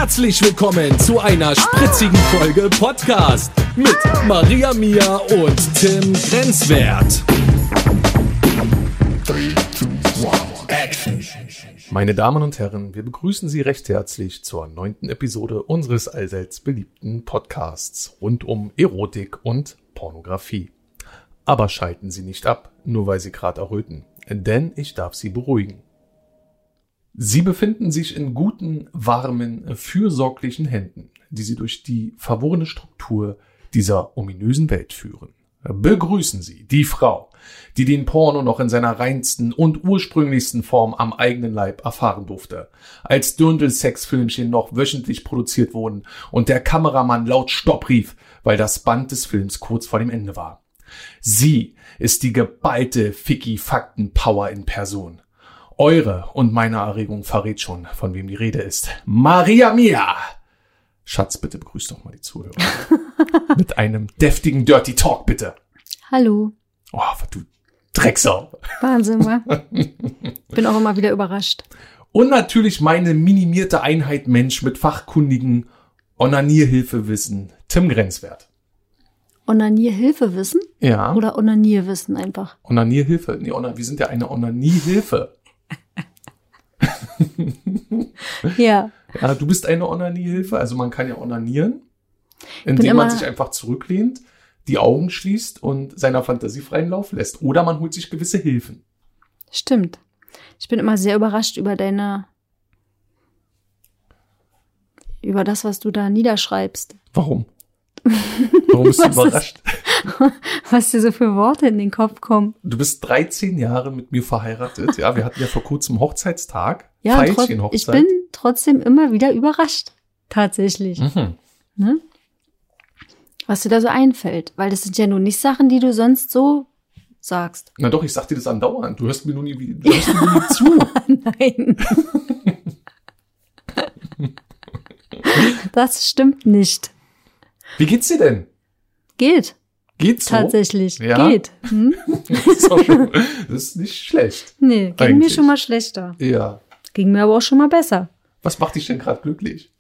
Herzlich willkommen zu einer spritzigen Folge Podcast mit Maria Mia und Tim Grenzwert. 3, 2, 1, Action. Meine Damen und Herren, wir begrüßen Sie recht herzlich zur 9. Episode unseres allseits beliebten Podcasts rund um Erotik und Pornografie. Aber schalten Sie nicht ab, nur weil Sie gerade erröten, denn ich darf Sie beruhigen. Sie befinden sich in guten, warmen, fürsorglichen Händen, die Sie durch die verworrene Struktur dieser ominösen Welt führen. Begrüßen Sie die Frau, die den Porno noch in seiner reinsten und ursprünglichsten Form am eigenen Leib erfahren durfte, als Dirndl-Sex-Filmchen noch wöchentlich produziert wurden und der Kameramann laut Stopp rief, weil das Band des Films kurz vor dem Ende war. Sie ist die geballte Ficky-Fakten-Power in Person. Eure und meine Erregung verrät schon, von wem die Rede ist. Maria Mia! Schatz, bitte begrüß doch mal die Zuhörer. Mit einem deftigen Dirty Talk, bitte. Hallo. Oh, du Drecksau. Wahnsinn, wa? Bin auch immer wieder überrascht. Und natürlich meine minimierte Einheit Mensch mit fachkundigen Onanierhilfewissen, Tim Grenzwert. Onanierhilfewissen? Ja. Oder Onanierwissen einfach? Onanierhilfe. Nee, wir sind ja eine Onaniehilfe. Ja. Ja, du bist eine Onaniehilfe, also man kann ja onanieren, indem man sich einfach zurücklehnt, die Augen schließt und seiner Fantasie freien Lauf lässt. Oder man holt sich gewisse Hilfen. Stimmt. Ich bin immer sehr überrascht über das, was du da niederschreibst. Warum? Warum bist du überrascht? Was dir so für Worte in den Kopf kommen. Du bist 13 Jahre mit mir verheiratet. Ja, wir hatten ja vor kurzem Hochzeitstag. Ja, Veilchenhochzeit. Ich bin trotzdem immer wieder überrascht. Tatsächlich. Mhm. Ne? Was dir da so einfällt. Weil das sind ja nun nicht Sachen, die du sonst so sagst. Na doch, ich sag dir das andauernd. Du hörst mir nur nie zu. Nein. Das stimmt nicht. Wie geht's dir denn? Geht. Geht's so? Tatsächlich. Ja? Geht. Hm? Das ist nicht schlecht. Nee, ging mir schon mal schlechter. Ja. Ging mir aber auch schon mal besser. Was macht dich denn gerade glücklich?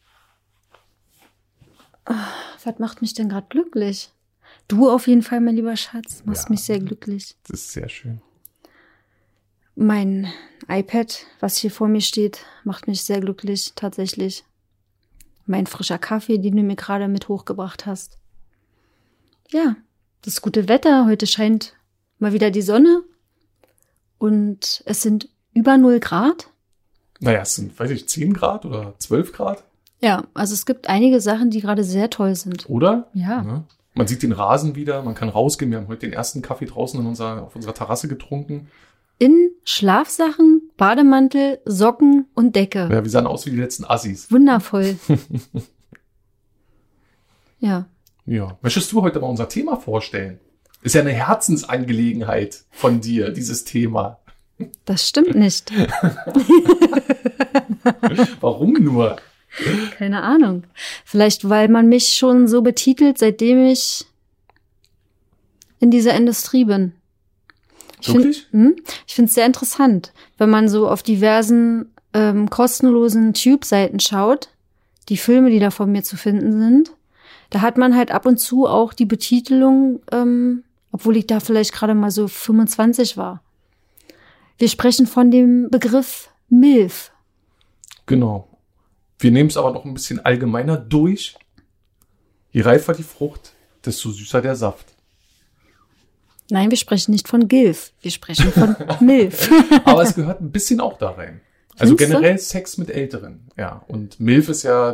Was macht mich denn gerade glücklich? Du auf jeden Fall, mein lieber Schatz, machst mich sehr glücklich. Das ist sehr schön. Mein iPad, was hier vor mir steht, macht mich sehr glücklich, tatsächlich. Mein frischer Kaffee, den du mir gerade mit hochgebracht hast. Ja, das gute Wetter. Heute scheint mal wieder die Sonne. Und es sind über 0 Grad. Naja, es sind, 10 Grad oder 12 Grad. Ja, also es gibt einige Sachen, die gerade sehr toll sind. Oder? Ja. Man sieht den Rasen wieder, man kann rausgehen. Wir haben heute den ersten Kaffee draußen auf unserer Terrasse getrunken. In Schlafsachen, Bademantel, Socken und Decke. Ja, wir sahen aus wie die letzten Assis. Wundervoll. Ja. Ja. Möchtest du heute mal unser Thema vorstellen? Ist ja eine Herzensangelegenheit von dir, dieses Thema. Das stimmt nicht. Warum nur? Keine Ahnung. Vielleicht, weil man mich schon so betitelt, seitdem ich in dieser Industrie bin. Wirklich? Ich finde es sehr interessant, wenn man so auf diversen kostenlosen Tube-Seiten schaut, die Filme, die da von mir zu finden sind. Da hat man halt ab und zu auch die Betitelung, obwohl ich da vielleicht gerade mal so 25 war. Wir sprechen von dem Begriff MILF. Genau. Wir nehmen es aber noch ein bisschen allgemeiner durch. Je reifer die Frucht, desto süßer der Saft. Nein, wir sprechen nicht von GILF. Wir sprechen von MILF. Aber es gehört ein bisschen auch da rein. Also generell Sex mit Älteren. Ja. Und MILF ist ja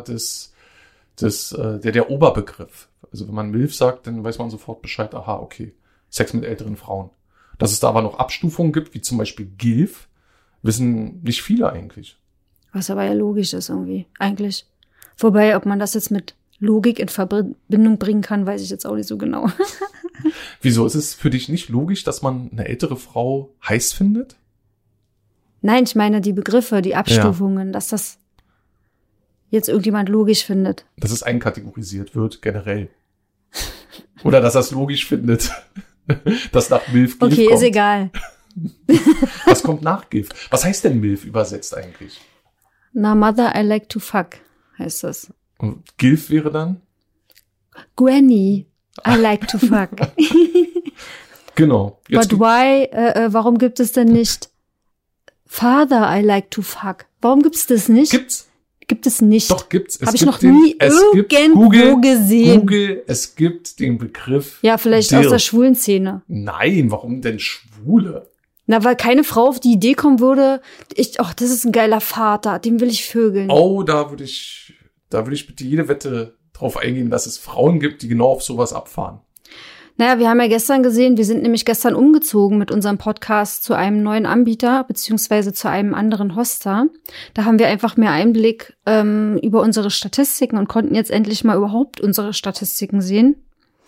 der Oberbegriff. Also wenn man MILF sagt, dann weiß man sofort Bescheid. Aha, okay. Sex mit älteren Frauen. Dass es da aber noch Abstufungen gibt, wie zum Beispiel GILF, wissen nicht viele eigentlich. Was aber ja logisch ist irgendwie, eigentlich. Wobei, ob man das jetzt mit Logik in Verbindung bringen kann, weiß ich jetzt auch nicht so genau. Wieso? Ist es für dich nicht logisch, dass man eine ältere Frau heiß findet? Nein, ich meine die Begriffe, die Abstufungen, dass das jetzt irgendjemand logisch findet. Dass es einkategorisiert wird, generell. Oder dass er es logisch findet, dass nach MILF GILF okay, kommt. ist egal. Was kommt nach GILF? Was heißt denn MILF übersetzt eigentlich? Na, Mother, I like to fuck. heißt das. Und Gilf wäre dann? Granny, I like to fuck. Genau. Jetzt But why, warum gibt es denn nicht Father, I like to fuck? Warum gibt es das nicht? Gibt es nicht. Doch, gibt's. Habe ich noch nie irgendwo gesehen. Google, es gibt den Begriff. Ja, vielleicht Dilf. aus der schwulen Szene. Nein, warum denn Schwule? Na, weil keine Frau auf die Idee kommen würde, das ist ein geiler Vater, den will ich vögeln. Oh, da würde ich bitte jede Wette drauf eingehen, dass es Frauen gibt, die genau auf sowas abfahren. Naja, wir haben ja gestern gesehen, wir sind nämlich gestern umgezogen mit unserem Podcast zu einem neuen Anbieter, beziehungsweise zu einem anderen Hoster. Da haben wir einfach mehr Einblick über unsere Statistiken und konnten jetzt endlich mal überhaupt unsere Statistiken sehen.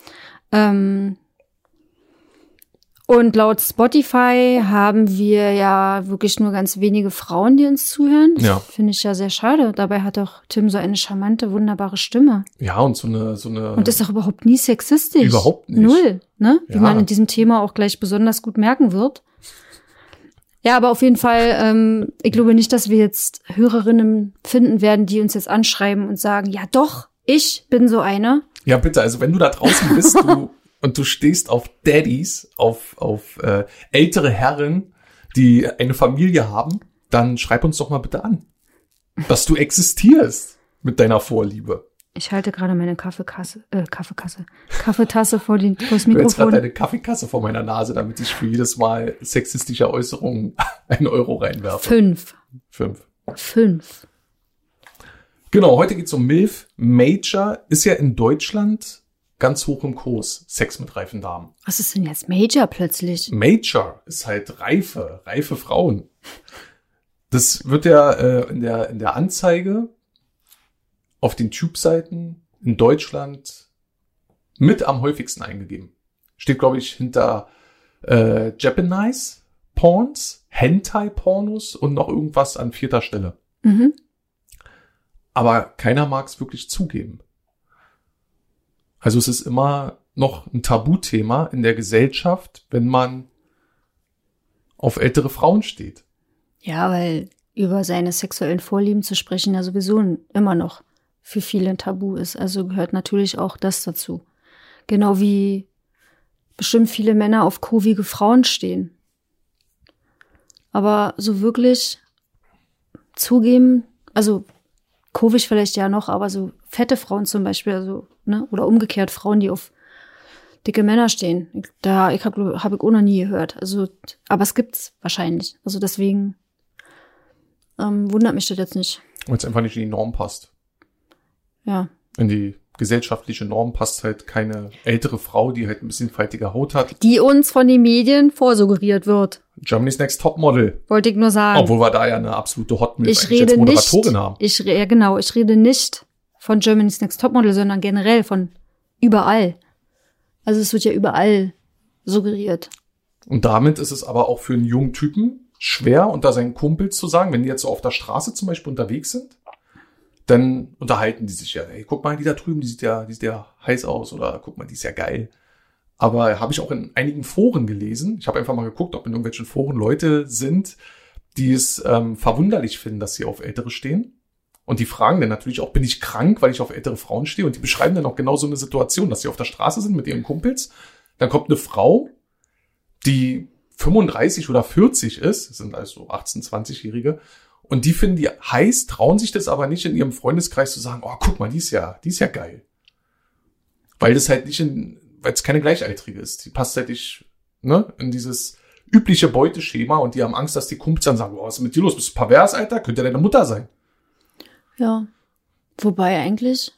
Und laut Spotify haben wir ja wirklich nur ganz wenige Frauen, die uns zuhören. Das finde ich ja sehr schade. Dabei hat doch Tim so eine charmante, wunderbare Stimme. Ja, und so eine. Und ist doch überhaupt nie sexistisch. Überhaupt nicht. Null, ne? Wie Ja. man in diesem Thema auch gleich besonders gut merken wird. Ja, aber auf jeden Fall, ich glaube nicht, dass wir jetzt Hörerinnen finden werden, die uns jetzt anschreiben und sagen, ja doch, ich bin so eine. Ja, bitte, also wenn du da draußen bist, und du stehst auf Daddies, auf ältere Herren, die eine Familie haben, dann schreib uns doch mal bitte an, dass du existierst mit deiner Vorliebe. Ich halte gerade meine Kaffeetasse vor das Ich habe jetzt Mikrofon. gerade eine Kaffeekasse vor meiner Nase, damit ich für jedes Mal sexistische Äußerungen 1 Euro reinwerfe. 5. Genau, heute geht's um MILF. Major ist ja in Deutschland ganz hoch im Kurs. Sex mit reifen Damen. Was ist denn jetzt Major plötzlich? Major ist halt reife Frauen. Das wird ja in der Anzeige auf den Tube-Seiten in Deutschland mit am häufigsten eingegeben. Steht, glaube ich, hinter Japanese Porns, Hentai-Pornos und noch irgendwas an 4. Stelle. Mhm. Aber keiner mag es wirklich zugeben. Also es ist immer noch ein Tabuthema in der Gesellschaft, wenn man auf ältere Frauen steht. Ja, weil über seine sexuellen Vorlieben zu sprechen ja sowieso immer noch für viele ein Tabu ist. Also gehört natürlich auch das dazu. Genau wie bestimmt viele Männer auf kurvige Frauen stehen. Aber so wirklich zugeben, also kurvig vielleicht ja noch, aber so fette Frauen zum Beispiel, also, ne, oder umgekehrt Frauen, die auf dicke Männer stehen. Hab ich auch noch nie gehört. Also, aber es gibt's wahrscheinlich. Also deswegen wundert mich das jetzt nicht. Weil es einfach nicht in die Norm passt. Ja. In die gesellschaftliche Norm passt halt keine ältere Frau, die halt ein bisschen faltige Haut hat. Die uns von den Medien vorsuggeriert wird. Germany's Next Topmodel. Wollte ich nur sagen. Obwohl wir da ja eine absolute Hotmilf Ich eigentlich als rede Moderatorin nicht, haben. ich rede nicht von Germany's Next Topmodel, sondern generell von überall. Also es wird ja überall suggeriert. Und damit ist es aber auch für einen jungen Typen schwer, unter seinen Kumpels zu sagen, wenn die jetzt so auf der Straße zum Beispiel unterwegs sind, dann unterhalten die sich ja, hey, guck mal, die da drüben, die sieht ja heiß aus, oder guck mal, die ist ja geil. Aber habe ich auch in einigen Foren gelesen. Ich habe einfach mal geguckt, ob in irgendwelchen Foren Leute sind, die es verwunderlich finden, dass sie auf Ältere stehen. Und die fragen dann natürlich auch, bin ich krank, weil ich auf ältere Frauen stehe? Und die beschreiben dann auch genau so eine Situation, dass sie auf der Straße sind mit ihren Kumpels. Dann kommt eine Frau, die 35 oder 40 ist, das sind also 18-, 20-Jährige, und die finden die heiß, trauen sich das aber nicht in ihrem Freundeskreis zu sagen, oh, guck mal, die ist ja geil. Weil das halt nicht weil es keine Gleichaltrige ist. Die passt halt nicht, ne, in dieses übliche Beuteschema, und die haben Angst, dass die Kumpels dann sagen, oh, was ist mit dir los? Bist du pervers, Alter? Könnte ja deine Mutter sein. Ja. Wobei eigentlich,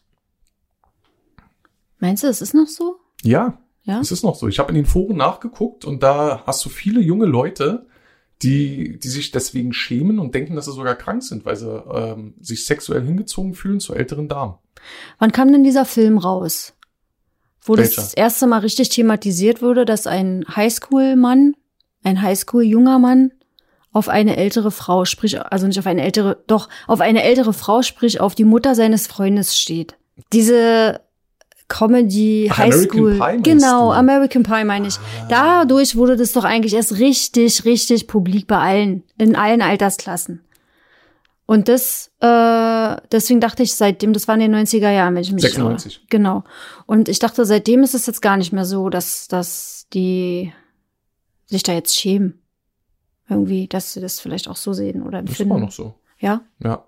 meinst du, es ist noch so? Ja, Ja? es ist noch so. Ich habe in den Foren nachgeguckt, und da hast du viele junge Leute, die sich deswegen schämen und denken, dass sie sogar krank sind, weil sie sich sexuell hingezogen fühlen zu älteren Damen. Wann kam denn dieser Film raus? Wo Welcher? das erste Mal richtig thematisiert wurde, dass ein Highschool-Mann, ein Highschool-junger Mann auf eine ältere Frau, sprich, also nicht auf eine ältere, doch auf eine ältere Frau, sprich auf die Mutter seines Freundes steht. Diese Comedy, Ach, Highschool, American Pie meinst genau, du? American Pie meine ich. Dadurch wurde das doch eigentlich erst richtig publik bei allen, in allen Altersklassen. Und deswegen dachte ich, seitdem, das war in den 90er Jahren, wenn ich mich 96. Genau. Und ich dachte, seitdem ist es jetzt gar nicht mehr so, dass die sich da jetzt schämen. Irgendwie, dass sie das vielleicht auch so sehen oder empfinden. Das ist immer noch so. Ja? Ja.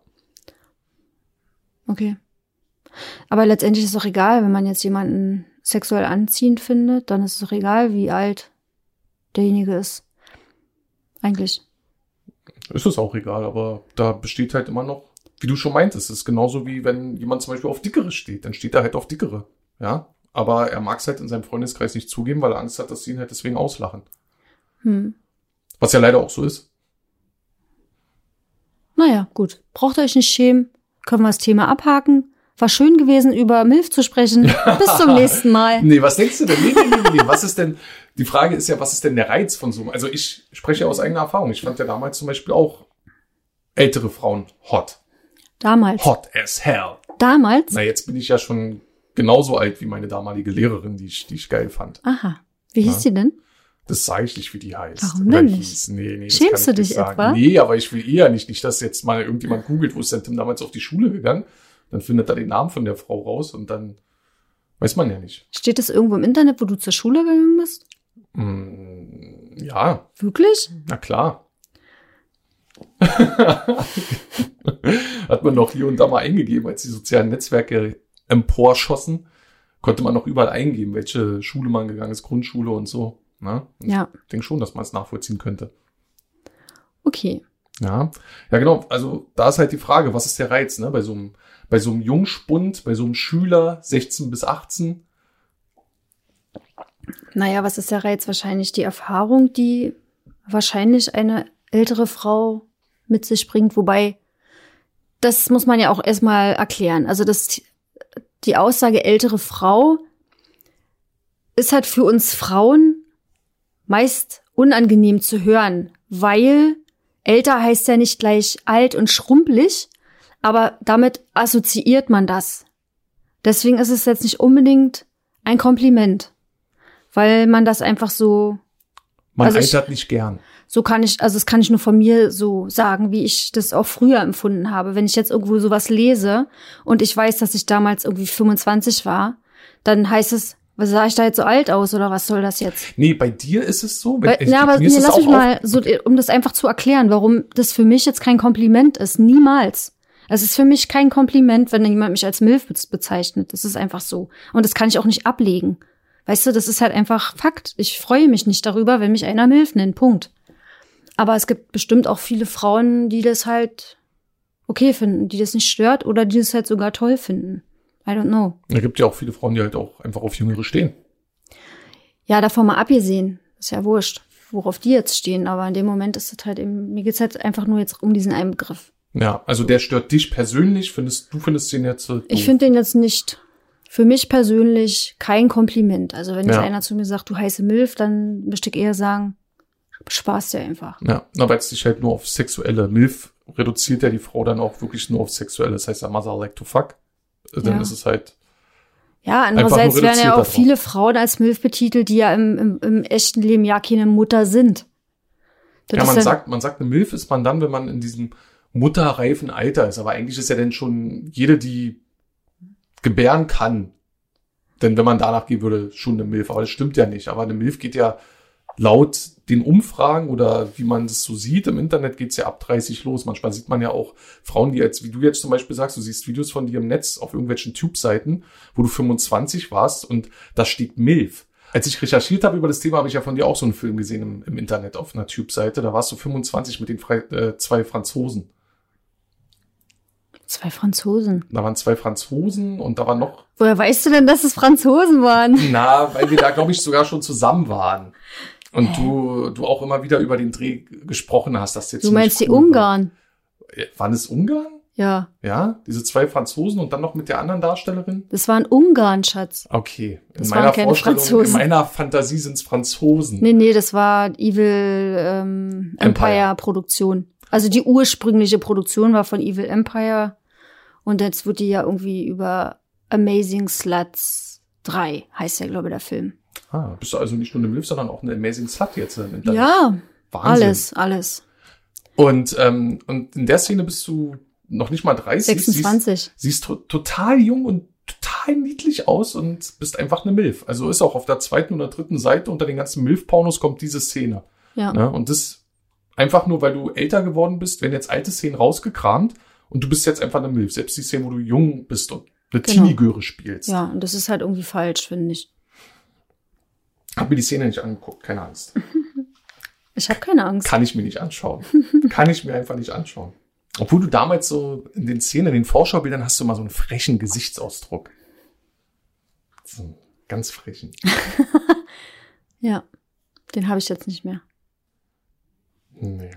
Okay. Aber letztendlich ist es doch egal, wenn man jetzt jemanden sexuell anziehend findet, dann ist es doch egal, wie alt derjenige ist. Eigentlich. Ist es auch egal, aber da besteht halt immer noch, wie du schon meintest, es ist genauso wie wenn jemand zum Beispiel auf Dickere steht, dann steht er halt auf Dickere, ja. Aber er mag es halt in seinem Freundeskreis nicht zugeben, weil er Angst hat, dass sie ihn halt deswegen auslachen. Was ja leider auch so ist. Naja, gut. Braucht ihr euch nicht schämen. Können wir das Thema abhaken. War schön gewesen, über MILF zu sprechen. Bis zum nächsten Mal. Nee, was denkst du denn? Nee. Was ist denn, die Frage ist ja, was ist denn der Reiz von so, also ich spreche aus eigener Erfahrung. Ich fand ja damals zum Beispiel auch ältere Frauen hot. Damals. Hot as hell. Damals? Na, jetzt bin ich ja schon genauso alt wie meine damalige Lehrerin, die ich geil fand. Aha. Wie hieß sie denn? Das sage ich nicht, wie die heißt. Warum denn nicht? Hieß. Nee, das Schämst kann du ich dich nicht sagen. etwa? Nee, aber ich will eher nicht, dass jetzt mal irgendjemand googelt, wo ist denn Tim damals auf die Schule gegangen? Dann findet er den Namen von der Frau raus und dann weiß man ja nicht. Steht das irgendwo im Internet, wo du zur Schule gegangen bist? Ja. Wirklich? Na klar. Hat man noch hier und da mal eingegeben, als die sozialen Netzwerke emporschossen, konnte man noch überall eingeben, welche Schule man gegangen ist, Grundschule und so. Ne? Und Ja. Ich denke schon, dass man es nachvollziehen könnte. Okay. Ja, genau. Also da ist halt die Frage, was ist der Reiz, ne? Bei so einem Jungspund, bei so einem Schüler 16 bis 18. Naja, was ist der Reiz? Wahrscheinlich die Erfahrung, die wahrscheinlich eine ältere Frau mit sich bringt. Wobei, das muss man ja auch erstmal erklären. Also die Aussage ältere Frau ist halt für uns Frauen meist unangenehm zu hören, weil älter heißt ja nicht gleich alt und schrumpelig, aber damit assoziiert man das. Deswegen ist es jetzt nicht unbedingt ein Kompliment, weil man das einfach so... Man altert nicht gern. So kann ich, also das kann ich nur von mir so sagen, wie ich das auch früher empfunden habe. Wenn ich jetzt irgendwo sowas lese und ich weiß, dass ich damals irgendwie 25 war, dann heißt es, was sah ich da jetzt so alt aus oder was soll das jetzt? Nee, bei dir ist es so. Aber lass mich mal, so, um das einfach zu erklären, warum das für mich jetzt kein Kompliment ist. Niemals. Es ist für mich kein Kompliment, wenn jemand mich als MILF bezeichnet. Das ist einfach so. Und das kann ich auch nicht ablegen. Weißt du, das ist halt einfach Fakt. Ich freue mich nicht darüber, wenn mich einer MILF nennt. Punkt. Aber es gibt bestimmt auch viele Frauen, die das halt okay finden, die das nicht stört oder die das halt sogar toll finden. I don't know. Da gibt ja auch viele Frauen, die halt auch einfach auf Jüngere stehen. Ja, davon mal abgesehen. Ist ja wurscht, worauf die jetzt stehen. Aber in dem Moment ist es halt eben, mir geht's halt einfach nur jetzt um diesen einen Begriff. Ja, also der stört dich persönlich. Du findest den jetzt doof? Ich finde den jetzt nicht, für mich persönlich, kein Kompliment. Also wenn jetzt einer zu mir sagt, du heiße MILF, dann möchte ich eher sagen, Spaß dir einfach. Ja, weil es dich halt nur auf sexuelle MILF reduziert ja die Frau dann auch wirklich nur auf sexuelle. Das heißt ja, Mother like to fuck. Dann ist es halt. Ja, andererseits werden ja auch viele Frauen als MILF betitelt, die ja im echten Leben ja keine Mutter sind. Ja, man sagt, eine MILF ist man dann, wenn man in diesem mutterreifen Alter ist. Aber eigentlich ist ja dann schon jede, die gebären kann. Denn wenn man danach gehen würde, schon eine MILF. Aber das stimmt ja nicht. Aber eine MILF geht ja laut den Umfragen oder wie man das so sieht, im Internet geht's ja ab 30 los. Manchmal sieht man ja auch Frauen, die jetzt, wie du jetzt zum Beispiel sagst, du siehst Videos von dir im Netz auf irgendwelchen Tube-Seiten, wo du 25 warst und da steht MILF. Als ich recherchiert habe über das Thema, habe ich ja von dir auch so einen Film gesehen im Internet auf einer Tube-Seite. Da warst du 25 mit den zwei Franzosen. 2 Franzosen? Da waren 2 Franzosen und da war noch... Woher weißt du denn, dass es Franzosen waren? Na, weil wir da, glaube ich, sogar schon zusammen waren. Und du auch immer wieder über den Dreh gesprochen hast, dass jetzt. Du meinst die Ungarn? Waren es Ungarn? Ja. Ja? Diese 2 Franzosen und dann noch mit der anderen Darstellerin? Das waren Ungarn, Schatz. Okay. Das waren keine Franzosen. In meiner Fantasie sind es Franzosen. Nee, das war Evil Empire Produktion. Also die ursprüngliche Produktion war von Evil Empire. Und jetzt wird die ja irgendwie über Amazing Sluts 3, heißt ja, glaube ich, der Film. Bist du also nicht nur eine MILF, sondern auch eine Amazing Slut jetzt im Internet? Ja, Wahnsinn. alles. Und in der Szene bist du noch nicht mal 30. 26. Siehst total jung und total niedlich aus und bist einfach eine Milf. Also ist auch auf der 2. oder 3. Seite unter den ganzen Milf-Pornos kommt diese Szene. Ja. Ne? Und das einfach nur, weil du älter geworden bist, werden jetzt alte Szenen rausgekramt und du bist jetzt einfach eine Milf. Selbst die Szene, wo du jung bist und eine Teenie-Göre spielst. Ja, und das ist halt irgendwie falsch, finde ich. Hab mir die Szene nicht angeguckt, keine Angst. Ich habe keine Angst. Kann ich mir nicht anschauen. Kann ich mir einfach nicht anschauen. Obwohl du damals so in den Szenen, in den Vorschaubildern hast du mal so einen frechen Gesichtsausdruck. So einen ganz frechen. Ja, den habe ich jetzt nicht mehr. Nee.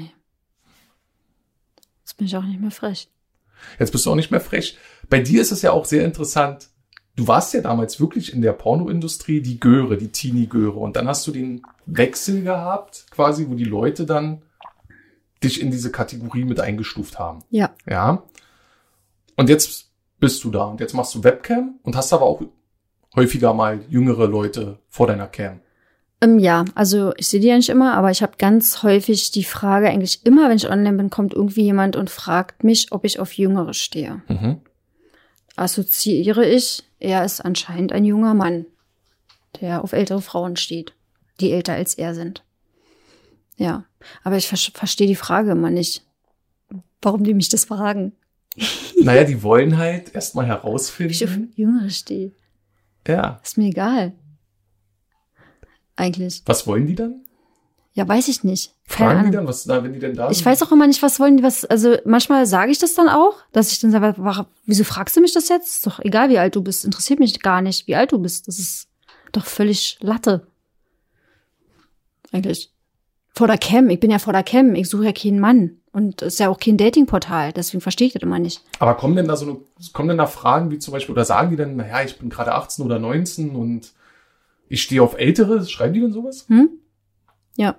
Jetzt bin ich auch nicht mehr frech. Jetzt bist du auch nicht mehr frech. Bei dir ist es ja auch sehr interessant. Du warst ja damals wirklich in der Pornoindustrie die Göre, die Teenie-Göre. Und dann hast du den Wechsel gehabt, quasi, wo die Leute dann dich in diese Kategorie mit eingestuft haben. Ja. Ja. Und jetzt bist du da. Und jetzt machst du Webcam und hast aber auch häufiger mal jüngere Leute vor deiner Cam. Ja, also ich sehe die ja nicht immer, aber ich habe ganz häufig die Frage, eigentlich immer, wenn ich online bin, kommt irgendwie jemand und fragt mich, ob ich auf Jüngere stehe. Mhm. Assoziiere ich, er ist anscheinend ein junger Mann, der auf ältere Frauen steht, die älter als er sind. Ja, aber ich verstehe die Frage immer nicht, warum die mich das fragen. Naja, die wollen halt erstmal Ob ich auf herausfinden. Jüngere stehe. Ja. Ist mir egal. Eigentlich. Was wollen die dann? Ja, weiß ich nicht. Keine Fragen die Ahnung. dann, was, wenn die denn da Ich sind? weiß auch immer nicht, was wollen die, also manchmal sage ich das dann auch, dass ich dann sage, wieso fragst du mich das jetzt? Ist doch egal, wie alt du bist. Interessiert mich gar nicht, wie alt du bist. Das ist doch völlig Latte. Eigentlich. Vor der Cam. Ich bin ja vor der Cam. Ich suche ja keinen Mann. Und es ist ja auch kein Datingportal. Deswegen verstehe ich das immer nicht. Aber kommen denn da Fragen wie zum Beispiel, oder sagen die dann, naja, ich bin gerade 18 oder 19 und ich stehe auf Ältere? Schreiben die denn sowas? Ja.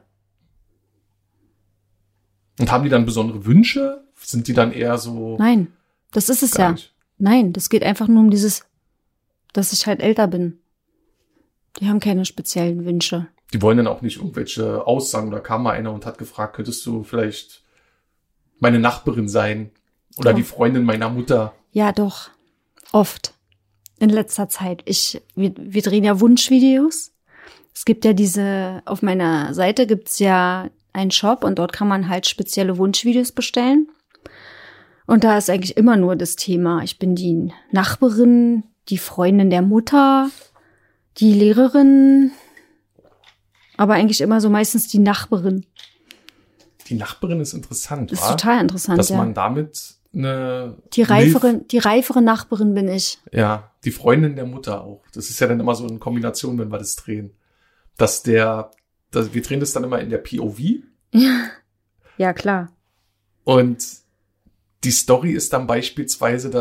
Und haben die dann besondere Wünsche? Sind die dann eher so? Nein. Das ist es Gar ja. nicht. Nein, das geht einfach nur um dieses, dass ich halt älter bin. Die haben keine speziellen Wünsche. Die wollen dann auch nicht irgendwelche Aussagen, oder kam mal einer und hat gefragt, könntest du vielleicht meine Nachbarin sein? Oder Ja. die Freundin meiner Mutter? Ja, doch. Oft. In letzter Zeit. Wir drehen ja Wunschvideos. Es gibt ja auf meiner Seite gibt's ja einen Shop und dort kann man halt spezielle Wunschvideos bestellen. Und da ist eigentlich immer nur das Thema, ich bin die Nachbarin, die Freundin der Mutter, die Lehrerin, aber eigentlich immer so meistens die Nachbarin. Die Nachbarin ist interessant, Das ist wa? total interessant, Dass ja. man damit eine Die reifere Nachbarin bin ich. Ja, die Freundin der Mutter auch. Das ist ja dann immer so eine Kombination, wenn wir das drehen. Wir drehen das dann immer in der POV Ja, klar. und die Story ist dann beispielsweise,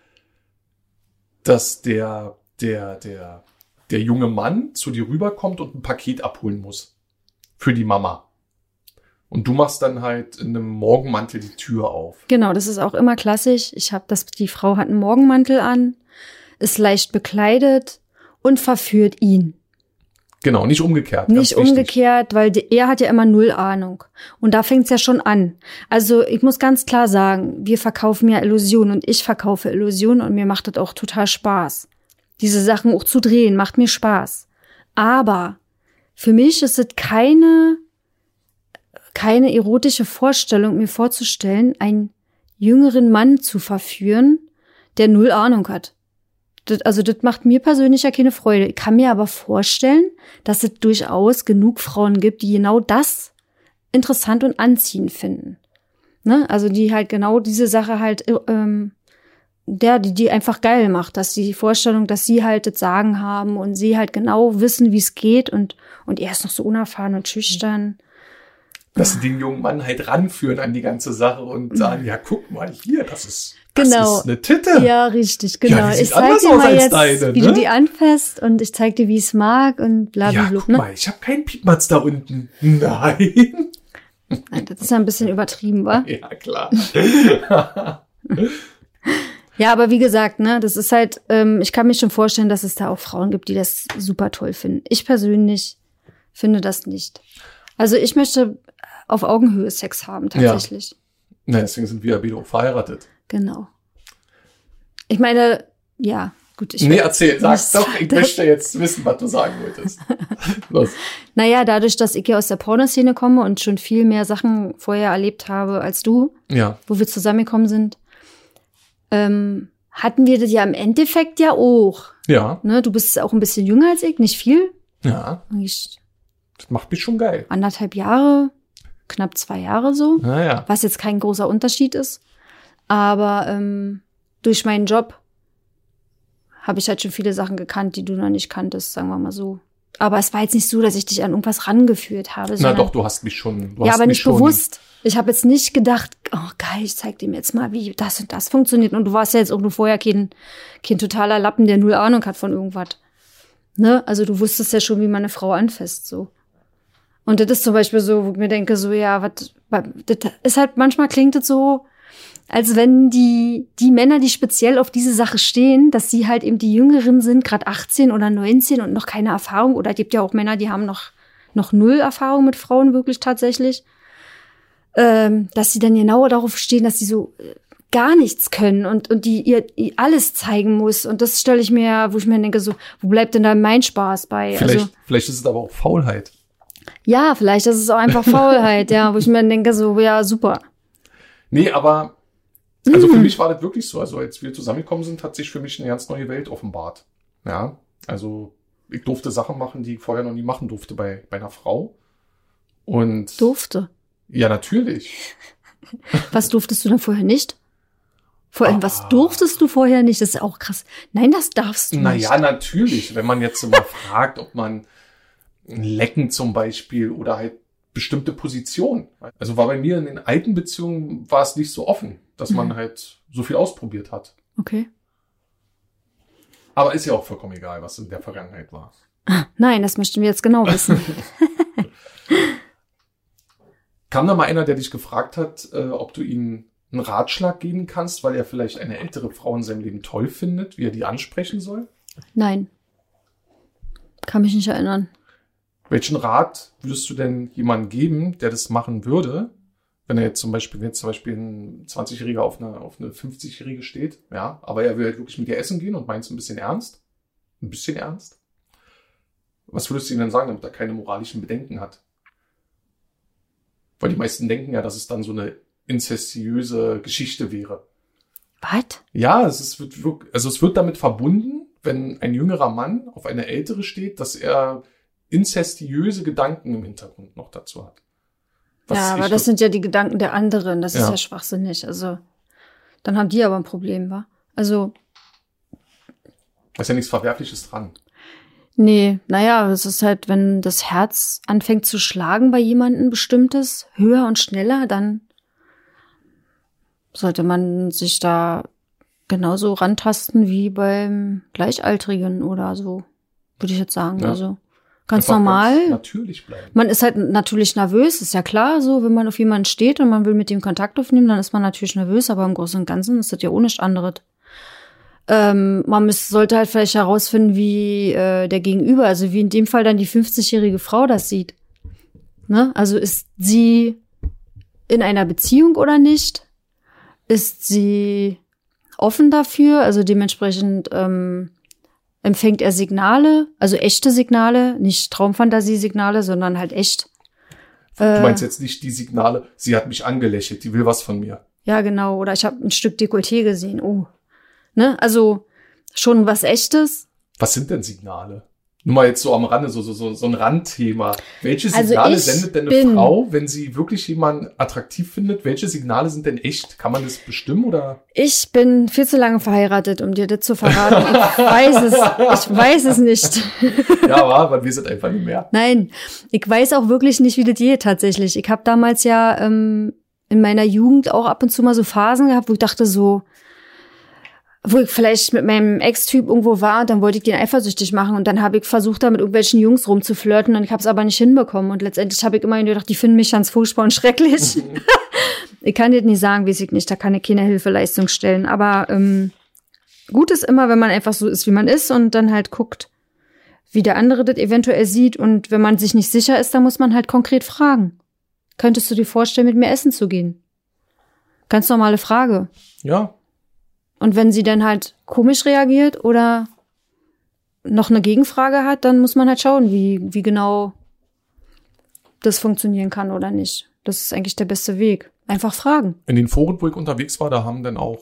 dass der junge Mann zu dir rüberkommt und ein Paket abholen muss. Für die Mama. Und du machst dann halt in einem Morgenmantel die Tür auf. Genau, das ist auch immer klassisch. Die Frau hat einen Morgenmantel an, ist leicht bekleidet und verführt ihn. Genau, nicht umgekehrt. Nicht ganz wichtig. umgekehrt, weil er hat ja immer null Ahnung. Und da fängt's ja schon an. Also ich muss ganz klar sagen, wir verkaufen ja Illusionen und ich verkaufe Illusionen und mir macht das auch total Spaß. Diese Sachen auch zu drehen, macht mir Spaß. Aber für mich ist es keine erotische Vorstellung, mir vorzustellen, einen jüngeren Mann zu verführen, der null Ahnung hat. Das macht mir persönlich ja keine Freude. Ich kann mir aber vorstellen, dass es durchaus genug Frauen gibt, die genau das interessant und anziehend finden. Ne? Also die halt genau diese Sache halt, die einfach geil macht, dass die Vorstellung, dass sie halt das Sagen haben und sie halt genau wissen, wie es geht und er ist noch so unerfahren und schüchtern. Dass sie den jungen Mann halt ranführen an die ganze Sache und sagen, ja, guck mal hier, das ist eine Titte. Ja, richtig, genau. Ja, die sieht ich zeig anders dir aus mal als jetzt, deine, wie ne? du die anfasst und ich zeig dir, wie ich es mag und Ja, blablabla. guck mal, ich habe keinen Piepmatz da unten. Nein. Nein, das ist ja ein bisschen übertrieben, wa? Ja, klar. Ja, aber wie gesagt, ne, das ist halt, ich kann mir schon vorstellen, dass es da auch Frauen gibt, die das super toll finden. Ich persönlich finde das nicht. Also ich möchte auf Augenhöhe Sex haben, tatsächlich. Na, deswegen sind wir ja beide auch verheiratet. Genau. Ich meine, ja, gut. Erzähl, sag doch, ich möchte jetzt wissen, was du sagen wolltest. Los. Naja, dadurch, dass ich ja aus der Pornoszene komme und schon viel mehr Sachen vorher erlebt habe als du, wo wir zusammengekommen sind, hatten wir das ja im Endeffekt ja auch. Ja. Ne, du bist auch ein bisschen jünger als ich, nicht viel. Ja. Das macht mich schon geil. 1,5 Jahre, knapp 2 Jahre so. Naja. Was jetzt kein großer Unterschied ist. Aber durch meinen Job habe ich halt schon viele Sachen gekannt, die du noch nicht kanntest, sagen wir mal so. Aber es war jetzt nicht so, dass ich dich an irgendwas rangeführt habe. Na doch, du hast mich schon. Ja, aber nicht bewusst. Ich habe jetzt nicht gedacht, oh geil, ich zeig dem jetzt mal, wie das und das funktioniert. Und du warst ja jetzt auch nur vorher kein totaler Lappen, der null Ahnung hat von irgendwas. Ne? Also du wusstest ja schon, wie man eine Frau anfasst, so. Und das ist zum Beispiel so, wo ich mir denke, so, ja, das ist halt, manchmal klingt das so, als wenn die Männer, die speziell auf diese Sache stehen, dass sie halt eben die Jüngeren sind, gerade 18 oder 19 und noch keine Erfahrung. Oder es gibt ja auch Männer, die haben noch null Erfahrung mit Frauen wirklich tatsächlich. Dass sie dann genau darauf stehen, dass sie so gar nichts können und die ihr alles zeigen muss. Und das stelle ich mir, wo ich mir denke, so, wo bleibt denn da mein Spaß bei? Vielleicht ist es aber auch Faulheit. Ja, vielleicht ist es auch einfach Faulheit, ja, wo ich mir denke, so, ja, super. Nee, aber also für mich war das wirklich so. Also als wir zusammengekommen sind, hat sich für mich eine ganz neue Welt offenbart. Ja, also ich durfte Sachen machen, die ich vorher noch nie machen durfte bei einer Frau. Und durfte? Ja, natürlich. Was durftest du dann vorher nicht? Vor allem, was durftest du vorher nicht? Das ist auch krass. Nein, das darfst du nicht. Naja, natürlich. Wenn man jetzt mal fragt, ob man Lecken zum Beispiel oder halt bestimmte Positionen. Also war bei mir in den alten Beziehungen war es nicht so offen, dass man halt so viel ausprobiert hat. Okay. Aber ist ja auch vollkommen egal, was in der Vergangenheit war. Nein, das möchten wir jetzt genau wissen. Kam da mal einer, der dich gefragt hat, ob du ihm einen Ratschlag geben kannst, weil er vielleicht eine ältere Frau in seinem Leben toll findet, wie er die ansprechen soll? Nein. Kann mich nicht erinnern. Welchen Rat würdest du denn jemandem geben, der das machen würde, wenn jetzt zum Beispiel ein 20-Jähriger auf eine 50-Jährige steht, ja, aber er will halt wirklich mit ihr essen gehen und meint es ein bisschen ernst? Ein bisschen ernst? Was würdest du ihm denn sagen, damit er keine moralischen Bedenken hat? Weil die meisten denken ja, dass es dann so eine inzestiöse Geschichte wäre. Was? Ja, es wird damit verbunden, wenn ein jüngerer Mann auf eine ältere steht, dass er inzestiöse Gedanken im Hintergrund noch dazu hat. Ja, aber das sind ja die Gedanken der anderen. Das ist ja schwachsinnig. Also, dann haben die aber ein Problem, wa? Also. Da ist ja nichts Verwerfliches dran. Nee, naja, es ist halt, wenn das Herz anfängt zu schlagen bei jemandem Bestimmtes, höher und schneller, dann sollte man sich da genauso rantasten wie beim Gleichaltrigen oder so, würde ich jetzt sagen. Ja. Also ganz normal. Ganz natürlich bleiben. Man ist halt natürlich nervös, ist ja klar, so, wenn man auf jemanden steht und man will mit dem Kontakt aufnehmen, dann ist man natürlich nervös, aber im Großen und Ganzen ist das ja auch nichts anderes. Man sollte halt vielleicht herausfinden, wie der Gegenüber, also wie in dem Fall dann die 50-jährige Frau das sieht. Ne? Also ist sie in einer Beziehung oder nicht? Ist sie offen dafür? Also dementsprechend empfängt er Signale, also echte Signale, nicht Traumfantasiesignale, sondern halt echt. Du meinst jetzt nicht die Signale, sie hat mich angelächelt, die will was von mir. Ja, genau. Oder ich habe ein Stück Dekolleté gesehen. Oh. Ne? Also schon was Echtes. Was sind denn Signale? Nur mal jetzt so am Rande, so ein Randthema. Welche Signale sendet denn eine Frau, wenn sie wirklich jemanden attraktiv findet? Welche Signale sind denn echt? Kann man das bestimmen oder? Ich bin viel zu lange verheiratet, um dir das zu verraten. Ich weiß es nicht. Ja, aber wir sind einfach nicht mehr. Nein, ich weiß auch wirklich nicht, wie das geht tatsächlich. Ich habe damals ja in meiner Jugend auch ab und zu mal so Phasen gehabt, wo ich dachte so, wo ich vielleicht mit meinem Ex-Typ irgendwo war, dann wollte ich den eifersüchtig machen und dann habe ich versucht, da mit irgendwelchen Jungs rumzuflirten und ich habe es aber nicht hinbekommen und letztendlich habe ich immer gedacht, die finden mich ganz furchtbar und schrecklich. Ich kann dir nicht sagen, weiß ich nicht, da kann ich keine Hilfeleistung stellen, aber gut ist immer, wenn man einfach so ist, wie man ist und dann halt guckt, wie der andere das eventuell sieht und wenn man sich nicht sicher ist, dann muss man halt konkret fragen. Könntest du dir vorstellen, mit mir essen zu gehen? Ganz normale Frage. Ja. Und wenn sie dann halt komisch reagiert oder noch eine Gegenfrage hat, dann muss man halt schauen, wie genau das funktionieren kann oder nicht. Das ist eigentlich der beste Weg. Einfach fragen. In den Foren, wo ich unterwegs war, da haben dann auch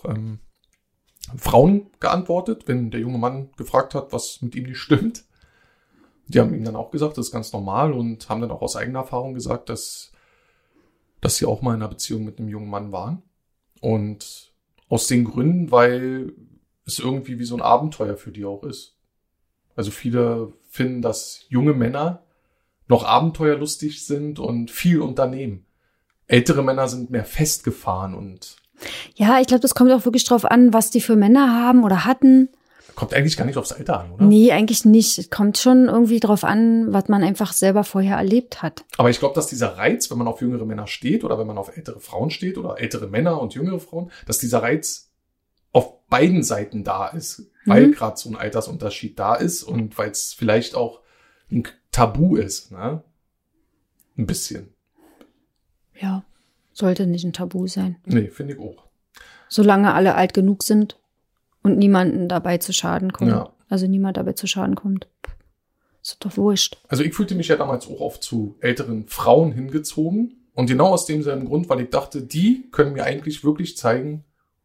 Frauen geantwortet, wenn der junge Mann gefragt hat, was mit ihm nicht stimmt. Die haben ihm dann auch gesagt, das ist ganz normal und haben dann auch aus eigener Erfahrung gesagt, dass sie auch mal in einer Beziehung mit einem jungen Mann waren. Und aus den Gründen, weil es irgendwie wie so ein Abenteuer für die auch ist. Also viele finden, dass junge Männer noch abenteuerlustig sind und viel unternehmen. Ältere Männer sind mehr festgefahren und Ja, ich glaube, das kommt auch wirklich drauf an, was die für Männer haben oder hatten. kommt eigentlich gar nicht aufs Alter an, oder? Nee, eigentlich nicht. Es kommt schon irgendwie drauf an, was man einfach selber vorher erlebt hat. Aber ich glaube, dass dieser Reiz, wenn man auf jüngere Männer steht oder wenn man auf ältere Frauen steht oder ältere Männer und jüngere Frauen, dass dieser Reiz auf beiden Seiten da ist, weil gerade so ein Altersunterschied da ist und weil es vielleicht auch ein Tabu ist, ne? Ein bisschen. Ja, sollte nicht ein Tabu sein. Nee, finde ich auch. Solange alle alt genug sind und niemanden dabei zu Schaden kommt. Ja. Also niemand dabei zu Schaden kommt. Ist doch wurscht. Also ich fühlte mich ja damals auch oft zu älteren Frauen hingezogen. Und genau aus demselben Grund, weil ich dachte, die können mir eigentlich wirklich zeigen,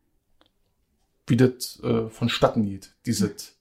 wie das vonstatten geht. Dieses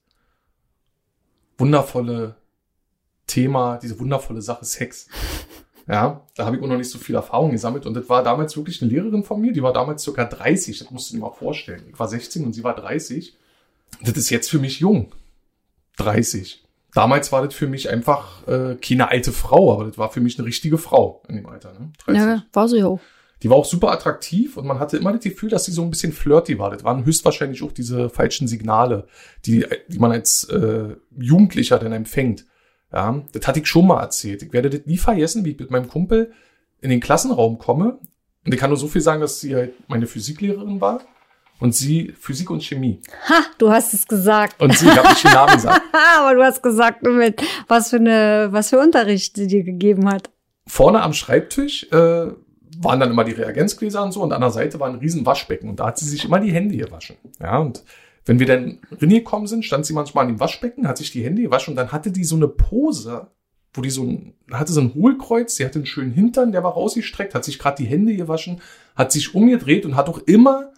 wundervolle Thema, diese wundervolle Sache Sex. Ja, da habe ich auch noch nicht so viel Erfahrung gesammelt. Und das war damals wirklich eine Lehrerin von mir, die war damals circa 30. Das musst du dir mal vorstellen. Ich war 16 und sie war 30. Das ist jetzt für mich jung. 30. Damals war das für mich einfach keine alte Frau, aber das war für mich eine richtige Frau in dem Alter. Ne? 30. Ja, war sie ja auch. Die war auch super attraktiv und man hatte immer das Gefühl, dass sie so ein bisschen flirty war. Das waren höchstwahrscheinlich auch diese falschen Signale, die man als Jugendlicher dann empfängt. Ja, das hatte ich schon mal erzählt. Ich werde das nie vergessen, wie ich mit meinem Kumpel in den Klassenraum komme. Und ich kann nur so viel sagen, dass sie halt meine Physiklehrerin war und sie Physik und Chemie. Ha, du hast es gesagt. Und sie, ich habe nicht den Namen gesagt. Aber du hast gesagt, was für Unterricht sie dir gegeben hat. Vorne am Schreibtisch waren dann immer die Reagenzgläser und so und an der Seite war ein riesen Waschbecken und da hat sie sich immer die Hände gewaschen. Ja, und wenn wir dann reingekommen sind, stand sie manchmal an dem Waschbecken, hat sich die Hände gewaschen und dann hatte die so eine Pose, wo die hatte so ein Hohlkreuz, sie hatte einen schönen Hintern, der war rausgestreckt, hat sich gerade die Hände gewaschen, hat sich umgedreht und hat auch immer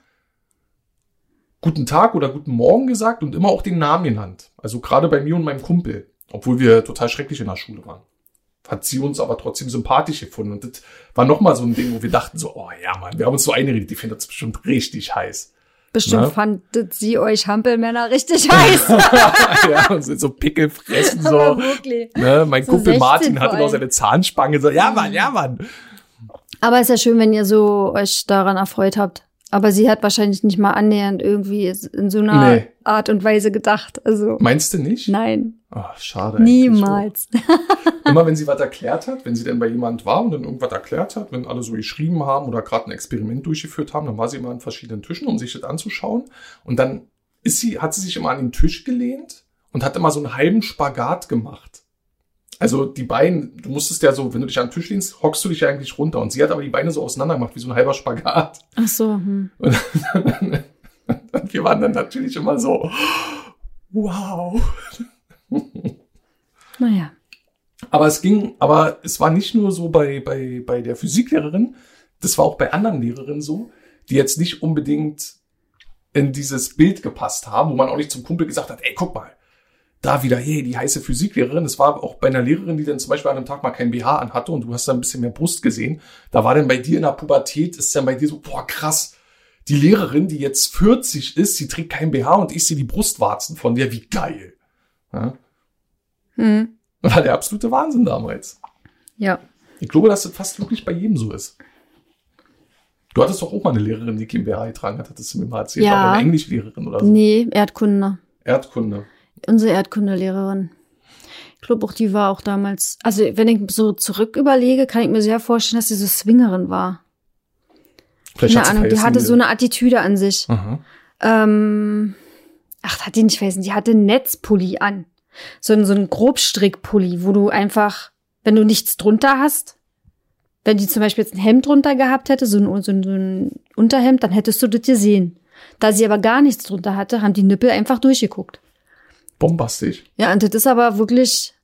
Guten Tag oder Guten Morgen gesagt und immer auch den Namen genannt. Also gerade bei mir und meinem Kumpel, obwohl wir total schrecklich in der Schule waren. Hat sie uns aber trotzdem sympathisch gefunden. Und das war nochmal so ein Ding, wo wir dachten so, oh ja, Mann, wir haben uns so eingeredet, die findet das bestimmt richtig heiß. Bestimmt fandet sie euch Hampelmänner richtig heiß. Ja, und sind so Pickel fressen, so. Aber wirklich. Ne? Mein So Kumpel 16 Martin hatte vor noch allem. seine Zahnspange, so, ja, Mann. Aber ist ja schön, wenn ihr so euch daran erfreut habt. Aber sie hat wahrscheinlich nicht mal annähernd irgendwie in so einer Nee. Art und Weise gedacht. Also, Meinst du nicht? nein, Oh, schade. eigentlich. niemals. Immer wenn sie was erklärt hat, wenn sie dann bei jemand war und dann irgendwas erklärt hat, wenn alle so geschrieben haben oder gerade ein Experiment durchgeführt haben, dann war sie immer an verschiedenen Tischen, um sich das anzuschauen. Und dann hat sie sich immer an den Tisch gelehnt und hat immer so einen halben Spagat gemacht. Also die Beine, du musstest ja so, wenn du dich an den Tisch lehnst, hockst du dich ja eigentlich runter. Und sie hat aber die Beine so auseinander gemacht, wie so ein halber Spagat. Ach so, Und wir waren dann natürlich immer so, wow. Naja. Aber es war nicht nur so bei der Physiklehrerin, das war auch bei anderen Lehrerinnen so, die jetzt nicht unbedingt in dieses Bild gepasst haben, wo man auch nicht zum Kumpel gesagt hat, ey, guck mal, da wieder, hey, die heiße Physiklehrerin. Das war auch bei einer Lehrerin, die dann zum Beispiel an einem Tag mal kein BH anhatte und du hast da ein bisschen mehr Brust gesehen. Da war dann bei dir in der Pubertät, ist dann bei dir so, boah, krass, die Lehrerin, die jetzt 40 ist, sie trägt kein BH und ich sehe die Brustwarzen von der, wie geil. Ja? Das war der absolute Wahnsinn damals. Ja. Ich glaube, dass das fast wirklich bei jedem so ist. Du hattest doch auch mal eine Lehrerin, die kein BH getragen hat, hattest du mir mal erzählt. Ja. Aber eine Englischlehrerin oder so. Nee, Erdkunde. Erdkunde. Unsere Erdkundelehrerin. Ich glaube auch, die war auch damals, also wenn ich so zurück überlege, kann ich mir sehr vorstellen, dass sie so Swingerin war. Vielleicht Keine hat sie Ahnung, die vergessen, hatte so eine Attitüde an sich. Aha. Hat die nicht vergessen, die hatte einen Netzpulli an. So einen Grobstrickpulli, wo du einfach, wenn du nichts drunter hast, wenn die zum Beispiel jetzt ein Hemd drunter gehabt hätte, so ein Unterhemd, dann hättest du das gesehen. Da sie aber gar nichts drunter hatte, haben die Nippel einfach durchgeguckt. Bombastisch. Ja, und das ist aber wirklich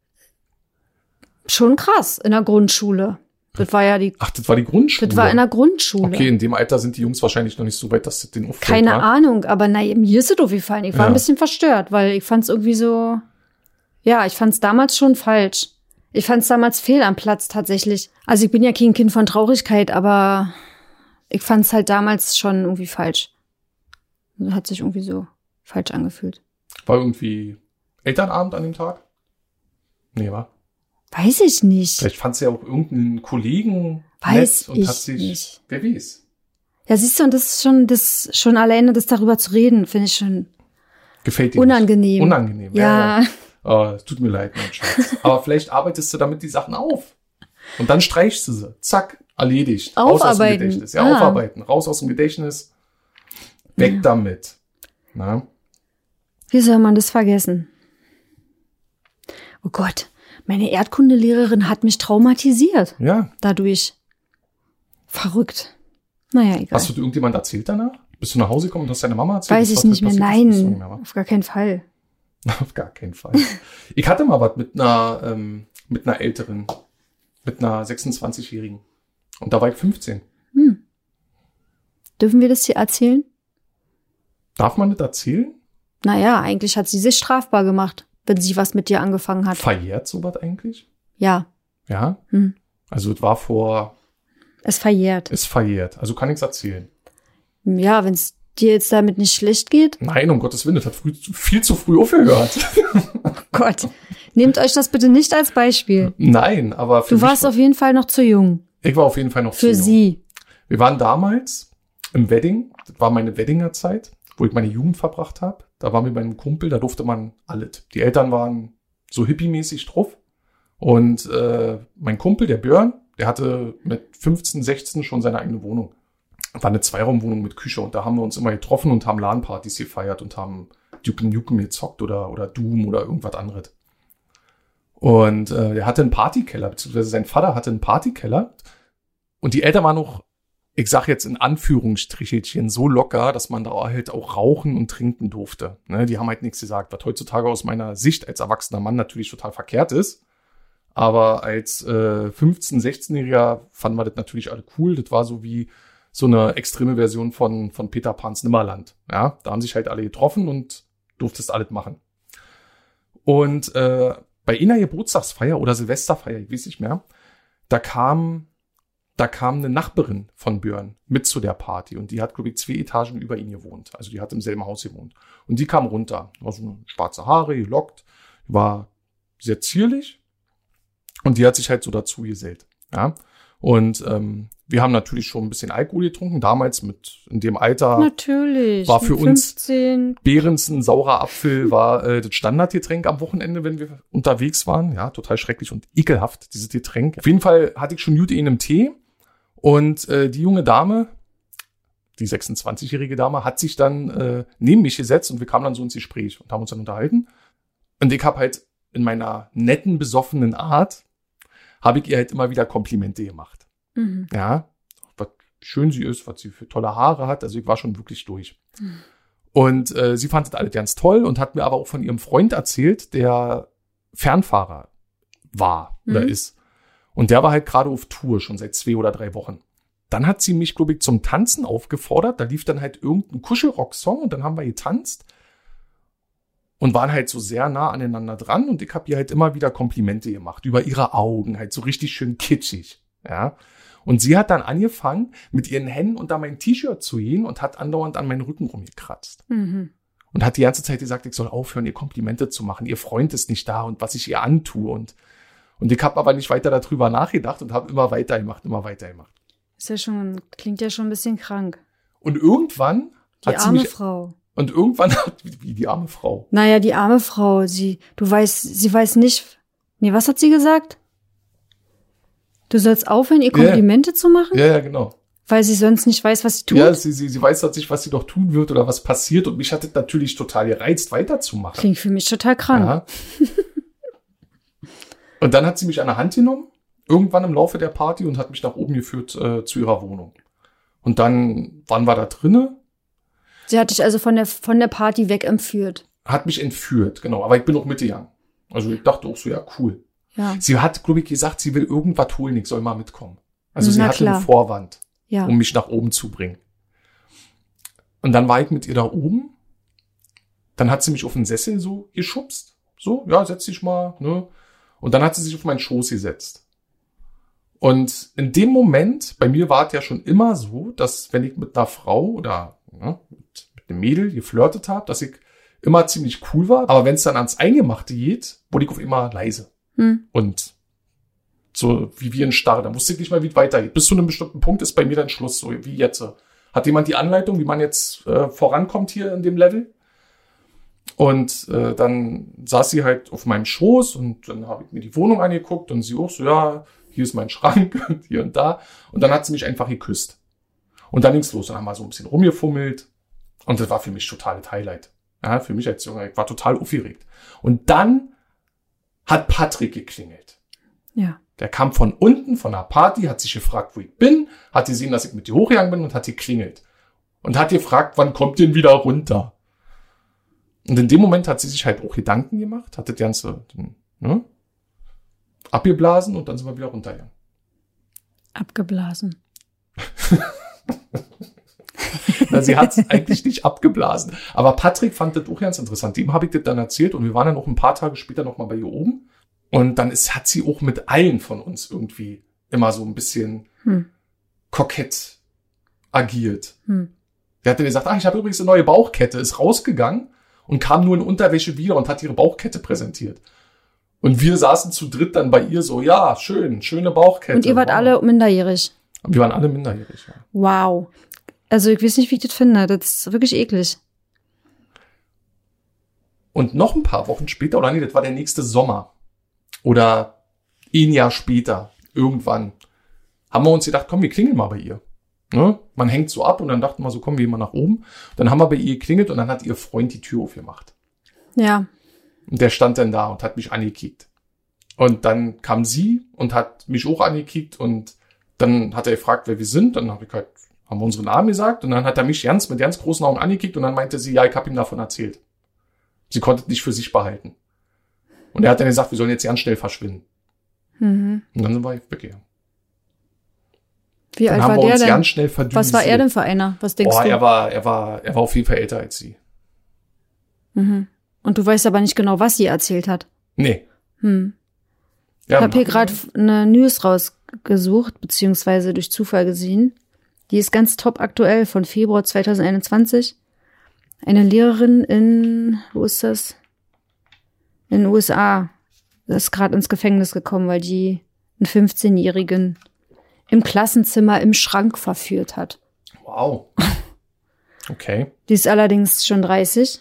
schon krass in der Grundschule. Das war ja das war die Grundschule? Das war in der Grundschule. Okay, in dem Alter sind die Jungs wahrscheinlich noch nicht so weit, dass das den auffällt. Keine Ahnung, aber mir ist es aufgefallen. Ich war ein bisschen verstört, weil ich fand es irgendwie so, ja, ich fand es damals schon falsch. Ich fand es damals fehl am Platz tatsächlich. Also ich bin ja kein Kind von Traurigkeit, aber ich fand es halt damals schon irgendwie falsch. Das hat sich irgendwie so falsch angefühlt. War irgendwie Elternabend an dem Tag? Nee, war? Weiß ich nicht. Vielleicht fand sie ja auch irgendeinen Kollegen weiß nett und ich hat sich, nicht. Wer weiß. Ja, siehst du, und das ist schon alleine, das darüber zu reden, finde ich schon gefällt dir unangenehm. Nicht. Unangenehm, ja. Oh, es tut mir leid, mein Schatz. Aber vielleicht arbeitest du damit die Sachen auf. Und dann streichst du sie. Zack, erledigt. Raus aus dem Gedächtnis. Ja, aufarbeiten. Raus aus dem Gedächtnis. Weg damit. Na? Wie soll man das vergessen? Oh Gott, meine Erdkundelehrerin hat mich traumatisiert. Ja. Dadurch. Verrückt. Naja, egal. Hast du irgendjemand erzählt danach? Bist du nach Hause gekommen und hast deine Mama erzählt? Weiß ich nicht mehr. Nein, auf gar keinen Fall. Auf gar keinen Fall. Ich hatte mal was mit einer Älteren, mit einer 26-Jährigen. Und da war ich 15. Dürfen wir das hier erzählen? Darf man das erzählen? Naja, eigentlich hat sie sich strafbar gemacht, wenn sie was mit dir angefangen hat. Verjährt sowas eigentlich? Ja. Ja? Also es war vor... Es verjährt. Es verjährt. Also kann ich's erzählen. Ja, wenn es dir jetzt damit nicht schlecht geht. Nein, um Gottes Willen, das hat viel zu früh aufgehört. Oh Gott, nehmt euch das bitte nicht als Beispiel. Nein, aber du warst auf jeden Fall noch zu jung. Ich war auf jeden Fall noch zu jung. Für sie. Wir waren damals im Wedding. Das war meine Weddinger Zeit, wo ich meine Jugend verbracht habe. Da waren wir bei einem Kumpel, da durfte man alles. Die Eltern waren so hippie-mäßig drauf. Und mein Kumpel, der Björn, der hatte mit 15, 16 schon seine eigene Wohnung. War eine Zweiraumwohnung mit Küche und da haben wir uns immer getroffen und haben LAN-Partys gefeiert und haben Duke Nukem gezockt oder Doom oder irgendwas anderes. Und er hatte einen Partykeller, beziehungsweise sein Vater hatte einen Partykeller und die Eltern waren noch, ich sag jetzt in Anführungsstrichelchen, so locker, dass man da halt auch rauchen und trinken durfte. Ne, die haben halt nichts gesagt, was heutzutage aus meiner Sicht als erwachsener Mann natürlich total verkehrt ist. Aber als 15-, 16-Jähriger fanden wir das natürlich alle cool. Das war so wie so eine extreme Version von Peter Pans Nimmerland. Ja, da haben sich halt alle getroffen und durftest alles machen. Und bei einer Geburtstagsfeier oder Silvesterfeier, ich weiß nicht mehr, da kam eine Nachbarin von Björn mit zu der Party und die hat, glaube ich, 2 Etagen über ihn gewohnt. Also die hat im selben Haus gewohnt. Und die kam runter. War so schwarze Haare, gelockt, war sehr zierlich. Und die hat sich halt so dazu gesellt. Ja. Und wir haben natürlich schon ein bisschen Alkohol getrunken. Damals in dem Alter. Natürlich. War für 15. uns Behrensen, saurer Apfel war das Standardgetränk am Wochenende, wenn wir unterwegs waren. Ja, total schrecklich und ekelhaft, dieses Getränk. Auf jeden Fall hatte ich schon Jute in einem Tee. Und die junge Dame, die 26-jährige Dame, hat sich dann neben mich gesetzt und wir kamen dann so ins Gespräch und haben uns dann unterhalten. Und ich habe halt in meiner netten, besoffenen Art habe ich ihr halt immer wieder Komplimente gemacht. Mhm. Ja, was schön sie ist, was sie für tolle Haare hat. Also ich war schon wirklich durch. Mhm. Und sie fand das alles ganz toll und hat mir aber auch von ihrem Freund erzählt, der Fernfahrer war oder ist. Und der war halt gerade auf Tour, schon seit 2 oder 3 Wochen. Dann hat sie mich, glaube ich, zum Tanzen aufgefordert. Da lief dann halt irgendein Kuschelrock-Song und dann haben wir getanzt. Und waren halt so sehr nah aneinander dran und ich habe ihr halt immer wieder Komplimente gemacht über ihre Augen, halt so richtig schön kitschig, ja. Und sie hat dann angefangen, mit ihren Händen unter mein T-Shirt zu gehen und hat andauernd an meinen Rücken rumgekratzt. Und hat die ganze Zeit gesagt, ich soll aufhören, ihr Komplimente zu machen. Ihr Freund ist nicht da und was ich ihr antue. Und ich habe aber nicht weiter darüber nachgedacht und habe immer weitergemacht. Ist ja schon, klingt ja schon ein bisschen krank. Und irgendwann hat sie mich... Frau. Und irgendwann hat, wie die arme Frau. Naja, die arme Frau, sie weiß nicht, nee, was hat sie gesagt? Du sollst aufhören, ihr Komplimente zu machen? Ja, genau. Weil sie sonst nicht weiß, was sie tut? Ja, sie weiß halt nicht, was sie doch tun wird oder was passiert und mich hat das natürlich total gereizt, weiterzumachen. Klingt für mich total krank. Ja. Und dann hat sie mich an der Hand genommen, irgendwann im Laufe der Party und hat mich nach oben geführt zu ihrer Wohnung. Und dann waren wir da drinnen. Sie hat dich also von der Party weg entführt. Hat mich entführt, genau. Aber ich bin auch mitgegangen. Also ich dachte auch so, ja, cool. Ja. Sie hat, glaube ich, gesagt, sie will irgendwas holen, ich soll mal mitkommen. Also sie hatte klar. einen Vorwand, Ja. um mich nach oben zu bringen. Und dann war ich mit ihr da oben. Dann hat sie mich auf den Sessel so geschubst. So, ja, setz dich mal, ne? Und dann hat sie sich auf meinen Schoß gesetzt. Und in dem Moment, bei mir war es ja schon immer so, dass wenn ich mit einer Frau oder mit einem Mädel geflirtet habe, dass ich immer ziemlich cool war. Aber wenn es dann ans Eingemachte geht, wurde ich auf immer leise. Und so wie ein Starre. Da wusste ich nicht mal, wie es weitergeht. Bis zu einem bestimmten Punkt ist bei mir dann Schluss, so wie jetzt. Hat jemand die Anleitung, wie man jetzt vorankommt hier in dem Level? Und dann saß sie halt auf meinem Schoß und dann habe ich mir die Wohnung angeguckt und sie auch so, ja, hier ist mein Schrank und hier und da. Und dann hat sie mich einfach geküsst. Und dann ging's los. Dann haben wir so ein bisschen rumgefummelt. Und das war für mich totales Highlight. Ja, für mich als Junge, ich war total aufgeregt. Und dann hat Patrick geklingelt. Ja. Der kam von unten, von einer Party, hat sich gefragt, wo ich bin, hat gesehen, dass ich mit dir hochgegangen bin und hat geklingelt. Und hat gefragt, wann kommt ihr denn wieder runter? Und in dem Moment hat sie sich halt auch Gedanken gemacht, hat das Ganze abgeblasen und dann sind wir wieder runtergegangen. Abgeblasen. Na, sie hat es eigentlich nicht abgeblasen. Aber Patrick fand das auch ganz interessant. Dem habe ich das dann erzählt und wir waren dann auch ein paar Tage später nochmal bei ihr oben. Und dann hat sie auch mit allen von uns irgendwie immer so ein bisschen kokett agiert. Der hatte gesagt, ich habe übrigens eine neue Bauchkette, ist rausgegangen und kam nur in Unterwäsche wieder und hat ihre Bauchkette präsentiert. Und wir saßen zu dritt dann bei ihr so, ja, schöne Bauchkette. Und ihr wart alle minderjährig? Wir waren alle minderjährig, ja. Wow. Also ich weiß nicht, wie ich das finde. Das ist wirklich eklig. Und noch ein paar Wochen später, oder nee, das war der nächste Sommer. Oder ein Jahr später, irgendwann, haben wir uns gedacht, komm, wir klingeln mal bei ihr. Ne? Man hängt so ab und dann dachten wir so, komm, wir gehen mal nach oben. Dann haben wir bei ihr geklingelt und dann hat ihr Freund die Tür aufgemacht. Ja. Und der stand dann da und hat mich angekickt. Und dann kam sie und hat mich auch angekickt und dann hat er gefragt, wer wir sind. Dann haben wir unsere Namen gesagt und dann hat er mich mit ganz großen Augen angekickt und dann meinte sie, ja, ich habe ihm davon erzählt. Sie konnte es nicht für sich behalten. Und er hat dann gesagt, wir sollen jetzt ganz schnell verschwinden. Und dann sind wir weggegangen. Wie dann alt haben war wir der uns denn? ganz schnell verdünnisiert. Was war er denn für einer? Was denkst du? Er war auf jeden Fall älter als sie. Und du weißt aber nicht genau, was sie erzählt hat. Nee. Ich habe hier gerade eine News rausgesucht, beziehungsweise durch Zufall gesehen. Die ist ganz top aktuell von Februar 2021. Eine Lehrerin wo ist das? In den USA. Ist gerade ins Gefängnis gekommen, weil die einen 15-Jährigen im Klassenzimmer im Schrank verführt hat. Wow. Okay. Die ist allerdings schon 30.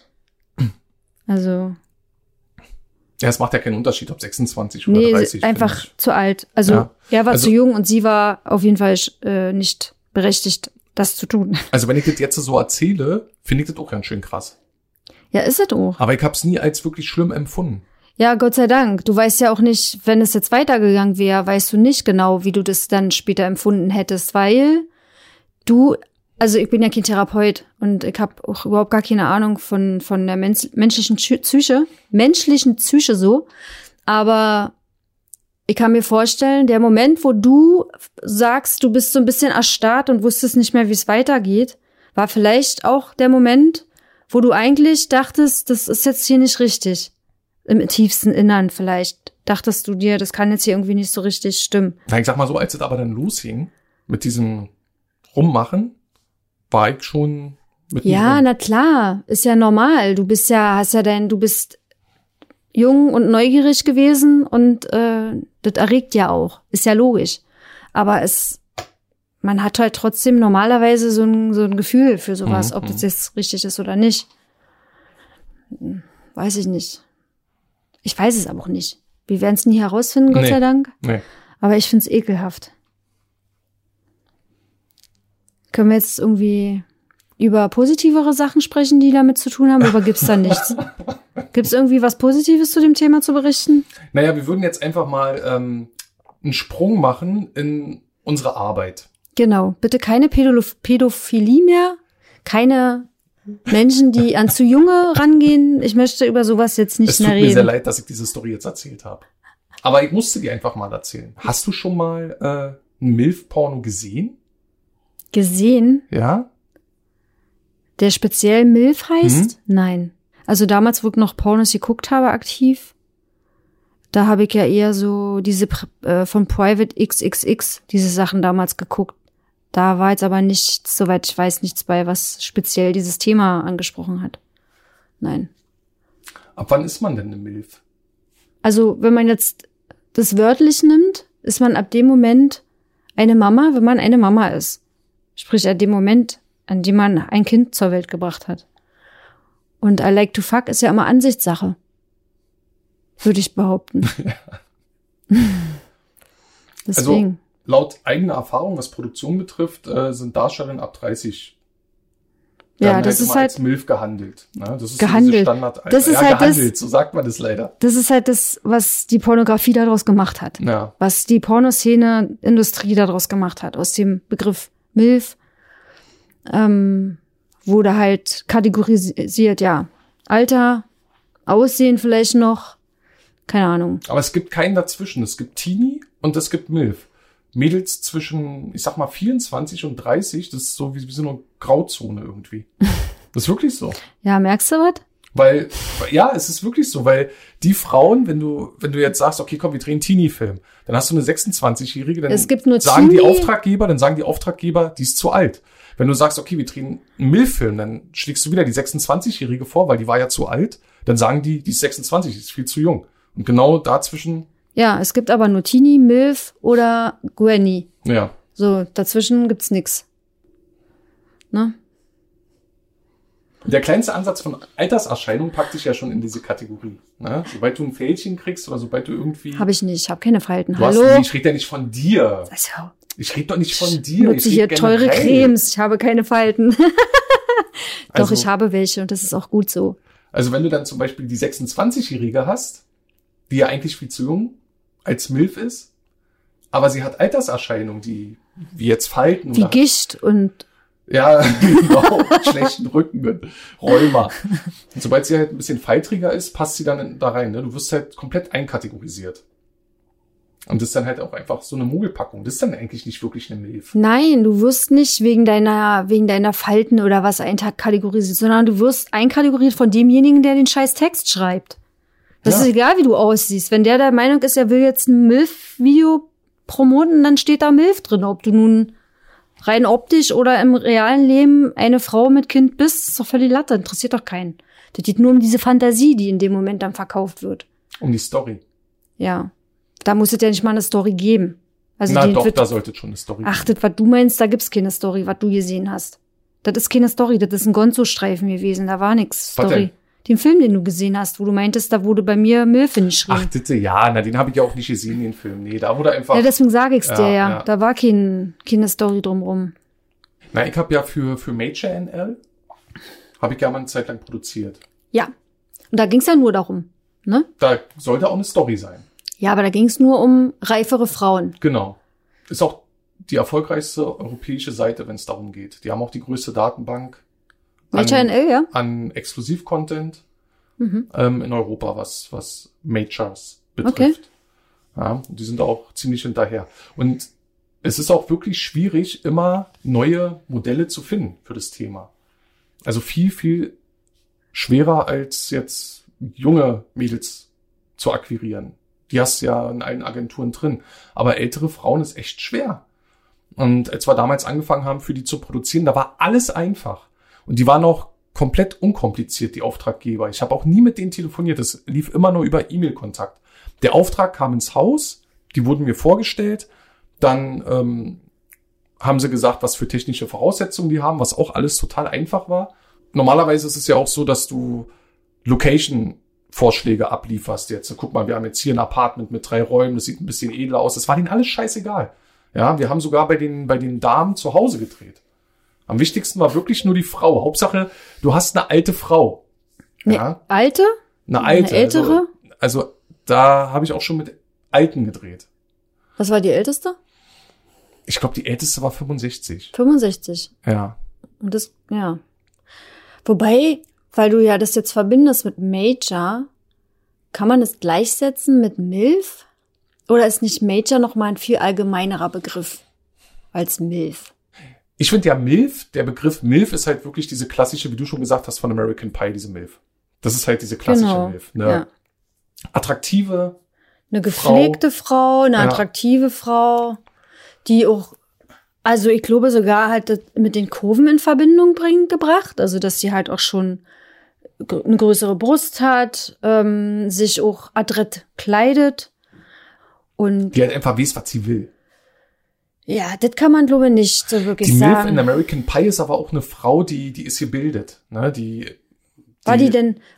Also. Ja, es macht ja keinen Unterschied, ob 26 oder 30. Nee, einfach zu alt. Also er war zu jung und sie war auf jeden Fall nicht berechtigt, das zu tun. Also wenn ich das jetzt so erzähle, finde ich das auch ganz schön krass. Ja, ist es auch. Aber ich habe es nie als wirklich schlimm empfunden. Ja, Gott sei Dank. Du weißt ja auch nicht, wenn es jetzt weitergegangen wäre, weißt du nicht genau, wie du das dann später empfunden hättest, weil also ich bin ja kein Therapeut und ich habe auch überhaupt gar keine Ahnung von der menschlichen Psyche so, aber ich kann mir vorstellen, der Moment, wo du sagst, du bist so ein bisschen erstarrt und wusstest nicht mehr, wie es weitergeht, war vielleicht auch der Moment, wo du eigentlich dachtest, das ist jetzt hier nicht richtig. Im tiefsten Innern vielleicht dachtest du dir, das kann jetzt hier irgendwie nicht so richtig stimmen. Ich sag mal so, als es aber dann losging mit diesem Rummachen, war ich schon mit Ja, na klar, ist ja normal. Du bist jung und neugierig gewesen und das erregt ja auch. Ist ja logisch. Aber man hat halt trotzdem normalerweise so ein Gefühl für sowas, ob das jetzt richtig ist oder nicht. Weiß ich nicht. Ich weiß es aber auch nicht. Wir werden es nie herausfinden, Gott sei Dank. Nee. Aber ich find's ekelhaft. Können wir jetzt irgendwie über positivere Sachen sprechen, die damit zu tun haben, oder gibt's da nichts? Gibt's irgendwie was Positives zu dem Thema zu berichten? Naja, wir würden jetzt einfach mal einen Sprung machen in unsere Arbeit. Genau, bitte keine Pädophilie mehr, keine Menschen, die an zu Junge rangehen. Ich möchte über sowas jetzt nicht mehr reden. Es tut mir sehr leid, dass ich diese Story jetzt erzählt habe. Aber ich musste die einfach mal erzählen. Hast du schon mal ein MILF-Porno gesehen? Gesehen? Ja. Der speziell MILF heißt? Nein. Also damals, wo ich noch Pornos geguckt habe, aktiv, da habe ich ja eher so diese von Private XXX, diese Sachen damals geguckt. Da war jetzt aber nichts, soweit ich weiß, nichts bei, was speziell dieses Thema angesprochen hat. Nein. Ab wann ist man denn eine MILF? Also, wenn man jetzt das wörtlich nimmt, ist man ab dem Moment eine Mama, wenn man eine Mama ist. Sprich, ab dem Moment, an dem man ein Kind zur Welt gebracht hat. Und I like to fuck ist ja immer Ansichtssache. Würde ich behaupten. Deswegen. Also, laut eigener Erfahrung, was Produktion betrifft, sind Darstellerinnen ab 30 ja, das ist halt als MILF gehandelt. Ne? Das ist gehandelt. So diese Standardalter. Das ist halt gehandelt, so sagt man das leider. Das ist halt das, was die Pornografie daraus gemacht hat. Ja. Was die Pornoszene-Industrie daraus gemacht hat. Aus dem Begriff MILF wurde halt kategorisiert, ja. Alter, Aussehen vielleicht noch, keine Ahnung. Aber es gibt keinen dazwischen. Es gibt Teenie und es gibt MILF. Mädels zwischen, ich sag mal, 24 und 30, das ist so wie so eine Grauzone irgendwie. Das ist wirklich so. Ja, merkst du was? Weil, ja, es ist wirklich so, weil die Frauen, wenn du jetzt sagst, okay, komm, wir drehen Teenie-Film, dann hast du eine 26-Jährige, dann es gibt nur sagen die Auftraggeber, die ist zu alt. Wenn du sagst, okay, wir drehen einen MILF-Film, dann schlägst du wieder die 26-Jährige vor, weil die war ja zu alt, dann sagen die ist 26, die ist viel zu jung. Und genau dazwischen. Ja, es gibt aber nur Teenie, MILF oder Granny. Ja. So, dazwischen gibt's nix. Ne? Der kleinste Ansatz von Alterserscheinung packt dich ja schon in diese Kategorie. Ne? Sobald du ein Fältchen kriegst oder sobald du irgendwie... Habe ich nicht, ich habe keine Falten. Hallo? Hallo? Ich rede ja nicht von dir. Also, ich rede doch nicht von dir. Nutze hier teure Cremes, ich habe keine Falten. Doch, also, ich habe welche und das ist auch gut so. Also wenn du dann zum Beispiel die 26-Jährige hast, die ja eigentlich viel zu jung als MILF ist, aber sie hat Alterserscheinungen, die wie jetzt Falten. Wie Gicht und... Ja, genau, schlechten Rücken und Rheuma. Und sobald sie halt ein bisschen faltriger ist, passt sie dann da rein. Ne? Du wirst halt komplett einkategorisiert. Und das ist dann halt auch einfach so eine Mogelpackung. Das ist dann eigentlich nicht wirklich eine MILF. Nein, du wirst nicht wegen deiner Falten oder was einkategorisiert, sondern du wirst einkategoriert von demjenigen, der den scheiß Text schreibt. Das ist egal, wie du aussiehst. Wenn der Meinung ist, er will jetzt ein MILF-Video promoten, dann steht da MILF drin. Ob du nun rein optisch oder im realen Leben eine Frau mit Kind bist, ist doch völlig Latte. Interessiert doch keinen. Das geht nur um diese Fantasie, die in dem Moment dann verkauft wird. Um die Story. Ja. Da muss es ja nicht mal eine Story geben. Also na doch, da sollte schon eine Story geben. Ach, das, was du meinst, da gibt's keine Story, was du gesehen hast. Das ist keine Story, das ist ein Gonzo-Streifen gewesen, da war nix Story. Was denn? Den Film, den du gesehen hast, wo du meintest, da wurde bei mir MILF hingeschrieben. Ach, bitte, ja, na, den habe ich ja auch nicht gesehen, den Film. Nee, da wurde einfach... Ja, deswegen sage ich's dir ja. Ja. Da war keine Story drumrum. Na, ich habe ja für Major NL, habe ich ja mal eine Zeit lang produziert. Ja. Und da ging's ja nur darum, ne? Da sollte auch eine Story sein. Ja, aber da ging's nur um reifere Frauen. Genau. Ist auch die erfolgreichste europäische Seite, wenn es darum geht. Die haben auch die größte Datenbank Major NL, ja? an Exklusiv-Content in Europa, was Majors betrifft. Okay. Ja, und die sind auch ziemlich hinterher. Und es ist auch wirklich schwierig, immer neue Modelle zu finden für das Thema. Also viel, viel schwerer als jetzt junge Mädels zu akquirieren. Die hast du ja in allen Agenturen drin. Aber ältere Frauen ist echt schwer. Und als wir damals angefangen haben, für die zu produzieren, da war alles einfach. Und die waren auch komplett unkompliziert, die Auftraggeber. Ich habe auch nie mit denen telefoniert. Das lief immer nur über E-Mail-Kontakt. Der Auftrag kam ins Haus, die wurden mir vorgestellt. Dann haben sie gesagt, was für technische Voraussetzungen die haben, was auch alles total einfach war. Normalerweise ist es ja auch so, dass du Location-Vorschläge ablieferst jetzt. Guck mal, wir haben jetzt hier ein Apartment mit 3 Räumen, das sieht ein bisschen edler aus. Das war denen alles scheißegal. Ja, wir haben sogar bei den Damen zu Hause gedreht. Am wichtigsten war wirklich nur die Frau. Hauptsache, du hast eine alte Frau. Ja? Eine alte? Eine alte. Eine ältere? Also da habe ich auch schon mit Alten gedreht. Was war die älteste? Ich glaube, die älteste war 65. 65. Ja. Und das, ja. Wobei, weil du ja das jetzt verbindest mit Major, kann man das gleichsetzen mit MILF? Oder ist nicht Major nochmal ein viel allgemeinerer Begriff als MILF? Ich finde ja MILF, der Begriff MILF ist halt wirklich diese klassische, wie du schon gesagt hast, von American Pie, diese MILF. Das ist halt diese klassische MILF. Eine attraktive, eine gepflegte Frau, eine attraktive Frau, die auch, also ich glaube sogar halt das mit den Kurven in Verbindung gebracht, also dass sie halt auch schon eine größere Brust hat, sich auch adrett kleidet und die halt einfach weiß, was sie will. Ja, das kann man glaube ich nicht so wirklich sagen. Die MILF in American Pie ist aber auch eine Frau, die ist gebildet, ne? War die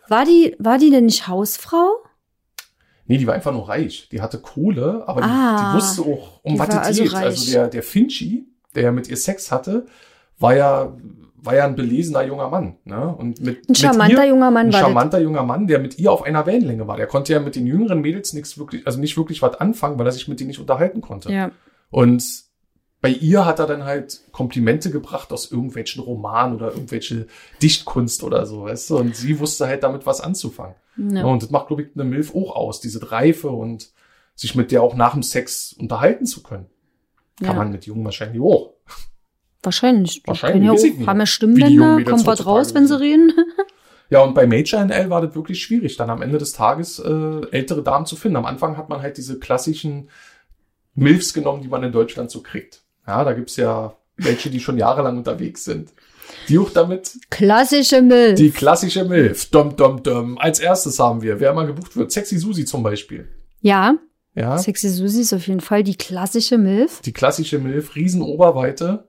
denn nicht Hausfrau? Nee, die war einfach nur reich. Die hatte Kohle, aber die wusste auch, um was es geht. Also der Finchi, der ja mit ihr Sex hatte, war ja ein belesener junger Mann. Ne? Und ein charmanter junger Mann, der mit ihr auf einer Wellenlänge war. Der konnte ja mit den jüngeren Mädels nicht wirklich was anfangen, weil er sich mit denen nicht unterhalten konnte. Ja. Und bei ihr hat er dann halt Komplimente gebracht aus irgendwelchen Romanen oder irgendwelche Dichtkunst oder so, weißt du? Und sie wusste halt damit was anzufangen. Ja. Und das macht, glaube ich, eine MILF auch aus, diese Reife und sich mit der auch nach dem Sex unterhalten zu können. Kann man mit Jungen wahrscheinlich auch. Wahrscheinlich. Wahrscheinlich, weiß ich nicht. Haben ja Stimmbänder, kommt was raus, wenn sie reden. Ja, und bei Major NL war das wirklich schwierig, dann am Ende des Tages ältere Damen zu finden. Am Anfang hat man halt diese klassischen MILFs genommen, die man in Deutschland so kriegt. Ja, da gibt's ja welche, die schon jahrelang unterwegs sind. Die auch damit. Klassische MILF. Die klassische MILF. Dom, dom, dom. Als erstes haben wir, wer mal gebucht wird, Sexy Susi zum Beispiel. Ja. Ja. Sexy Susi ist auf jeden Fall die klassische MILF. Die klassische MILF, Riesenoberweite.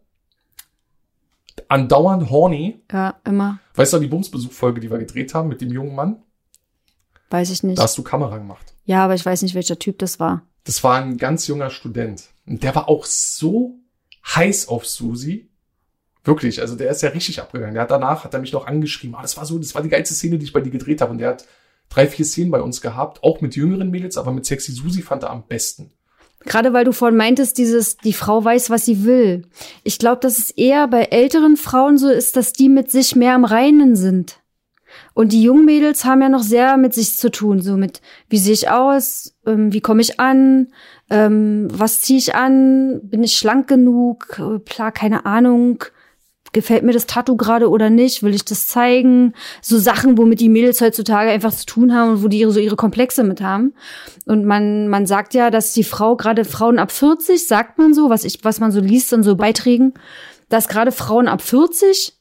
Andauernd horny. Ja, immer. Weißt du, die Bumsbesuch-Folge, die wir gedreht haben mit dem jungen Mann? Weiß ich nicht. Da hast du Kamera gemacht. Ja, aber ich weiß nicht, welcher Typ das war. Das war ein ganz junger Student. Und der war auch so heiß auf Susi. Wirklich, also der ist ja richtig abgegangen. Danach hat er mich noch angeschrieben. Das war die geilste Szene, die ich bei dir gedreht habe. Und der hat 3-4 Szenen bei uns gehabt, auch mit jüngeren Mädels, aber mit Sexy Susi fand er am besten. Gerade weil du vorhin meintest, die Frau weiß, was sie will. Ich glaube, dass es eher bei älteren Frauen so ist, dass die mit sich mehr im Reinen sind. Und die jungen Mädels haben ja noch sehr mit sich zu tun, so mit, wie sehe ich aus, wie komme ich an, was ziehe ich an, bin ich schlank genug, keine Ahnung, gefällt mir das Tattoo gerade oder nicht, will ich das zeigen, so Sachen, womit die Mädels heutzutage einfach zu tun haben und wo die so ihre Komplexe mit haben. Und man sagt ja, dass die Frau, gerade Frauen ab 40, sagt man so, was man so liest in so Beiträgen, dass gerade Frauen ab 40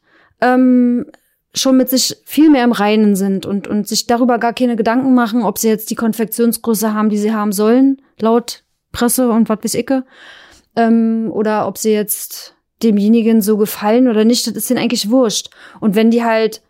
schon mit sich viel mehr im Reinen sind und sich darüber gar keine Gedanken machen, ob sie jetzt die Konfektionsgröße haben, die sie haben sollen, laut Presse und was weiß ich, oder ob sie jetzt demjenigen so gefallen oder nicht, das ist denen eigentlich wurscht. Und wenn die halt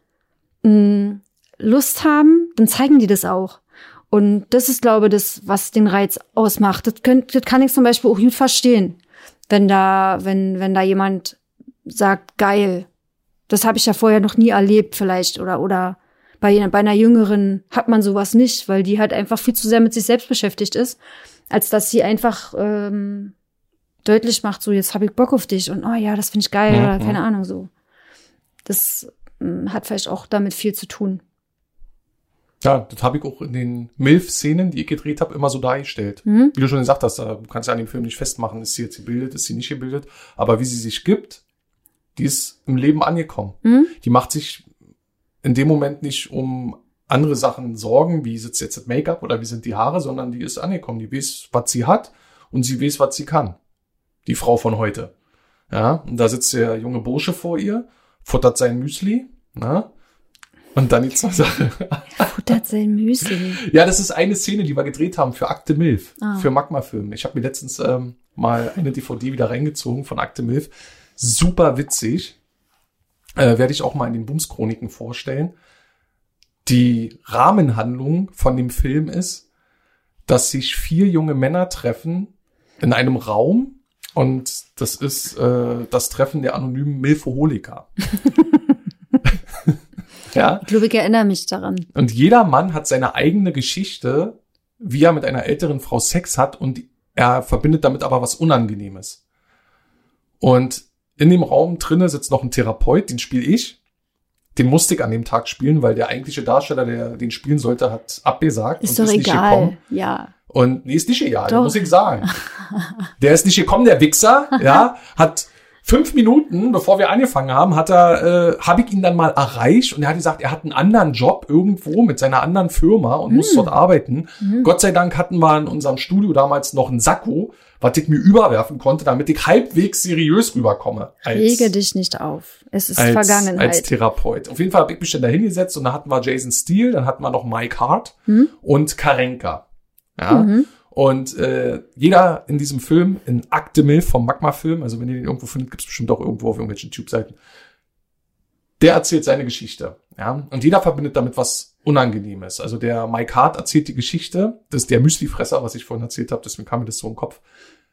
Lust haben, dann zeigen die das auch. Und das ist, glaube ich, das, was den Reiz ausmacht. Das kann ich zum Beispiel auch gut verstehen, wenn da jemand sagt, geil. Das habe ich ja vorher noch nie erlebt vielleicht. Oder bei einer Jüngeren hat man sowas nicht, weil die halt einfach viel zu sehr mit sich selbst beschäftigt ist, als dass sie einfach deutlich macht, so jetzt habe ich Bock auf dich und oh ja, das finde ich geil oder keine Ahnung so. Das hat vielleicht auch damit viel zu tun. Ja, das habe ich auch in den MILF-Szenen, die ich gedreht habe, immer so dargestellt. Wie du schon gesagt hast, du kannst ja an dem Film nicht festmachen, ist sie jetzt gebildet, ist sie nicht gebildet, aber wie sie sich gibt, die ist im Leben angekommen. Die macht sich in dem Moment nicht um andere Sachen Sorgen, wie sitzt jetzt das Make-up oder wie sind die Haare, sondern die ist angekommen. Die weiß, was sie hat und sie weiß, was sie kann. Die Frau von heute. Ja, und da sitzt der junge Bursche vor ihr, futtert sein Müsli, na? Und dann die zur Sache. Futtert sein Müsli. Ja, das ist eine Szene, die wir gedreht haben für Akte MILF, für Magma-Film. Ich habe mir letztens mal eine DVD wieder reingezogen von Akte MILF. Super witzig. Werde ich auch mal in den Bums-Chroniken vorstellen. Die Rahmenhandlung von dem Film ist, dass sich 4 junge Männer treffen in einem Raum und das ist das Treffen der anonymen Milfoholiker. Ja. Ich glaube, ich erinnere mich daran. Und jeder Mann hat seine eigene Geschichte, wie er mit einer älteren Frau Sex hat und er verbindet damit aber was Unangenehmes. Und in dem Raum drinnen sitzt noch ein Therapeut, den spiele ich. Den musste ich an dem Tag spielen, weil der eigentliche Darsteller, der den spielen sollte, hat abgesagt. Ist doch egal, ja. Und nee, ist nicht egal, muss ich sagen. Der ist nicht gekommen, der Wichser, ja, hat 5 Minuten, bevor wir angefangen haben, habe ich ihn dann mal erreicht und er hat gesagt, er hat einen anderen Job irgendwo mit seiner anderen Firma und muss dort arbeiten. Gott sei Dank hatten wir in unserem Studio damals noch einen Sakko, was ich mir überwerfen konnte, damit ich halbwegs seriös rüberkomme. Rege dich nicht auf. Es ist Vergangenheit. Als Therapeut. Auf jeden Fall habe ich mich dann da hingesetzt und da hatten wir Jason Steele, dann hatten wir noch Mike Hart und Karenka. Ja. Und jeder in diesem Film, in Akte Milf vom Magma-Film, also wenn ihr den irgendwo findet, gibt's bestimmt auch irgendwo auf irgendwelchen Tube-Seiten, der erzählt seine Geschichte. Ja. Und jeder verbindet damit was Unangenehmes. Also der Mike Hart erzählt die Geschichte, das ist der Müslifresser, was ich vorhin erzählt habe, deswegen kam mir das so im Kopf.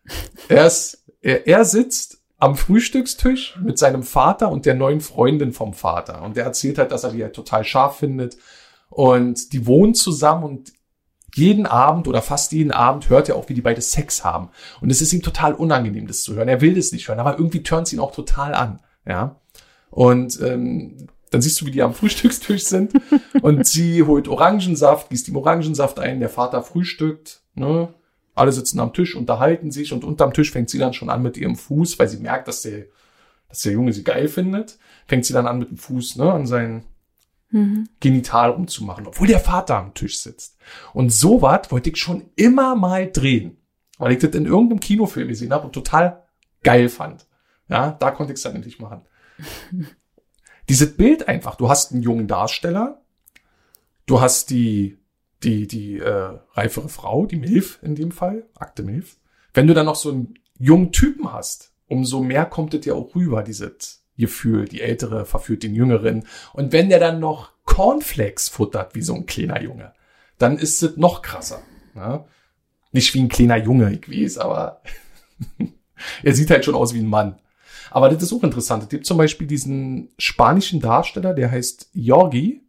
Er sitzt am Frühstückstisch mit seinem Vater und der neuen Freundin vom Vater. Und der erzählt halt, dass er die halt total scharf findet. Und die wohnen zusammen und jeden Abend oder fast jeden Abend hört er auch, wie die beide Sex haben. Und es ist ihm total unangenehm, das zu hören. Er will das nicht hören, aber irgendwie turnt es ihn auch total an. Ja. Und dann siehst du, wie die am Frühstückstisch sind. Und sie holt Orangensaft, gießt ihm Orangensaft ein, der Vater frühstückt, ne? Alle sitzen am Tisch, unterhalten sich und unterm Tisch fängt sie dann schon an mit ihrem Fuß, weil sie merkt, dass der Junge sie geil findet. Fängt sie dann an mit dem Fuß, ne, an sein Genital rumzumachen, obwohl der Vater am Tisch sitzt. Und sowas wollte ich schon immer mal drehen, weil ich das in irgendeinem Kinofilm gesehen habe und total geil fand. Ja, da konnte ich es dann endlich machen. Dieses Bild einfach, du hast einen jungen Darsteller, du hast die reifere Frau, die Milf in dem Fall, Akte Milf. Wenn du dann noch so einen jungen Typen hast, umso mehr kommt es dir auch rüber, dieses Gefühl, die Ältere verführt den Jüngeren. Und wenn der dann noch Cornflakes futtert, wie so ein kleiner Junge, dann ist es noch krasser. Ja? Nicht wie ein kleiner Junge, ich weiß, aber er sieht halt schon aus wie ein Mann. Aber das ist auch interessant. Es gibt zum Beispiel diesen spanischen Darsteller, der heißt Jorgi.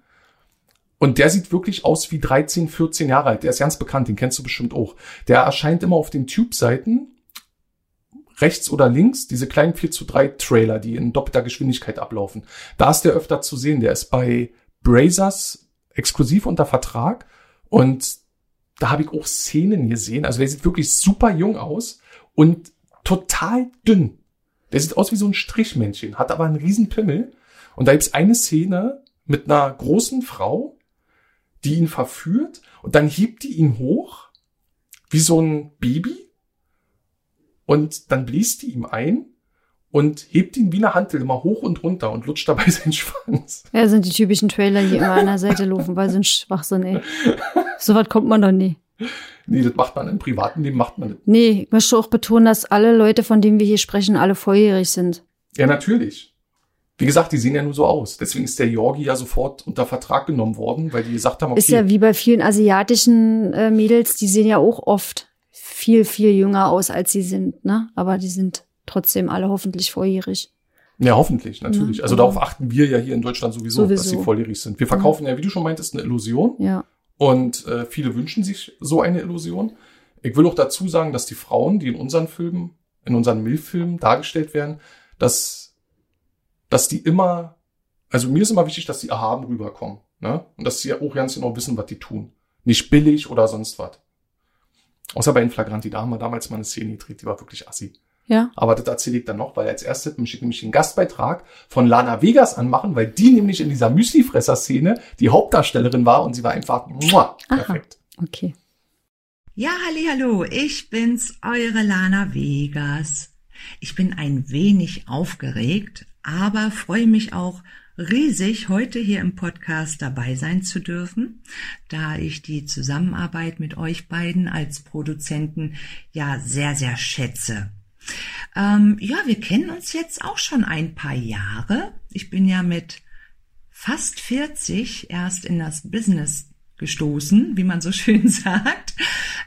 Und der sieht wirklich aus wie 13, 14 Jahre alt. Der ist ganz bekannt, den kennst du bestimmt auch. Der erscheint immer auf den Tube-Seiten, rechts oder links, diese kleinen 4:3 Trailer, die in doppelter Geschwindigkeit ablaufen. Da ist der öfter zu sehen. Der ist bei Brazzers exklusiv unter Vertrag. Und da habe ich auch Szenen gesehen. Also der sieht wirklich super jung aus und total dünn. Der sieht aus wie so ein Strichmännchen, hat aber einen riesen Pimmel. Und da gibt's eine Szene mit einer großen Frau, die ihn verführt und dann hebt die ihn hoch, wie so ein Baby, und dann bläst die ihm ein und hebt ihn wie eine Hantel immer hoch und runter und lutscht dabei seinen Schwanz. Ja, sind die typischen Trailer, die immer an der Seite laufen, weil so ein Schwachsinn, ey. So weit kommt man doch nie. Nee, das macht man im privaten Leben, macht man das. Nee, ich möchte auch betonen, dass alle Leute, von denen wir hier sprechen, alle volljährig sind. Ja, natürlich. Wie gesagt, die sehen ja nur so aus. Deswegen ist der Jorgi ja sofort unter Vertrag genommen worden, weil die gesagt haben, okay. Ist ja wie bei vielen asiatischen Mädels, die sehen ja auch oft viel, viel jünger aus, als sie sind, ne? Aber die sind trotzdem alle hoffentlich volljährig. Ja, hoffentlich, natürlich. Also darauf achten wir ja hier in Deutschland sowieso. Dass sie volljährig sind. Wir verkaufen ja, wie du schon meintest, eine Illusion. Ja. Und viele wünschen sich so eine Illusion. Ich will auch dazu sagen, dass die Frauen, die in unseren Filmen, in unseren Milf-Filmen dargestellt werden, dass die immer, also mir ist immer wichtig, dass die erhaben rüberkommen, ne? Und dass sie ja auch ganz genau wissen, was die tun. Nicht billig oder sonst was. Außer bei Inflagranti, da haben wir damals mal eine Szene gedreht, die war wirklich assi. Ja. Aber das erzähle ich dann noch, weil als erstes möchte ich nämlich den Gastbeitrag von Lana Vegas anmachen, weil die nämlich in dieser Müslifresser-Szene die Hauptdarstellerin war und sie war einfach perfekt. Okay. Ja, hallihallo, ich bin's, eure Lana Vegas. Ich bin ein wenig aufgeregt, aber freue mich auch riesig, heute hier im Podcast dabei sein zu dürfen, da ich die Zusammenarbeit mit euch beiden als Produzenten ja sehr, sehr schätze. Ja, wir kennen uns jetzt auch schon ein paar Jahre. Ich bin ja mit fast 40 erst in das Business gestoßen, wie man so schön sagt,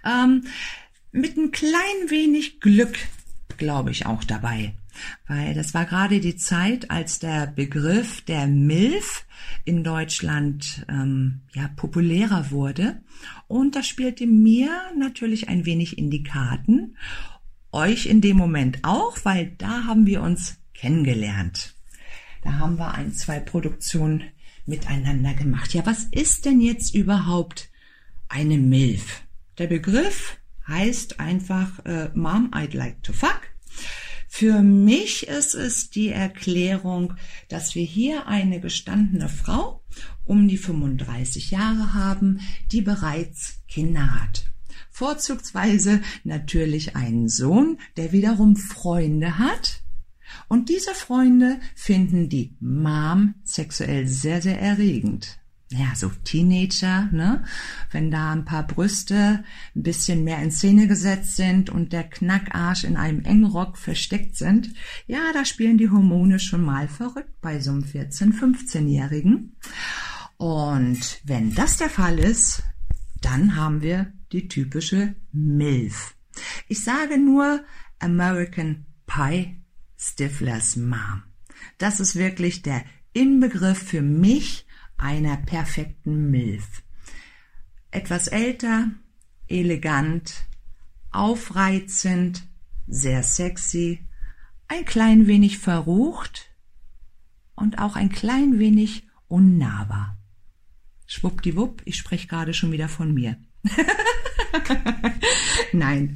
mit ein klein wenig Glück, glaube ich, auch dabei. Weil das war gerade die Zeit, als der Begriff der MILF in Deutschland populärer wurde. Und das spielte mir natürlich ein wenig in die Karten. euch in dem Moment auch, weil da haben wir uns kennengelernt. Da haben wir 2 Produktionen miteinander gemacht. Ja, was ist denn jetzt überhaupt eine MILF? Der Begriff heißt einfach Mom, I'd like to fuck. Für mich ist es die Erklärung, dass wir hier eine gestandene Frau um die 35 Jahre haben, die bereits Kinder hat. Vorzugsweise natürlich einen Sohn, der wiederum Freunde hat. Und diese Freunde finden die Mom sexuell sehr, sehr erregend. Ja, so Teenager, ne? Wenn da ein paar Brüste ein bisschen mehr in Szene gesetzt sind und der Knackarsch in einem engen Rock versteckt sind, ja, da spielen die Hormone schon mal verrückt bei so einem 14-, 15-Jährigen. Und wenn das der Fall ist, dann haben wir die typische MILF. Ich sage nur American Pie Stifler's Mom. Das ist wirklich der Inbegriff für mich einer perfekten MILF. Etwas älter, elegant, aufreizend, sehr sexy, ein klein wenig verrucht und auch ein klein wenig unnahbar. Schwuppdiwupp, ich spreche gerade schon wieder von mir. Nein.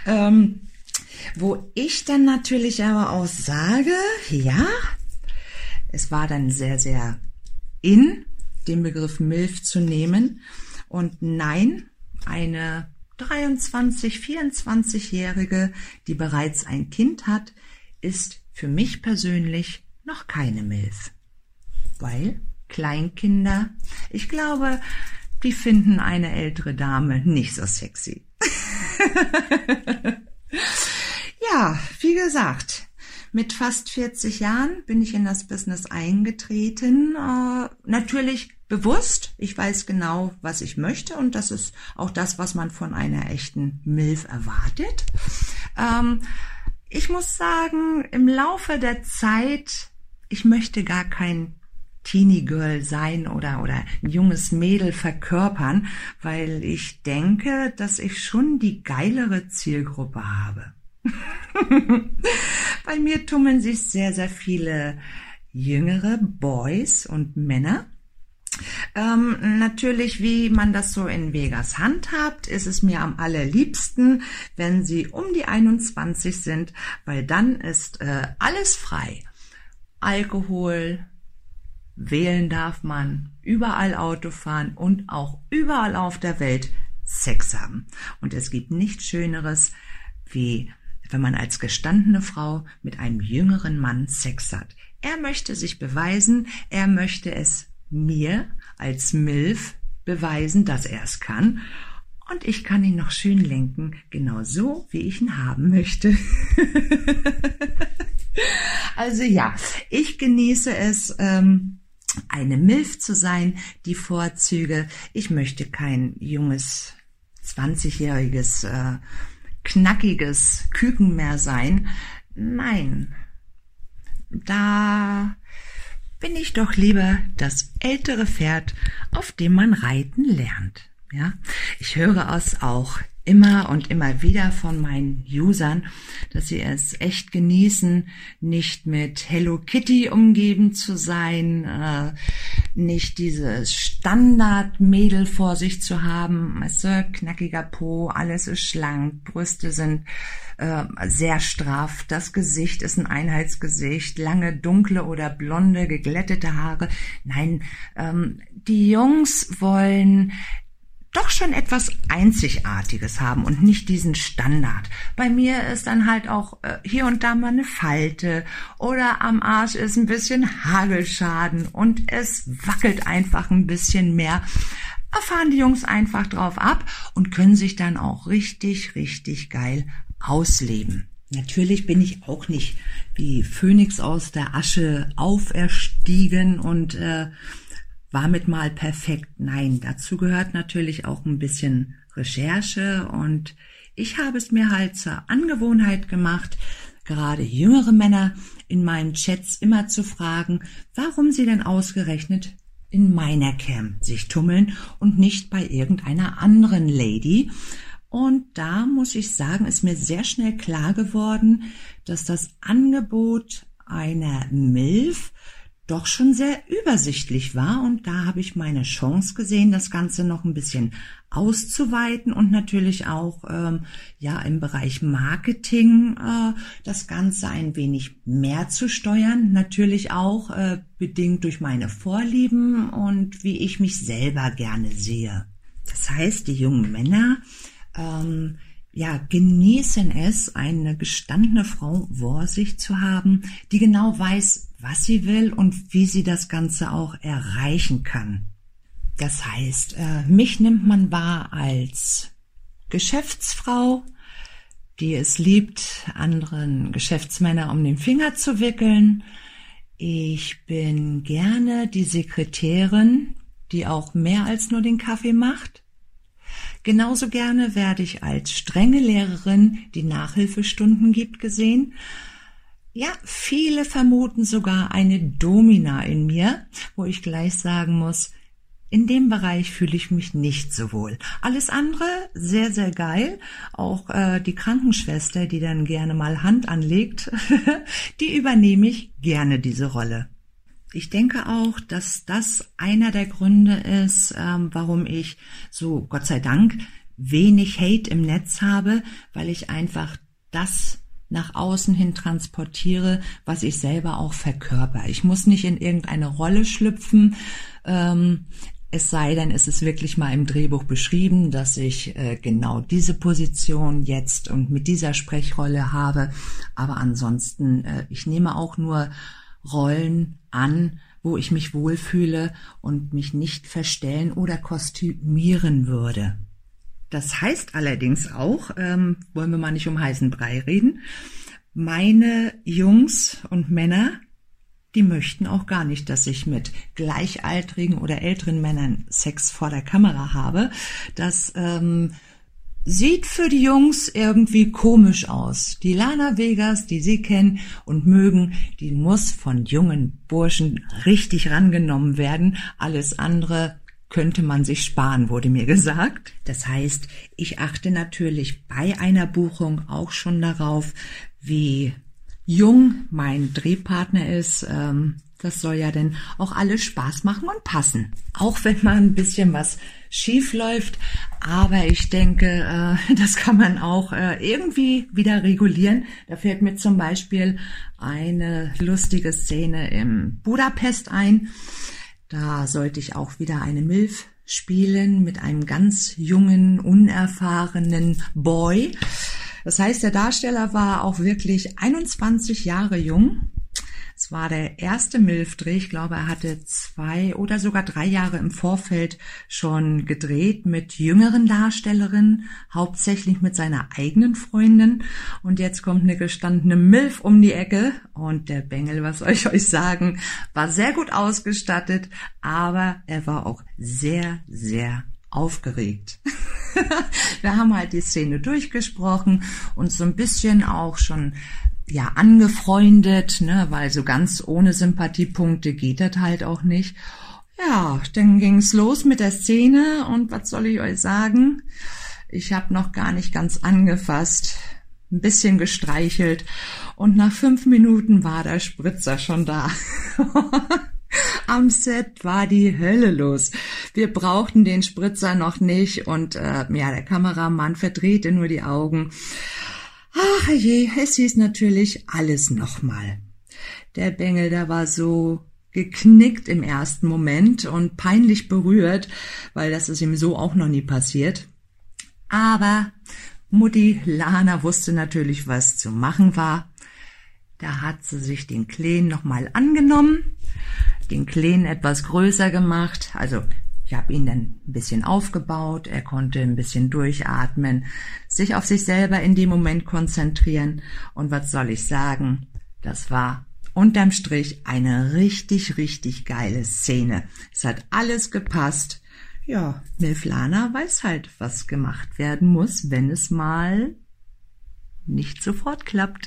Wo ich dann natürlich aber auch sage, ja, es war dann sehr, sehr in, den Begriff MILF zu nehmen. Und nein, eine 23-, 24-Jährige, die bereits ein Kind hat, ist für mich persönlich noch keine MILF. Weil Kleinkinder, ich glaube, die finden eine ältere Dame nicht so sexy. Ja, wie gesagt, mit fast 40 Jahren bin ich in das Business eingetreten. Natürlich bewusst. Ich weiß genau, was ich möchte und das ist auch das, was man von einer echten MILF erwartet. Ich muss sagen, im Laufe der Zeit, ich möchte gar kein Teenie Girl sein oder ein junges Mädel verkörpern, weil ich denke, dass ich schon die geilere Zielgruppe habe. Bei mir tummeln sich sehr, sehr viele jüngere Boys und Männer. Natürlich, wie man das so in Vegas handhabt, ist es mir am allerliebsten, wenn sie um die 21 sind, weil dann ist alles frei. Alkohol, wählen darf man, überall Auto fahren und auch überall auf der Welt Sex haben. Und es gibt nichts Schöneres, wie wenn man als gestandene Frau mit einem jüngeren Mann Sex hat. Er möchte sich beweisen, er möchte es mir als MILF beweisen, dass er es kann. Und ich kann ihn noch schön lenken, genau so, wie ich ihn haben möchte. Also ja, ich genieße es, eine MILF zu sein, die Vorzüge. Ich möchte kein junges, 20-jähriges, knackiges Küken mehr sein. Nein, da bin ich doch lieber das ältere Pferd, auf dem man reiten lernt. Ja, ich höre es auch immer und immer wieder von meinen Usern, dass sie es echt genießen, nicht mit Hello Kitty umgeben zu sein, nicht dieses Standardmädel vor sich zu haben, weißt du, knackiger Po, alles ist schlank, Brüste sind sehr straff, das Gesicht ist ein Einheitsgesicht, lange dunkle oder blonde, geglättete Haare. Nein, die Jungs wollen doch schon etwas Einzigartiges haben und nicht diesen Standard. Bei mir ist dann halt auch hier und da mal eine Falte oder am Arsch ist ein bisschen Hagelschaden und es wackelt einfach ein bisschen mehr. Erfahren die Jungs einfach drauf ab und können sich dann auch richtig, richtig geil ausleben. Natürlich bin ich auch nicht wie Phönix aus der Asche auferstiegen und war mit mal perfekt. Nein, dazu gehört natürlich auch ein bisschen Recherche und ich habe es mir halt zur Angewohnheit gemacht, gerade jüngere Männer in meinen Chats immer zu fragen, warum sie denn ausgerechnet in meiner Cam sich tummeln und nicht bei irgendeiner anderen Lady. Und da muss ich sagen, ist mir sehr schnell klar geworden, dass das Angebot einer MILF doch schon sehr übersichtlich war. Und da habe ich meine Chance gesehen, das Ganze noch ein bisschen auszuweiten und natürlich auch im Bereich Marketing das Ganze ein wenig mehr zu steuern. Natürlich auch bedingt durch meine Vorlieben und wie ich mich selber gerne sehe. Das heißt, die jungen Männer genießen es, eine gestandene Frau vor sich zu haben, die genau weiß, was sie will und wie sie das Ganze auch erreichen kann. Das heißt, mich nimmt man wahr als Geschäftsfrau, die es liebt, anderen Geschäftsmänner um den Finger zu wickeln. Ich bin gerne die Sekretärin, die auch mehr als nur den Kaffee macht. Genauso gerne werde ich als strenge Lehrerin, die Nachhilfestunden gibt, gesehen. Ja, viele vermuten sogar eine Domina in mir, wo ich gleich sagen muss, in dem Bereich fühle ich mich nicht so wohl. Alles andere sehr, sehr geil. Auch die Krankenschwester, die dann gerne mal Hand anlegt, die übernehme ich gerne, diese Rolle. Ich denke auch, dass das einer der Gründe ist, warum ich so, Gott sei Dank, wenig Hate im Netz habe, weil ich einfach das nach außen hin transportiere, was ich selber auch verkörper. Ich muss nicht in irgendeine Rolle schlüpfen, es sei denn, es ist wirklich mal im Drehbuch beschrieben, dass ich genau diese Position jetzt und mit dieser Sprechrolle habe. Aber ansonsten, ich nehme auch nur Rollen an, wo ich mich wohlfühle und mich nicht verstellen oder kostümieren würde. Das heißt allerdings auch, wollen wir mal nicht um heißen Brei reden, meine Jungs und Männer, die möchten auch gar nicht, dass ich mit gleichaltrigen oder älteren Männern Sex vor der Kamera habe. Das sieht für die Jungs irgendwie komisch aus. Die Lana Vegas, die sie kennen und mögen, die muss von jungen Burschen richtig rangenommen werden. Alles andere könnte man sich sparen, wurde mir gesagt. Das heißt, ich achte natürlich bei einer Buchung auch schon darauf, wie jung mein Drehpartner ist. Das soll ja dann auch alles Spaß machen und passen. Auch wenn mal ein bisschen was schief läuft. Aber ich denke, das kann man auch irgendwie wieder regulieren. Da fällt mir zum Beispiel eine lustige Szene im Budapest ein. Da sollte ich auch wieder eine MILF spielen mit einem ganz jungen, unerfahrenen Boy. Das heißt, der Darsteller war auch wirklich 21 Jahre jung. Es war der erste MILF-Dreh. Ich glaube, er hatte 2 oder sogar 3 Jahre im Vorfeld schon gedreht mit jüngeren Darstellerinnen, hauptsächlich mit seiner eigenen Freundin. Und jetzt kommt eine gestandene MILF um die Ecke. Und der Bengel, was soll ich euch sagen, war sehr gut ausgestattet, aber er war auch sehr, sehr aufgeregt. Wir haben halt die Szene durchgesprochen und so ein bisschen auch schon angefreundet, ne, weil so ganz ohne Sympathiepunkte geht das halt auch nicht. Ja, dann ging's los mit der Szene und was soll ich euch sagen? Ich habe noch gar nicht ganz angefasst, ein bisschen gestreichelt und nach 5 Minuten war der Spritzer schon da. Am Set war die Hölle los. Wir brauchten den Spritzer noch nicht und der Kameramann verdrehte nur die Augen. Ach je, es hieß natürlich alles nochmal. Der Bengel, der war so geknickt im ersten Moment und peinlich berührt, weil das ist ihm so auch noch nie passiert. Aber Mutti Lana wusste natürlich, was zu machen war. Da hat sie sich den Kleinen nochmal angenommen, den Kleinen etwas größer gemacht, also ich habe ihn dann ein bisschen aufgebaut, er konnte ein bisschen durchatmen, sich auf sich selber in dem Moment konzentrieren. Und was soll ich sagen, das war unterm Strich eine richtig, richtig geile Szene. Es hat alles gepasst. Ja, MILF Lana weiß halt, was gemacht werden muss, wenn es mal nicht sofort klappt.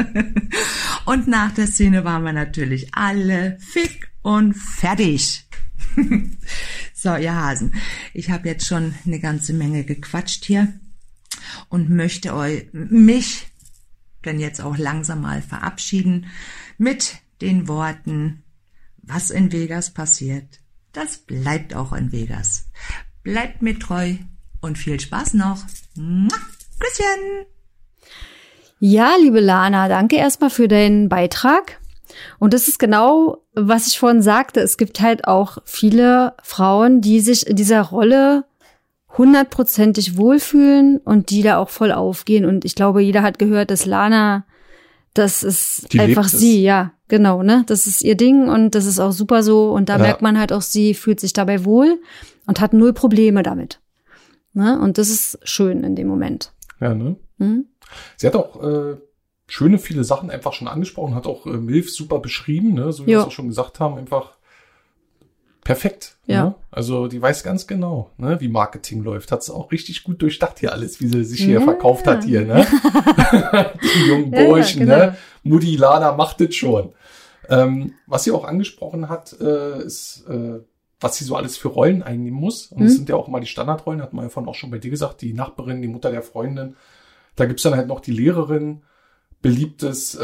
Und nach der Szene waren wir natürlich alle fick und fertig. So, ihr Hasen, ich habe jetzt schon eine ganze Menge gequatscht hier und möchte mich dann jetzt auch langsam mal verabschieden mit den Worten: Was in Vegas passiert, das bleibt auch in Vegas. Bleibt mir treu und viel Spaß noch. Küsschen! Ja, liebe Lana, danke erstmal für deinen Beitrag. Und das ist genau, was ich vorhin sagte. Es gibt halt auch viele Frauen, die sich in dieser Rolle 100%ig wohlfühlen und die da auch voll aufgehen. Und ich glaube, jeder hat gehört, dass Lana, das ist Die einfach lebt sie, ja, genau, ne? Das ist ihr Ding und das ist auch super so. Und da merkt man halt auch, sie fühlt sich dabei wohl und hat 0 Probleme damit. Ne? Und das ist schön in dem Moment. Ja, ne? Mhm. Sie hat auch schöne viele Sachen einfach schon angesprochen, hat auch MILF super beschrieben, ne? So wie wir es auch schon gesagt haben, einfach perfekt. Ja. Ne? Also die weiß ganz genau, ne, wie Marketing läuft. Hat es auch richtig gut durchdacht hier alles, wie sie sich hier verkauft hat hier, ne? Die jungen Burschen, genau. ne? Mutti Lana macht das schon. Was sie auch angesprochen hat, ist, was sie so alles für Rollen einnehmen muss. Und das sind ja auch immer die Standardrollen, hat man ja vorhin auch schon bei dir gesagt, die Nachbarin, die Mutter der Freundin. Da gibt's dann halt noch die Lehrerin, beliebtes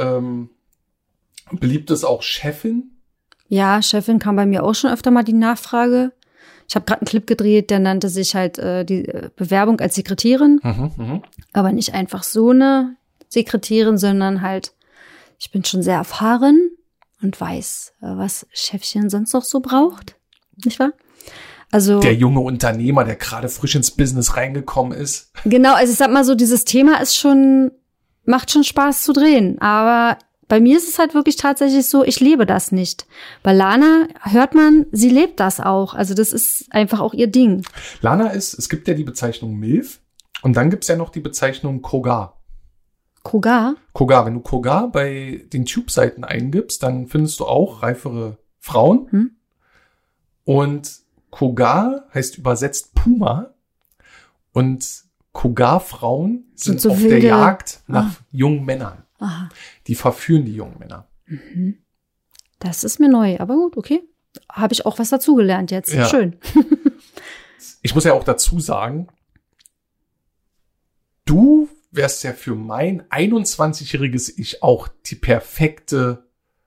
auch Chefin. Ja, Chefin kam bei mir auch schon öfter mal die Nachfrage. Ich habe gerade einen Clip gedreht, der nannte sich halt die Bewerbung als Sekretärin. Aber nicht einfach so eine Sekretärin, sondern halt, ich bin schon sehr erfahren und weiß, was Chefchen sonst noch so braucht. Nicht wahr? Also Der junge Unternehmer, der gerade frisch ins Business reingekommen ist. genau, also ich sag mal so, dieses Thema ist macht schon Spaß zu drehen. Aber bei mir ist es halt wirklich tatsächlich so, ich lebe das nicht. Bei Lana hört man, sie lebt das auch. Also das ist einfach auch ihr Ding. Lana es gibt ja die Bezeichnung MILF und dann gibt's ja noch die Bezeichnung Cougar. Cougar? Cougar, wenn du Cougar bei den Tube-Seiten eingibst, dann findest du auch reifere Frauen. Und Cougar heißt übersetzt Puma. Und Cougar-Frauen sind so auf wilde der Jagd nach jungen Männern. Aha. Die verführen die jungen Männer. Das ist mir neu, aber gut, okay. Habe ich auch was dazugelernt jetzt. Ja. Schön. Ich muss ja auch dazu sagen, du wärst ja für mein 21-jähriges Ich auch die perfekte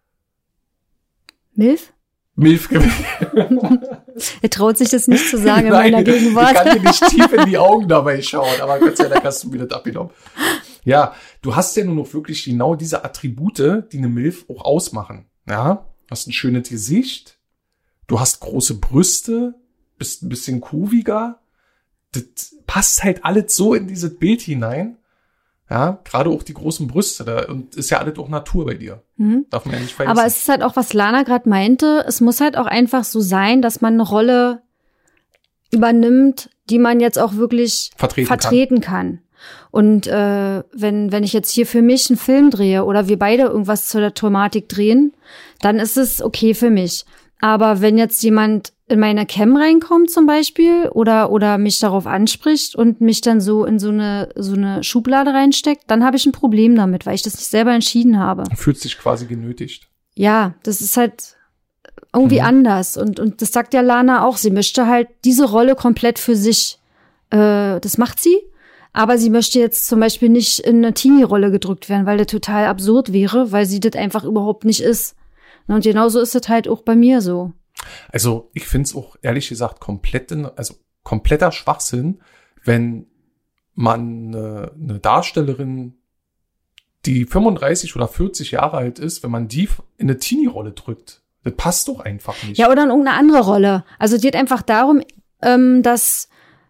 Milf? Milf gewesen. Er traut sich das nicht zu sagen in Nein, meiner Gegenwart. Ich kann dir nicht tief in die Augen dabei schauen, aber Gott sei Dank hast du mir das abgenommen. Ja, du hast ja nur noch wirklich genau diese Attribute, die eine Milf auch ausmachen. Ja, du hast ein schönes Gesicht, du hast große Brüste, bist ein bisschen kurviger. Das passt halt alles so in dieses Bild hinein. Ja, gerade auch die großen Brüste. Und ist ja alles auch Natur bei dir. Darf man ja nicht vergessen. Aber es ist halt auch, was Lana gerade meinte, es muss halt auch einfach so sein, dass man eine Rolle übernimmt, die man jetzt auch wirklich vertreten kann. Und wenn ich jetzt hier für mich einen Film drehe oder wir beide irgendwas zu der Thematik drehen, dann ist es okay für mich. Aber wenn jetzt jemand in meine Cam reinkommt zum Beispiel oder mich darauf anspricht und mich dann so in so eine Schublade reinsteckt, dann habe ich ein Problem damit, weil ich das nicht selber entschieden habe. Du fühlst dich quasi genötigt. Ja, das ist halt irgendwie anders. Und das sagt ja Lana auch. Sie möchte halt diese Rolle komplett für sich. Das macht sie. Aber sie möchte jetzt zum Beispiel nicht in eine Teenie-Rolle gedrückt werden, weil das total absurd wäre, weil sie das einfach überhaupt nicht ist. Und genauso ist es halt auch bei mir so. Also ich finde es auch ehrlich gesagt kompletter Schwachsinn, wenn man eine Darstellerin, die 35 oder 40 Jahre alt ist, wenn man die in eine Teenie-Rolle drückt. Das passt doch einfach nicht. Ja, oder in irgendeine andere Rolle. Also es geht einfach darum, dass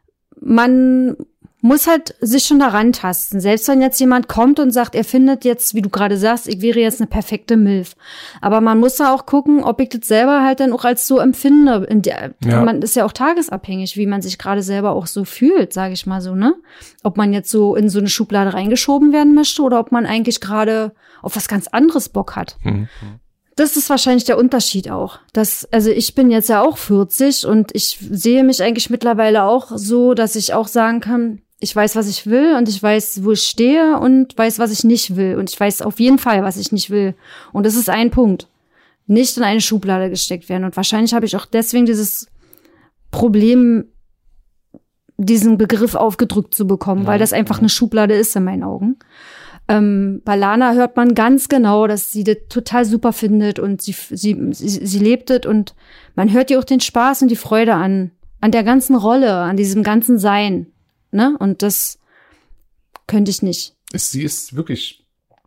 man muss halt sich schon daran tasten. Selbst wenn jetzt jemand kommt und sagt, er findet jetzt, wie du gerade sagst, ich wäre jetzt eine perfekte Milf. Aber man muss da auch gucken, ob ich das selber halt dann auch als so empfinde. Man ist ja auch tagesabhängig, wie man sich gerade selber auch so fühlt, sage ich mal so, ne? Ob man jetzt so in so eine Schublade reingeschoben werden möchte oder ob man eigentlich gerade auf was ganz anderes Bock hat. Das ist wahrscheinlich der Unterschied auch. Also ich bin jetzt ja auch 40 und ich sehe mich eigentlich mittlerweile auch so, dass ich auch sagen kann, ich weiß, was ich will und ich weiß, wo ich stehe und weiß, was ich nicht will. Und ich weiß auf jeden Fall, was ich nicht will. Und das ist ein Punkt. nicht in eine Schublade gesteckt werden. Und wahrscheinlich habe ich auch deswegen dieses Problem, diesen Begriff aufgedrückt zu bekommen, weil das einfach eine Schublade ist in meinen Augen. Bei Lana hört man ganz genau, dass sie das total super findet und sie lebt es und man hört ihr auch den Spaß und die Freude an der ganzen Rolle, an diesem ganzen Sein, ne? Und das könnte ich nicht. Sie ist wirklich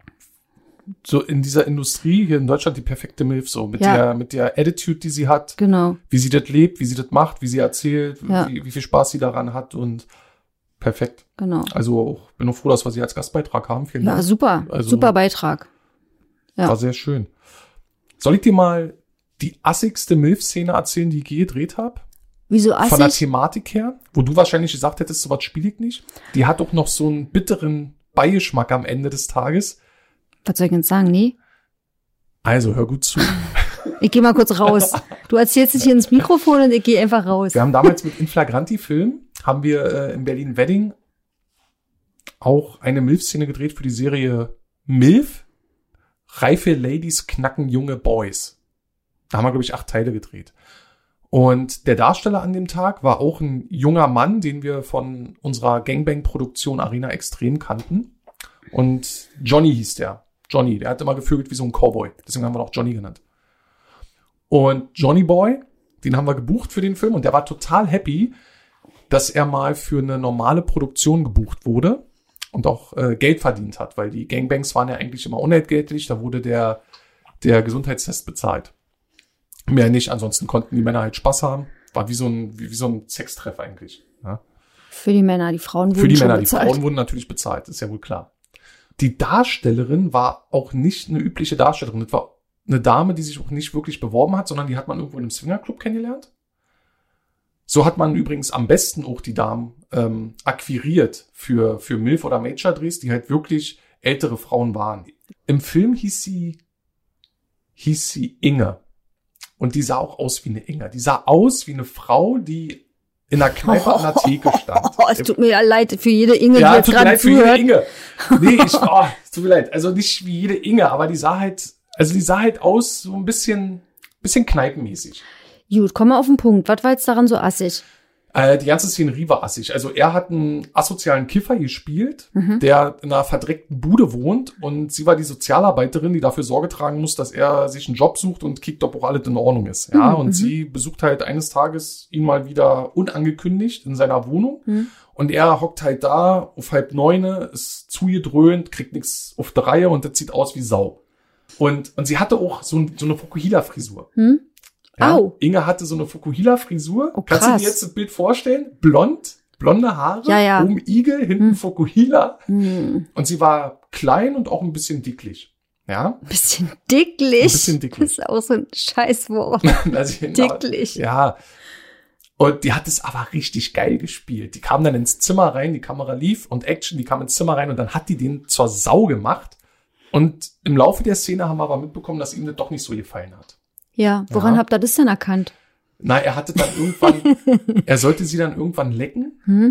so in dieser Industrie hier in Deutschland die perfekte Milf, so mit der Attitude, die sie hat. Genau. Wie sie das lebt, wie sie das macht, wie sie erzählt, Ja. wie viel Spaß sie daran hat und perfekt. Genau. Also bin auch froh, dass wir sie als Gastbeitrag haben. Vielen Dank. Ja, super. Also, super Beitrag. Ja. War sehr schön. Soll ich dir mal die assigste Milf-Szene erzählen, die ich je gedreht habe? Wieso Von der assig? Thematik her? Wo du wahrscheinlich gesagt hättest, sowas spiele ich nicht. Die hat auch noch so einen bitteren Beigeschmack am Ende des Tages. Was soll ich jetzt sagen? Nee? Also, hör gut zu. Ich gehe mal kurz raus. Du erzählst dich hier ins Mikrofon und ich gehe einfach raus. Wir haben damals mit Inflagranti-Film, haben wir in Berlin-Wedding auch eine Milf-Szene gedreht für die Serie Milf. Reife Ladies knacken junge Boys. Da haben wir, glaube ich, 8 Teile gedreht. Und der Darsteller an dem Tag war auch ein junger Mann, den wir von unserer Gangbang-Produktion Arena Extrem kannten. Und Johnny hieß der. Johnny, der hat immer gevögelt wie so ein Cowboy. Deswegen haben wir ihn auch Johnny genannt. Und Johnny Boy, den haben wir gebucht für den Film. Und der war total happy, dass er mal für eine normale Produktion gebucht wurde und auch Geld verdient hat. Weil die Gangbangs waren ja eigentlich immer unentgeltlich. Da wurde der Gesundheitstest bezahlt. Mehr nicht, ansonsten konnten die Männer halt Spaß haben. War wie so ein Sextreff eigentlich. Ja. Für die Männer, die Frauen wurden Für die schon Männer, bezahlt. die Frauen wurden natürlich bezahlt, ist ja wohl klar. Die Darstellerin war auch nicht eine übliche Darstellerin. Das war eine Dame, die sich auch nicht wirklich beworben hat, sondern die hat man irgendwo in einem Swingerclub kennengelernt. So hat man übrigens am besten auch die Damen akquiriert für Milf- oder Major-Drehs, die halt wirklich ältere Frauen waren. Im Film hieß sie Inge. Und die sah auch aus wie eine Inge. Die sah aus wie eine Frau, die in einer Kneipe an der Theke stand. Es tut mir ja leid für jede Inge, die Ja, jetzt tut mir gerade leid für jede zuhört. Inge. Nee, es tut mir leid. Also nicht wie jede Inge, aber die sah halt aus so ein bisschen kneipenmäßig. Gut, komm mal auf den Punkt. Was war jetzt daran so assig? Die ganze Szenerie war assig. Also er hat einen asozialen Kiffer gespielt, der in einer verdreckten Bude wohnt und sie war die Sozialarbeiterin, die dafür Sorge tragen muss, dass er sich einen Job sucht und kickt, ob auch alles in Ordnung ist. Ja, und sie besucht halt eines Tages ihn mal wieder unangekündigt in seiner Wohnung und er hockt halt da auf 8:30, ist zugedröhnt, kriegt nichts auf die Reihe und das sieht aus wie Sau. Und sie hatte auch so eine Fukuhila-Frisur. Ja, Au. Inge hatte so eine Fukuhila-Frisur. Oh, Kannst du krass. dir jetzt das Bild vorstellen? Blonde Haare, Ja. oben Igel, hinten Fukuhila. Ein Und sie war klein und auch ein bisschen dicklich. Ja, bisschen dicklich. Ein bisschen dicklich. Das ist auch so ein Scheißwort. also, Dicklich. Ja. Und die hat es aber richtig geil gespielt. Die kam dann ins Zimmer rein, die Kamera lief und Action, die kam ins Zimmer rein und dann hat die den zur Sau gemacht. Und im Laufe der Szene haben wir aber mitbekommen, dass ihm das doch nicht so gefallen hat. Ja, woran Ja. habt ihr das denn erkannt? Na, er sollte sie dann irgendwann lecken.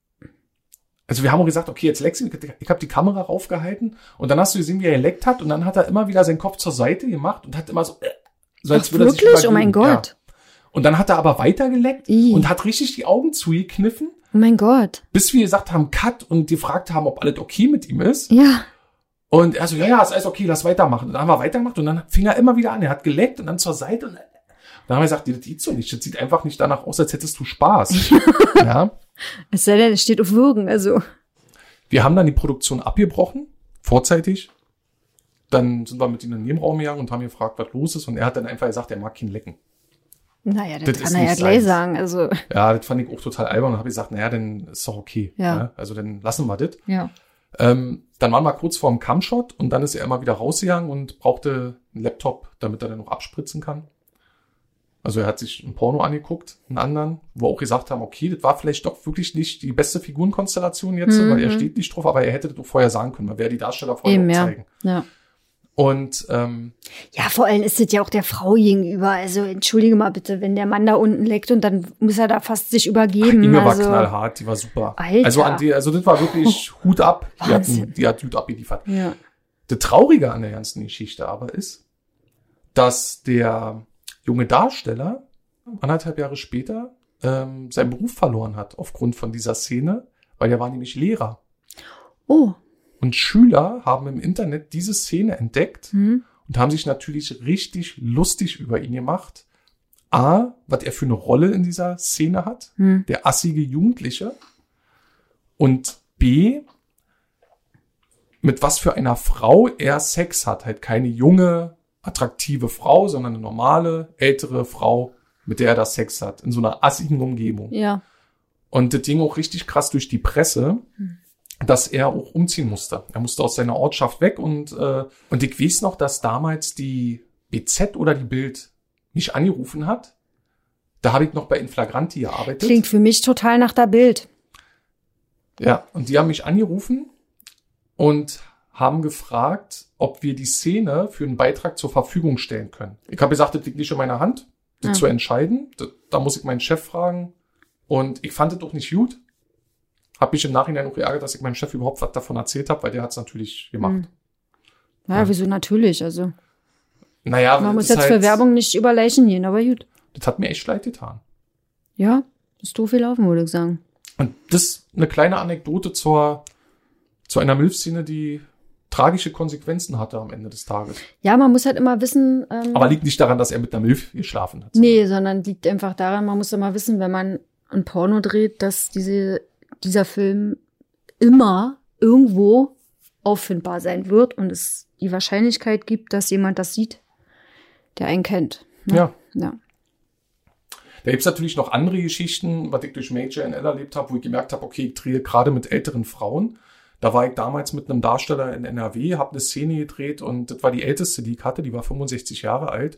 Also wir haben auch gesagt, okay, jetzt leckst du. Ich habe die Kamera raufgehalten und dann hast du gesehen, wie er geleckt hat und dann hat er immer wieder seinen Kopf zur Seite gemacht und hat immer so als Ach, würde er sich wirklich? Oh übergeben. mein Gott. Ja. Und dann hat er aber weiter geleckt Ih. und hat richtig die Augen zugekniffen, Oh mein Gott. bis wir gesagt haben, Cut und gefragt haben, ob alles okay mit ihm ist. Ja. Und er so, ja, ist alles okay, lass weitermachen. Und dann haben wir weitergemacht und dann fing er immer wieder an. Er hat geleckt und dann zur Seite und dann haben wir gesagt, das sieht so nicht. Das sieht einfach nicht danach aus, als hättest du Spaß. Ja. Es sei denn, es steht auf Würgen, also. Wir haben dann die Produktion abgebrochen, vorzeitig. Dann sind wir mit ihm in den Nebenraum gegangen und haben gefragt, was los ist. Und er hat dann einfach gesagt, er mag kein Lecken. Naja, das Das kann ist er ja nicht gleich seins. sagen, also. Ja, das fand ich auch total albern und habe gesagt, naja, dann ist doch okay. Ja. Also dann lassen wir das. Ja. Dann waren wir kurz vor dem Cumshot und dann ist er immer wieder rausgegangen und brauchte einen Laptop, damit er dann noch abspritzen kann. Also er hat sich ein Porno angeguckt, einen anderen, wo auch gesagt haben, okay, das war vielleicht doch wirklich nicht die beste Figurenkonstellation jetzt, weil er steht nicht drauf, aber er hätte das doch vorher sagen können, man wäre die Darsteller vorher Eben, auch ja. zeigen. Ja. Und Ja, vor allem ist es ja auch der Frau gegenüber. Also entschuldige mal bitte, wenn der Mann da unten leckt und dann muss er da fast sich übergeben. Inge war also, knallhart, die war super. Alter. Also das war wirklich Hut ab. Wahnsinn. Die hat Hut abgeliefert. Ja. Das Traurige an der ganzen Geschichte aber ist, dass der junge Darsteller 1,5 Jahre später seinen Beruf verloren hat aufgrund von dieser Szene, weil er war nämlich Lehrer. Oh. Und Schüler haben im Internet diese Szene entdeckt und haben sich natürlich richtig lustig über ihn gemacht. A, was er für eine Rolle in dieser Szene hat, der assige Jugendliche. Und B, mit was für einer Frau er Sex hat. Halt keine junge, attraktive Frau, sondern eine normale, ältere Frau, mit der er da Sex hat. In so einer assigen Umgebung. Ja. Und das ging auch richtig krass durch die Presse, dass er auch umziehen musste. Er musste aus seiner Ortschaft weg und ich weiß noch, dass damals die BZ oder die Bild mich angerufen hat. Da habe ich noch bei Inflagranti gearbeitet. Klingt für mich total nach der Bild. Ja, und die haben mich angerufen und haben gefragt, ob wir die Szene für einen Beitrag zur Verfügung stellen können. Ich habe gesagt, das liegt nicht in meiner Hand, das zu entscheiden. Da muss ich meinen Chef fragen. Und ich fand es doch nicht gut. Habe mich im Nachhinein auch geärgert, dass ich meinem Chef überhaupt was davon erzählt habe, weil der hat es natürlich gemacht. Ja, wieso natürlich? Also Naja, man muss ist jetzt für Werbung nicht über Leichen gehen, aber gut. Das hat mir echt leid getan. Ja, ist doof gelaufen, würde ich sagen. Und das ist eine kleine Anekdote zu einer MILF-Szene, die tragische Konsequenzen hatte am Ende des Tages. Ja, man muss halt immer wissen. Aber liegt nicht daran, dass er mit einer MILF geschlafen hat. Nee, sondern liegt einfach daran, man muss immer wissen, wenn man ein Porno dreht, dass dieser Film immer irgendwo auffindbar sein wird und es die Wahrscheinlichkeit gibt, dass jemand das sieht, der einen kennt. Ne? Ja. Ja. Da gibt's natürlich noch andere Geschichten, was ich durch Major NL erlebt habe, wo ich gemerkt habe, okay, ich drehe gerade mit älteren Frauen. Da war ich damals mit einem Darsteller in NRW, habe eine Szene gedreht und das war die älteste, die ich hatte, die war 65 Jahre alt.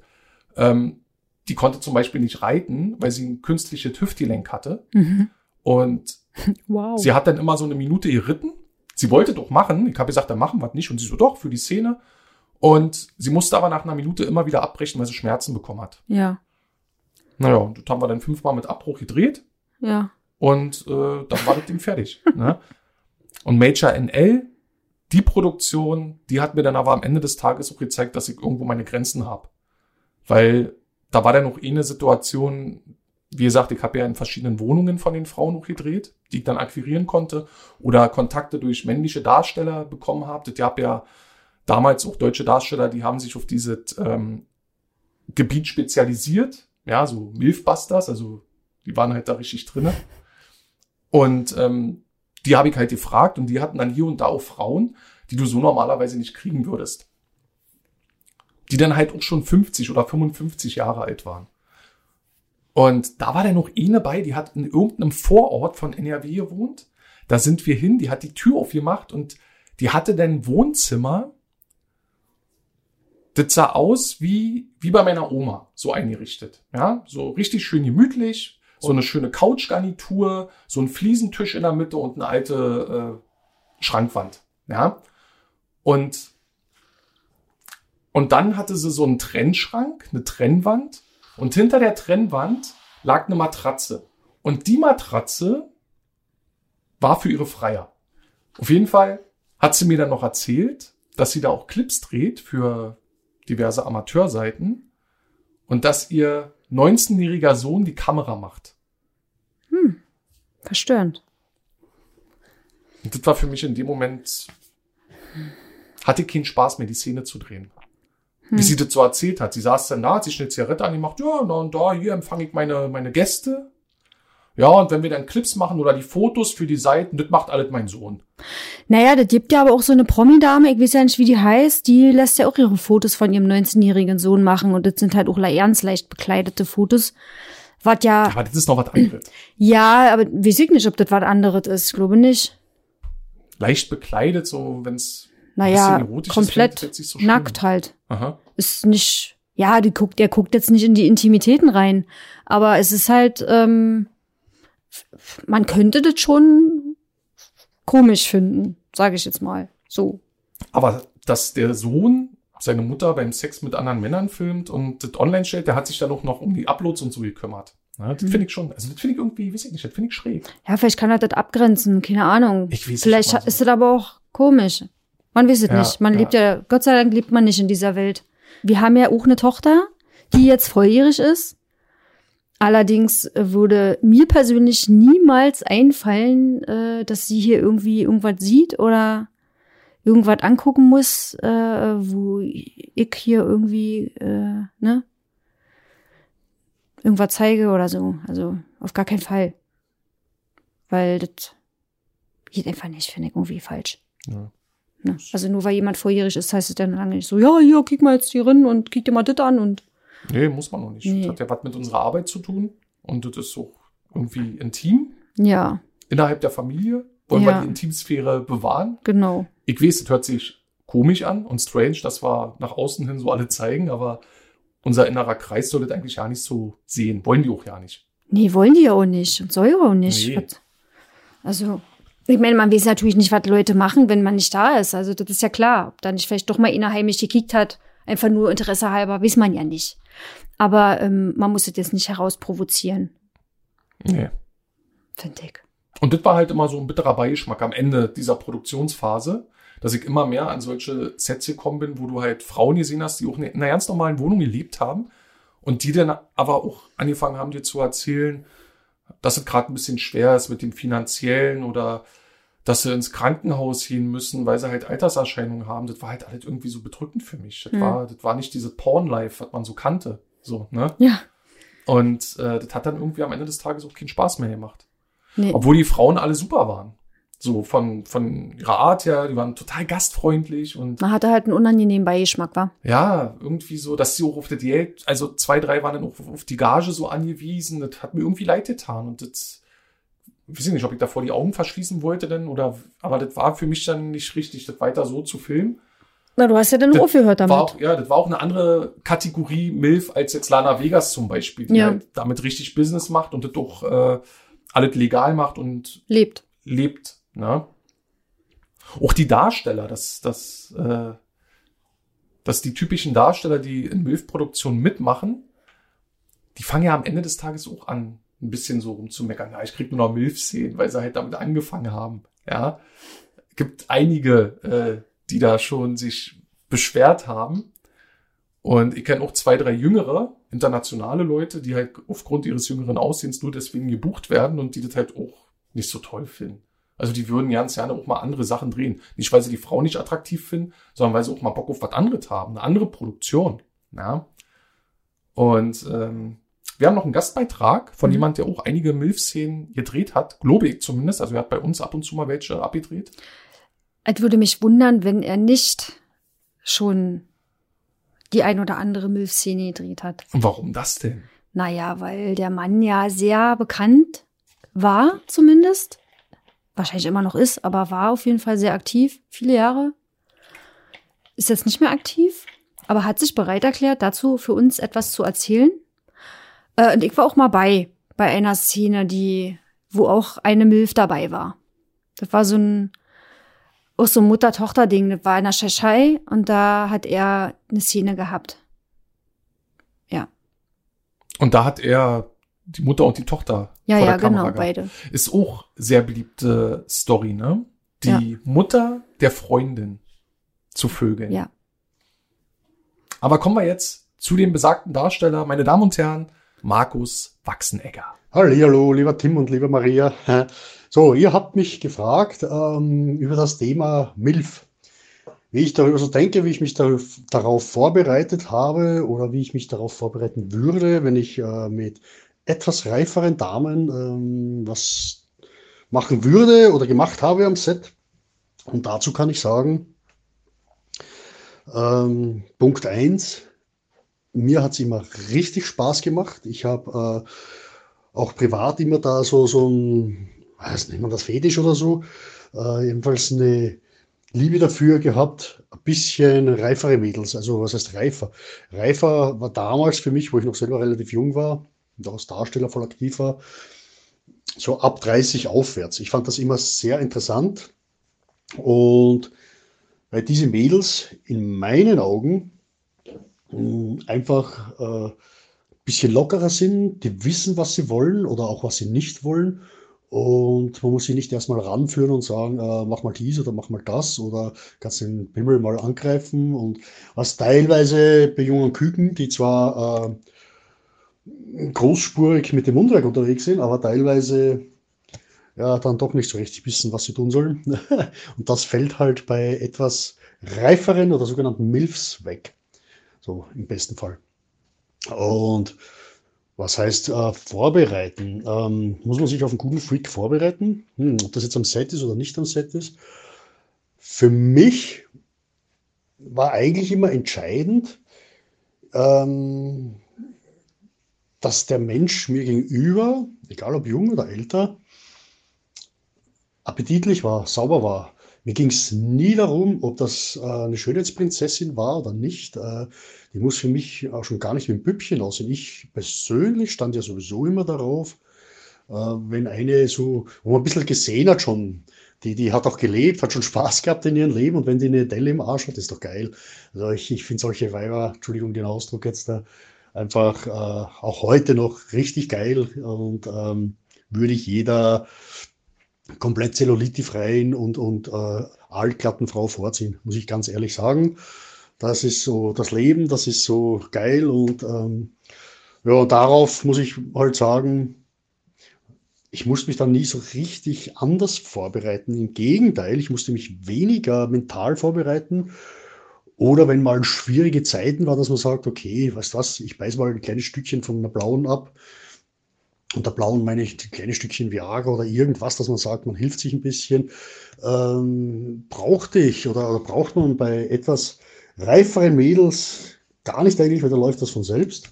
Die konnte zum Beispiel nicht reiten, weil sie ein künstliches Hüftgelenk hatte. Und Wow. sie hat dann immer so eine Minute geritten. Sie wollte doch machen. Ich habe gesagt, dann machen wir es nicht. Und sie so, doch, für die Szene. Und sie musste aber nach einer Minute immer wieder abbrechen, weil sie Schmerzen bekommen hat. Ja. Naja, und das haben wir dann 5-mal mit Abbruch gedreht. Ja. Und dann war das Ding fertig. Ne? Und Major NL, die Produktion, die hat mir dann aber am Ende des Tages auch gezeigt, dass ich irgendwo meine Grenzen habe. Weil da war dann noch eine Situation, wie gesagt, ich habe ja in verschiedenen Wohnungen von den Frauen noch gedreht, die ich dann akquirieren konnte oder Kontakte durch männliche Darsteller bekommen habe. Ich habe ja damals auch deutsche Darsteller, die haben sich auf dieses Gebiet spezialisiert. Ja, so Milfbusters, also die waren halt da richtig drinne. Und die habe ich halt gefragt und die hatten dann hier und da auch Frauen, die du so normalerweise nicht kriegen würdest. Die dann halt auch schon 50 oder 55 Jahre alt waren. Und da war dann noch eine bei, die hat in irgendeinem Vorort von NRW gewohnt. Da sind wir hin, die hat die Tür aufgemacht und die hatte dann ein Wohnzimmer. Das sah aus wie bei meiner Oma, so eingerichtet. Ja, so richtig schön gemütlich, so eine schöne Couchgarnitur, so ein Fliesentisch in der Mitte und eine alte Schrankwand. Ja, und dann hatte sie so einen Trennschrank, eine Trennwand. Und hinter der Trennwand lag eine Matratze. Und die Matratze war für ihre Freier. Auf jeden Fall hat sie mir dann noch erzählt, dass sie da auch Clips dreht für diverse Amateurseiten und dass ihr 19-jähriger Sohn die Kamera macht. Verstörend. Und das war für mich in dem Moment, hatte ich keinen Spaß mehr, die Szene zu drehen. Wie sie das so erzählt hat. Sie saß dann da, hat sich eine Zigarette angemacht. Ja, und da, hier empfange ich meine Gäste. Ja, und wenn wir dann Clips machen oder die Fotos für die Seiten, das macht alles mein Sohn. Naja, das gibt ja aber auch so eine Promi-Dame, ich weiß ja nicht, wie die heißt, die lässt ja auch ihre Fotos von ihrem 19-jährigen Sohn machen. Und das sind halt auch ganz leicht bekleidete Fotos. Was ja. Aber das ist noch was anderes. Ja, aber weiß ich nicht, ob das was anderes ist. Ich glaube nicht. Leicht bekleidet, so wenn es naja, erotisch komplett ist, so nackt halt. Aha. Ist nicht, ja, der guckt jetzt nicht in die Intimitäten rein. Aber es ist halt, man könnte das schon komisch finden, sage ich jetzt mal. So. Aber dass der Sohn seine Mutter beim Sex mit anderen Männern filmt und das online stellt, der hat sich dann auch noch um die Uploads und so gekümmert. Ja, das finde ich schon, also das finde ich irgendwie, weiß ich nicht, das finde ich schräg. Ja, vielleicht kann er das abgrenzen, keine Ahnung. Ich weiß vielleicht nicht, ist das aber auch komisch. Man weiß es Ja, nicht. Man ja. lebt ja, Gott sei Dank lebt man nicht in dieser Welt. Wir haben ja auch eine Tochter, die jetzt volljährig ist. Allerdings würde mir persönlich niemals einfallen, dass sie hier irgendwie irgendwas sieht oder irgendwas angucken muss, wo ich hier irgendwie irgendwas zeige oder so. Also auf gar keinen Fall. Weil das geht einfach nicht, finde ich irgendwie falsch. Ja. Ne? Also nur weil jemand volljährig ist, heißt es dann lange nicht so, ja, hier, kick mal jetzt hier rein und kick dir mal das an und Nee, muss man noch nicht. Nee. Das hat ja was mit unserer Arbeit zu tun. Und das ist auch irgendwie intim. ja, Innerhalb der Familie wollen Ja. wir die Intimsphäre bewahren. genau. Ich weiß, das hört sich komisch an und strange, dass wir nach außen hin so alle zeigen, aber unser innerer Kreis soll das eigentlich ja nicht so sehen. Wollen die auch ja nicht. Nee, wollen die ja auch nicht und soll ja auch nicht. Nee. Also, ich meine, man weiß natürlich nicht, was Leute machen, wenn man nicht da ist. Also, das ist ja klar. Ob da nicht vielleicht doch mal einer heimlich gekickt hat, einfach nur Interesse halber, weiß man ja nicht. Aber man muss das jetzt nicht herausprovozieren, Nee. finde ich. Und das war halt immer so ein bitterer Beigeschmack am Ende dieser Produktionsphase, dass ich immer mehr an solche Sets gekommen bin, wo du halt Frauen gesehen hast, die auch in einer ganz normalen Wohnung gelebt haben und die dann aber auch angefangen haben, dir zu erzählen, dass es gerade ein bisschen schwer ist mit dem Finanziellen oder dass sie ins Krankenhaus gehen müssen, weil sie halt Alterserscheinungen haben. Das war halt alles irgendwie so bedrückend für mich. Das war nicht diese Porn-Life, was man so kannte. So, ne? Ja. Und das hat dann irgendwie am Ende des Tages auch keinen Spaß mehr gemacht. Nee. Obwohl die Frauen alle super waren. So von ihrer Art her, die waren total gastfreundlich und Man hatte halt einen unangenehmen Beigeschmack, wa? ja, irgendwie so, dass sie auch auf das Geld, also 2, 3 waren dann auch auf die Gage so angewiesen. Das hat mir irgendwie leid getan und das, ich weiß nicht, ob ich davor die Augen verschließen wollte denn oder, aber das war für mich dann nicht richtig, das weiter so zu filmen. Na, du hast ja dann Das aufgehört damit. War auch, ja, das war auch eine andere Kategorie MILF als jetzt Lana Vegas zum Beispiel, die Ja. halt damit richtig Business macht und das doch alles legal macht und Lebt. lebt. Ne? Auch die Darsteller, dass die typischen Darsteller, die in MILF-Produktionen mitmachen, die fangen ja am Ende des Tages auch an, ein bisschen so rumzumeckern. Ja, ich krieg nur noch MILF-Szenen, weil sie halt damit angefangen haben. Ja, gibt einige, die da schon sich beschwert haben. Und ich kenne auch 2, 3 jüngere, internationale Leute, die halt aufgrund ihres jüngeren Aussehens nur deswegen gebucht werden und die das halt auch nicht so toll finden. Also die würden ganz gerne auch mal andere Sachen drehen. Nicht, weil sie die Frau nicht attraktiv finden, sondern weil sie auch mal Bock auf was anderes haben. Eine andere Produktion. Ja. Und wir haben noch einen Gastbeitrag von jemand, der auch einige MILF-Szenen gedreht hat. Glaube ich zumindest. Also er hat bei uns ab und zu mal welche abgedreht. Es würde mich wundern, wenn er nicht schon die ein oder andere MILF-Szene gedreht hat. Und warum das denn? Naja, weil der Mann ja sehr bekannt war, zumindest. Wahrscheinlich immer noch ist, aber war auf jeden Fall sehr aktiv, viele Jahre. Ist jetzt nicht mehr aktiv, aber hat sich bereit erklärt, dazu für uns etwas zu erzählen. Und ich war auch mal bei einer Szene, wo auch eine MILF dabei war. Das war so ein Mutter-Tochter-Ding. Das war in der Tschechei und da hat er eine Szene gehabt. Ja. Und da hat er die Mutter und die Tochter Ja, vor ja, der Kamera genau, gehabt. beide. Ist auch sehr beliebte Story, ne? Die Mutter der Freundin zu vögeln. Ja. Aber kommen wir jetzt zu dem besagten Darsteller, meine Damen und Herren, Markus Wachsenegger. Hallihallo, lieber Tim und lieber Maria. So, ihr habt mich gefragt über das Thema MILF. Wie ich darüber so denke, wie ich mich darauf vorbereitet habe oder wie ich mich darauf vorbereiten würde, wenn ich mit etwas reiferen Damen was machen würde oder gemacht habe am Set. Und dazu kann ich sagen, Punkt 1, mir hat es immer richtig Spaß gemacht. Ich habe auch privat immer da so ein, weiß nicht, man das Fetisch oder so, jedenfalls eine Liebe dafür gehabt, ein bisschen reifere Mädels. Also was heißt reifer? Reifer war damals für mich, wo ich noch selber relativ jung war und auch als Darsteller voll aktiv war, so ab 30 aufwärts. Ich fand das immer sehr interessant und weil diese Mädels in meinen Augen einfach ein bisschen lockerer sind, die wissen, was sie wollen oder auch was sie nicht wollen Und man muss sie nicht erstmal ranführen und sagen, mach mal dies oder mach mal das oder kannst den Pimmel mal angreifen. Und was teilweise bei jungen Küken, die zwar großspurig mit dem Mundwerk unterwegs sind, aber teilweise ja dann doch nicht so richtig wissen, was sie tun sollen. Und das fällt halt bei etwas reiferen oder sogenannten MILFs weg. So im besten Fall. Und was heißt vorbereiten? Muss man sich auf einen guten Freak vorbereiten? Ob das jetzt am Set ist oder nicht am Set ist? Für mich war eigentlich immer entscheidend, ähm, dass der Mensch mir gegenüber, egal ob jung oder älter, appetitlich war, sauber war. Mir ging es nie darum, ob das eine Schönheitsprinzessin war oder nicht. Die muss für mich auch schon gar nicht wie ein Püppchen aussehen. Ich persönlich stand ja sowieso immer darauf, wenn eine so, wo man ein bisschen gesehen hat schon, die hat auch gelebt, hat schon Spaß gehabt in ihrem Leben und wenn die eine Delle im Arsch hat, ist doch geil. Also ich finde solche Weiber, Entschuldigung den Ausdruck jetzt da, einfach auch heute noch richtig geil und würde ich jeder komplett zellulitifreien und aalglatten Frau vorziehen, muss ich ganz ehrlich sagen. Das ist so das Leben, das ist so geil und ja, darauf muss ich halt sagen, ich musste mich dann nie so richtig anders vorbereiten. Im Gegenteil, ich musste mich weniger mental vorbereiten. Oder wenn mal schwierige Zeiten war, dass man sagt, okay, weißt du was, ich beiß mal ein kleines Stückchen von einer blauen ab. Und der blauen meine ich ein kleines Stückchen Viagra oder irgendwas, dass man sagt, man hilft sich ein bisschen. Brauchte ich oder braucht man bei etwas reiferen Mädels gar nicht eigentlich, weil da läuft das von selbst.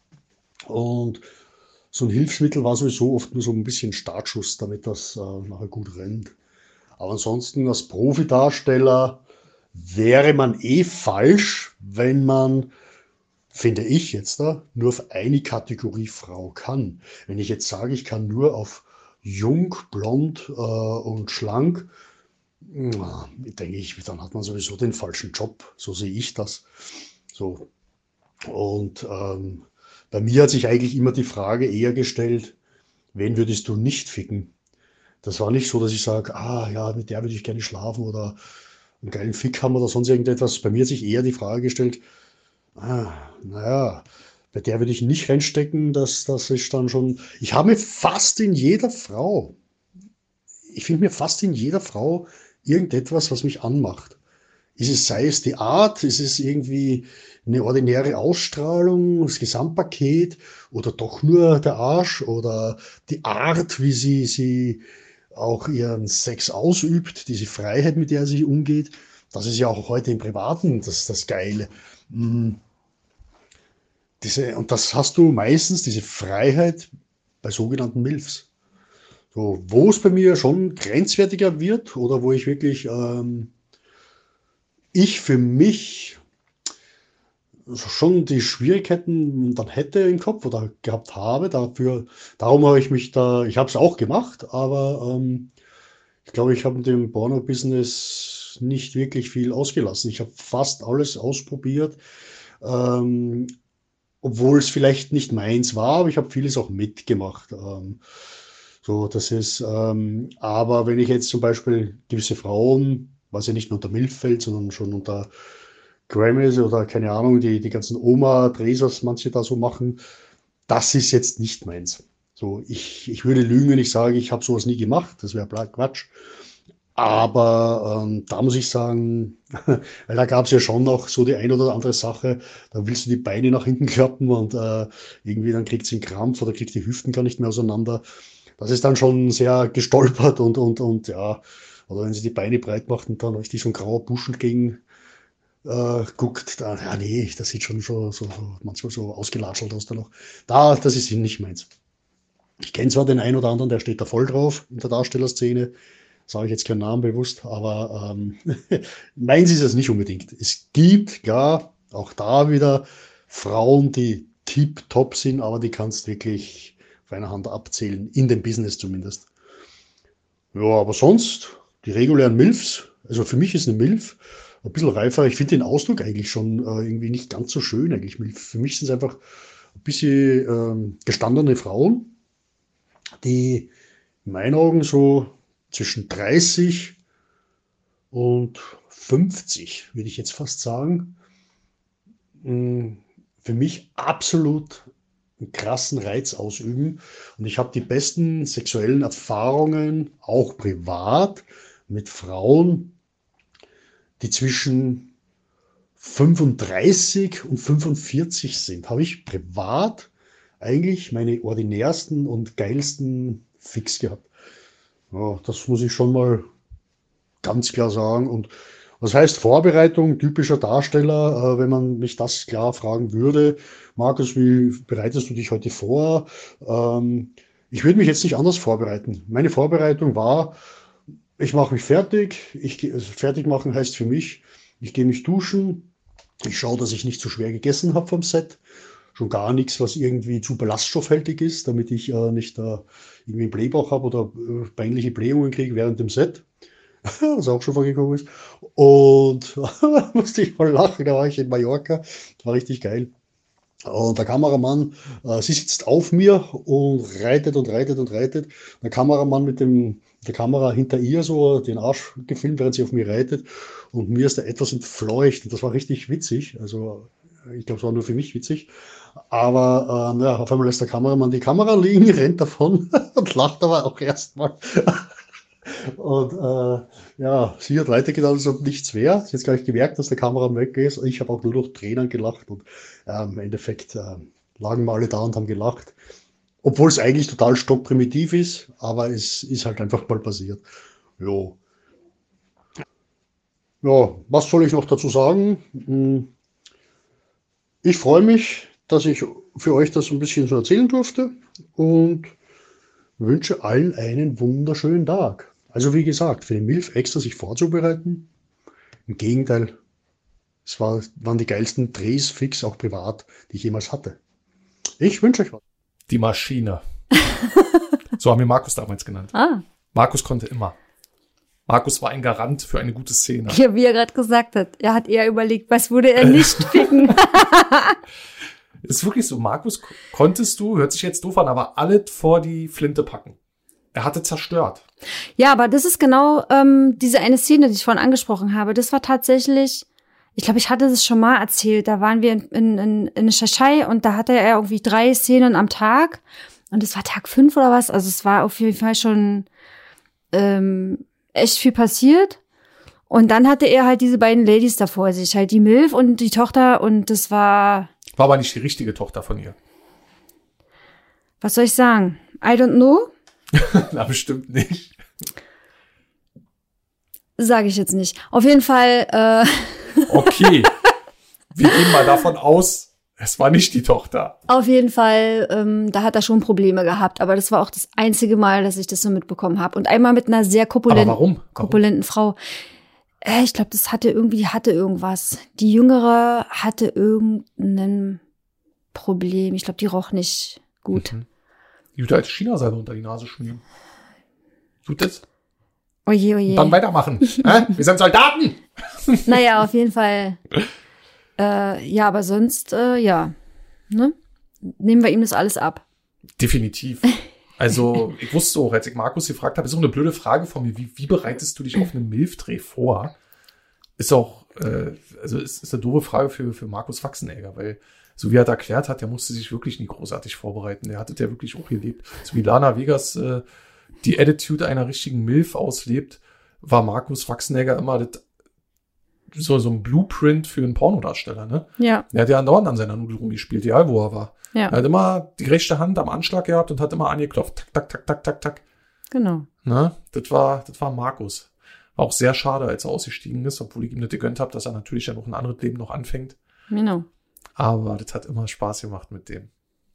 Und so ein Hilfsmittel war sowieso oft nur so ein bisschen Startschuss, damit das nachher gut rennt. Aber ansonsten als Profidarsteller wäre man eh falsch, wenn man, finde ich jetzt da, nur auf eine Kategorie Frau kann. Wenn ich jetzt sage, ich kann nur auf jung, blond und schlank, denke ich, dann hat man sowieso den falschen Job. So sehe ich das. So. Und bei mir hat sich eigentlich immer die Frage eher gestellt, wen würdest du nicht ficken? Das war nicht so, dass ich sage, ah ja, mit der würde ich gerne schlafen oder einen geilen Fick haben oder sonst irgendetwas. Bei mir hat sich eher die Frage gestellt, naja, bei der würde ich nicht reinstecken, das ist dann schon. Ich habe mir fast in jeder Frau, ich finde mir fast in jeder Frau irgendetwas, was mich anmacht. Sei es die Art, ist es irgendwie eine ordinäre Ausstrahlung, das Gesamtpaket oder doch nur der Arsch oder die Art, wie sie auch ihren Sex ausübt, diese Freiheit, mit der er sich umgeht. Das ist ja auch heute im Privaten das Geile. Mm, und das hast du meistens, diese Freiheit, bei sogenannten MILFs. So, wo es bei mir schon grenzwertiger wird oder wo ich wirklich ich für mich schon die Schwierigkeiten dann hätte im Kopf oder gehabt habe. Darum habe ich mich da, ich habe es auch gemacht, aber ich glaube, ich habe in dem Porno-Business nicht wirklich viel ausgelassen. Ich habe fast alles ausprobiert, ähm, obwohl es vielleicht nicht meins war, aber ich habe vieles auch mitgemacht. So, das ist, aber wenn ich jetzt zum Beispiel gewisse Frauen, was ja nicht nur unter MILF fällt, sondern schon unter Grammys oder keine Ahnung, die ganzen Oma-Drehs, was manche da so machen, das ist jetzt nicht meins. So, ich würde lügen, wenn ich sage, ich habe sowas nie gemacht, das wäre Quatsch. Aber da muss ich sagen, weil da gab es ja schon noch so die ein oder andere Sache, da willst du die Beine nach hinten klappen und irgendwie dann kriegt sie einen Krampf oder kriegt die Hüften gar nicht mehr auseinander. Das ist dann schon sehr gestolpert und ja, oder wenn sie die Beine breit macht und dann richtig so ein grauer Busch entgegen guckt, dann, ja nee, das sieht schon so manchmal so ausgelatschelt aus da noch. Das ist nicht meins. Ich kenne zwar den einen oder anderen, der steht da voll drauf in der Darstellerszene, sage ich jetzt keinen Namen bewusst, aber meins ist es nicht unbedingt. Es gibt, klar, auch da wieder Frauen, die tip-top sind, aber die kannst wirklich auf einer Hand abzählen, in dem Business zumindest. Ja, aber sonst, die regulären MILFs, also für mich ist eine MILF ein bisschen reifer. Ich finde den Ausdruck eigentlich schon irgendwie nicht ganz so schön eigentlich. Für mich sind es einfach ein bisschen gestandene Frauen, die in meinen Augen so zwischen 30 und 50, würde ich jetzt fast sagen. Für mich absolut einen krassen Reiz ausüben. Und ich habe die besten sexuellen Erfahrungen, auch privat, mit Frauen, die zwischen 35 und 45 sind. Habe ich privat eigentlich meine ordinärsten und geilsten Fix gehabt. Ja, das muss ich schon mal ganz klar sagen. Und was heißt Vorbereitung, typischer Darsteller, wenn man mich das klar fragen würde? Markus, wie bereitest du dich heute vor? Ich würde mich jetzt nicht anders vorbereiten. Meine Vorbereitung war, ich mache mich fertig. Fertig machen heißt für mich, ich gehe mich duschen. Ich schaue, dass ich nicht zu schwer gegessen habe vom Set. Schon gar nichts, was irgendwie zu ballaststoffhaltig ist, damit ich nicht irgendwie einen Blähbauch habe oder peinliche Blähungen kriege während dem Set. Was auch schon vorgekommen ist. Und musste ich mal lachen, da war ich in Mallorca. Das war richtig geil. Und der Kameramann, sie sitzt auf mir und reitet und reitet und reitet. Der Kameramann mit der Kamera hinter ihr so den Arsch gefilmt, während sie auf mir reitet. Und mir ist da etwas entfleucht. Und das war richtig witzig. Also ich glaube, es war nur für mich witzig. Aber ja, auf einmal lässt der Kameramann die Kamera liegen, rennt davon und lacht aber auch erstmal. Und ja, sie hat weitergedacht, als ob nichts wäre. Sie hat jetzt gar nicht gemerkt, dass der Kameramann weg ist. Ich habe auch nur noch Tränen gelacht und im Endeffekt lagen wir alle da und haben gelacht. Obwohl es eigentlich total stockprimitiv ist, aber es ist halt einfach mal passiert. Jo. Ja, was soll ich noch dazu sagen? Ich freue mich, dass ich für euch das ein bisschen so erzählen durfte und wünsche allen einen wunderschönen Tag. Also wie gesagt, für den MILF extra sich vorzubereiten. Im Gegenteil, es waren die geilsten Drehs fix, auch privat, die ich jemals hatte. Ich wünsche euch was. Die Maschine. So haben wir Markus damals genannt. Ah. Markus konnte immer. Markus war ein Garant für eine gute Szene. Ja, wie er gerade gesagt hat. Er hat eher überlegt, was würde er nicht ficken. Ist wirklich so, Markus konntest du, hört sich jetzt doof an, aber alles vor die Flinte packen. Er hatte zerstört. Ja, aber das ist genau diese eine Szene, die ich vorhin angesprochen habe. Das war tatsächlich, ich glaube, ich hatte das schon mal erzählt. Da waren wir in Schachai und da hatte er irgendwie 3 Szenen am Tag. Und es war Tag 5 oder was. Also es war auf jeden Fall schon echt viel passiert. Und dann hatte er halt diese beiden Ladies da vor sich. Halt die Milf und die Tochter. Und das war... War aber nicht die richtige Tochter von ihr. Was soll ich sagen? I don't know. Na, bestimmt nicht. Sage ich jetzt nicht. Auf jeden Fall. Okay. Wir gehen mal davon aus, es war nicht die Tochter. Auf jeden Fall, da hat er schon Probleme gehabt. Aber das war auch das einzige Mal, dass ich das so mitbekommen habe. Und einmal mit einer sehr korpulenten Frau. Ich glaube, die hatte irgendwas. Die Jüngere hatte irgendein Problem. Ich glaube, die roch nicht gut. Die würde als China-Salbe unter die Nase schmieren. Tut das? Oje, oje. Und dann weitermachen. Wir sind Soldaten! Naja, auf jeden Fall. Ja, aber sonst, ja. Ne? Nehmen wir ihm das alles ab. Definitiv. Also, ich wusste auch, als ich Markus gefragt habe, ist auch eine blöde Frage von mir. Wie bereitest du dich auf einen MILF-Dreh vor? Ist auch, ist eine doofe Frage für Markus Wachsenegger, weil so wie er das erklärt hat, der musste sich wirklich nie großartig vorbereiten. Der hatte wirklich auch gelebt. So wie Lana Vegas die Attitude einer richtigen MILF auslebt, war Markus Wachsenegger immer so ein Blueprint für einen Pornodarsteller, ne? Ja. Er hat ja andauernd an seiner Nudel rumgespielt, egal wo er war. Ja. Er hat immer die rechte Hand am Anschlag gehabt und hat immer angeklopft. Tak, tak, tak, tak, tak, tak. Genau. Ne? Das war Markus. War auch sehr schade, als er ausgestiegen ist, obwohl ich ihm nicht gegönnt habe, dass er natürlich ja noch ein anderes Leben noch anfängt. Genau. Aber das hat immer Spaß gemacht mit dem.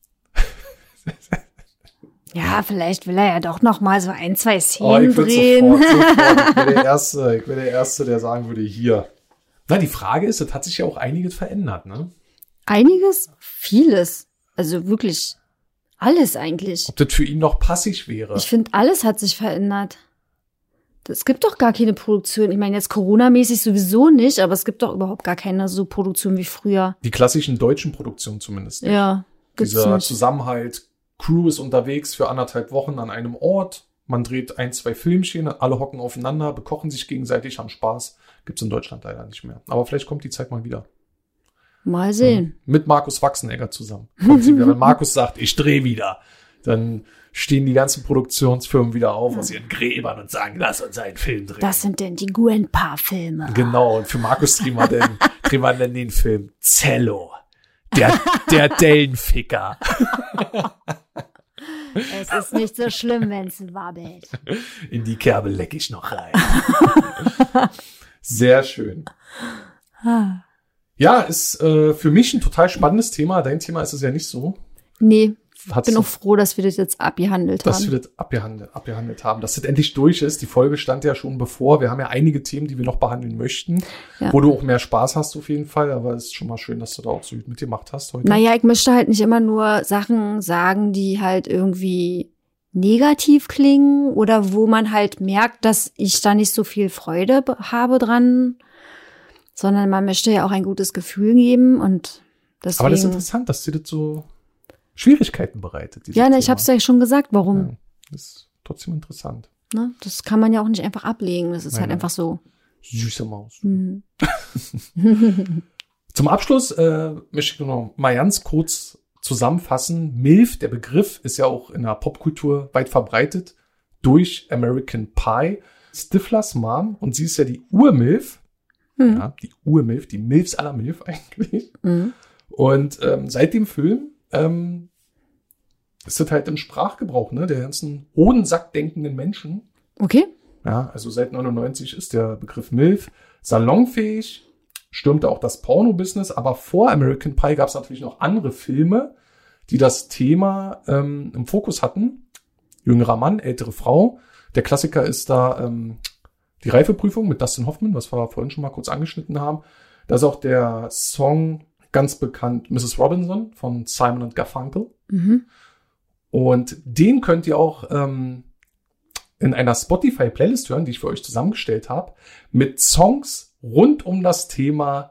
Ja, vielleicht will er ja doch noch mal so 1, 2 Szenen drehen. Sofort. Ich wäre der Erste, der sagen würde, hier. Na, die Frage ist, es hat sich ja auch einiges verändert, ne? Einiges? Vieles. Also wirklich alles eigentlich. Ob das für ihn noch passig wäre? Ich finde, alles hat sich verändert. Es gibt doch gar keine Produktion. Ich meine, jetzt Corona-mäßig sowieso nicht, aber es gibt doch überhaupt gar keine so Produktion wie früher. Die klassischen deutschen Produktionen zumindest nicht. Ja, gibt's Dieser nicht. Zusammenhalt, Crew ist unterwegs für 1,5 Wochen an einem Ort. Man dreht 1, 2 Filmchen, alle hocken aufeinander, bekochen sich gegenseitig, haben Spaß. Gibt's in Deutschland leider nicht mehr. Aber vielleicht kommt die Zeit mal wieder. Mal sehen. Mit Markus Wachsenegger zusammen. Kommt sie wieder. Wenn Markus sagt, ich drehe wieder, dann stehen die ganzen Produktionsfirmen wieder auf aus ihren Gräbern und sagen, lass uns einen Film drehen. Das sind denn die Gwen-Paar-Filme. Genau, und für Markus drehen wir dann den Film Zello. Der Dellenficker. Es ist nicht so schlimm, wenn es wabbelt. In die Kerbe leck ich noch rein. Sehr schön. Ja, ist für mich ein total spannendes Thema. Dein Thema ist es ja nicht so. Nee, ich bin auch froh, dass wir das jetzt abgehandelt haben. Dass wir das abgehandelt haben. Dass das endlich durch ist. Die Folge stand ja schon bevor. Wir haben ja einige Themen, die wir noch behandeln möchten. Ja. Wo du auch mehr Spaß hast auf jeden Fall. Aber es ist schon mal schön, dass du da auch so mitgemacht hast heute. Naja, ich möchte halt nicht immer nur Sachen sagen, die halt irgendwie negativ klingen. Oder wo man halt merkt, dass ich da nicht so viel Freude habe dran. Sondern man möchte ja auch ein gutes Gefühl geben. Und deswegen. Aber das ist interessant, dass dir das so Schwierigkeiten bereitet. Ja, ne, ich habe es ja schon gesagt, warum. Ja, das ist trotzdem interessant. Ne, das kann man ja auch nicht einfach ablegen. Das ist halt einfach so. Süße Maus. Mhm. Zum Abschluss möchte ich noch mal ganz kurz zusammenfassen. MILF, der Begriff, ist ja auch in der Popkultur weit verbreitet durch American Pie. Stiflers Mom, und sie ist ja die Ur-MILF. Ja, die Ur-MILF, die MILFs aller MILF eigentlich. Mhm. Und seit dem Film ist das halt im Sprachgebrauch, ne, der ganzen Hodensack denkenden Menschen. Okay. Ja, also seit 99 ist der Begriff MILF salonfähig, stürmte auch das Porno-Business, aber vor American Pie gab es natürlich noch andere Filme, die das Thema im Fokus hatten. Jüngerer Mann, ältere Frau. Der Klassiker ist da die Reifeprüfung mit Dustin Hoffman, was wir vorhin schon mal kurz angeschnitten haben. Da ist auch der Song ganz bekannt, Mrs. Robinson von Simon & Garfunkel. Mhm. Und den könnt ihr auch in einer Spotify-Playlist hören, die ich für euch zusammengestellt habe, mit Songs rund um das Thema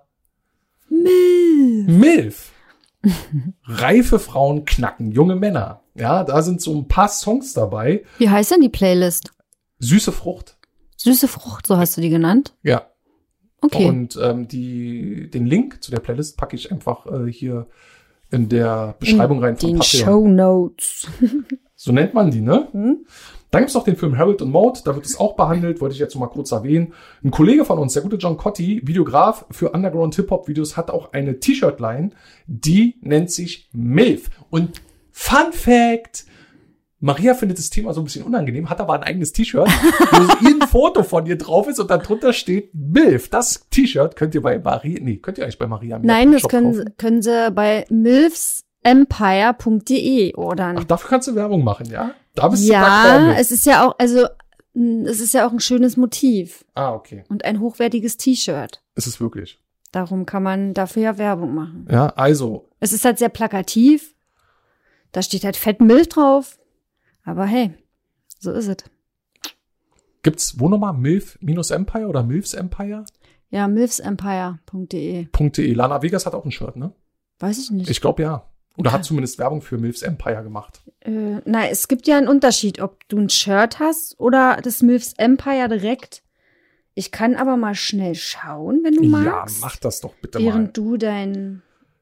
MILF. Reife Frauen knacken junge Männer. Ja, da sind so ein paar Songs dabei. Wie heißt denn die Playlist? Süße Frucht. Süße Frucht, so hast du die genannt? Ja. Okay. Und den Link zu der Playlist packe ich einfach hier in der Beschreibung rein von Patreon. Show Notes. So nennt man die, ne? Dann gibt's noch den Film Harold und Maude, da wird es auch behandelt, wollte ich jetzt noch mal kurz erwähnen. Ein Kollege von uns, der gute John Cotti, Videograf für Underground-Hip-Hop-Videos, hat auch eine T-Shirt-Line, die nennt sich MILF. Und Fun Fact: Maria findet das Thema so ein bisschen unangenehm, hat aber ein eigenes T-Shirt, wo so ein Foto von ihr drauf ist und dann drunter steht MILF. Das T-Shirt könnt ihr bei Maria, könnt ihr eigentlich bei Maria Nein, das können sie bei milfsempire.de ordern. Ach, dafür kannst du Werbung machen, ja? Da bist du ja, es ist ja auch, also, es ist ja auch ein schönes Motiv. Ah, okay. Und ein hochwertiges T-Shirt. Ist es wirklich. Darum kann man dafür ja Werbung machen. Ja, also. Es ist halt sehr plakativ. Da steht halt fett Milch drauf. Aber hey, so ist es. Gibt's wo nochmal? MILF-Empire oder MILFs Empire? Ja, milfsempire.de. Lana Vegas hat auch ein Shirt, ne? Weiß ich nicht. Ich glaube ja. Oder hat zumindest Werbung für MILFs Empire gemacht. Na, es gibt ja einen Unterschied, ob du ein Shirt hast oder das MILFs Empire direkt. Ich kann aber mal schnell schauen, wenn du magst. Ja, mach das doch bitte während du deine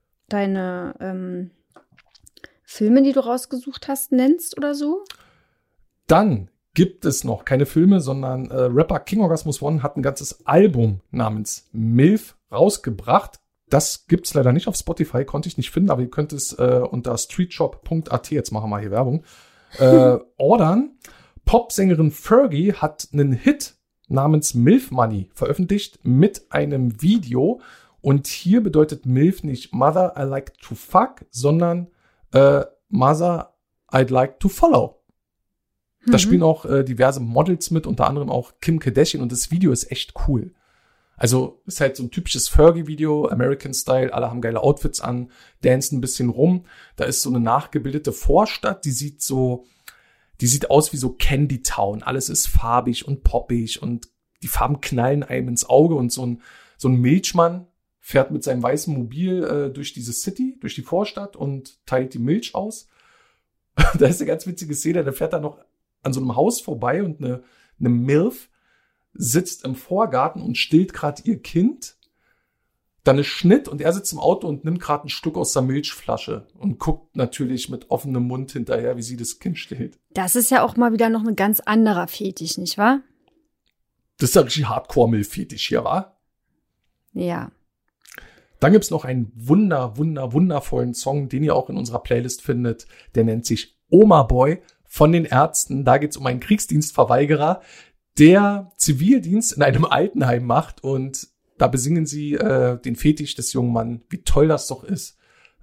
Filme, die du rausgesucht hast, nennst oder so. Dann gibt es noch keine Filme, sondern Rapper King Orgasmus One hat ein ganzes Album namens MILF rausgebracht. Das gibt's leider nicht auf Spotify, konnte ich nicht finden, aber ihr könnt es unter streetshop.at, jetzt machen wir hier Werbung, ordern. Popsängerin Fergie hat einen Hit namens MILF Money veröffentlicht mit einem Video. Und hier bedeutet MILF nicht Mother, I like to fuck, sondern Mother, I'd like to follow. Da spielen auch diverse Models mit, unter anderem auch Kim Kardashian, und das Video ist echt cool. Also ist halt so ein typisches Fergie-Video, American-Style, alle haben geile Outfits an, dancen ein bisschen rum. Da ist so eine nachgebildete Vorstadt, die sieht aus wie so Candy Town. Alles ist farbig und poppig und die Farben knallen einem ins Auge, und so ein Milchmann fährt mit seinem weißen Mobil durch diese City, durch die Vorstadt und teilt die Milch aus. Da ist eine ganz witzige Szene, der fährt da noch an so einem Haus vorbei und eine Milf sitzt im Vorgarten und stillt gerade ihr Kind. Dann ist Schnitt und er sitzt im Auto und nimmt gerade ein Stück aus der Milchflasche und guckt natürlich mit offenem Mund hinterher, wie sie das Kind stillt. Das ist ja auch mal wieder noch ein ganz anderer Fetisch, nicht wahr? Das ist ja richtig Hardcore-Milf-Fetisch hier, wa? Ja. Dann gibt's noch einen wundervollen Song, den ihr auch in unserer Playlist findet. Der nennt sich Oma Boy von den Ärzten. Da geht's um einen Kriegsdienstverweigerer, der Zivildienst in einem Altenheim macht. Und da besingen sie den Fetisch des jungen Mannes. Wie toll das doch ist,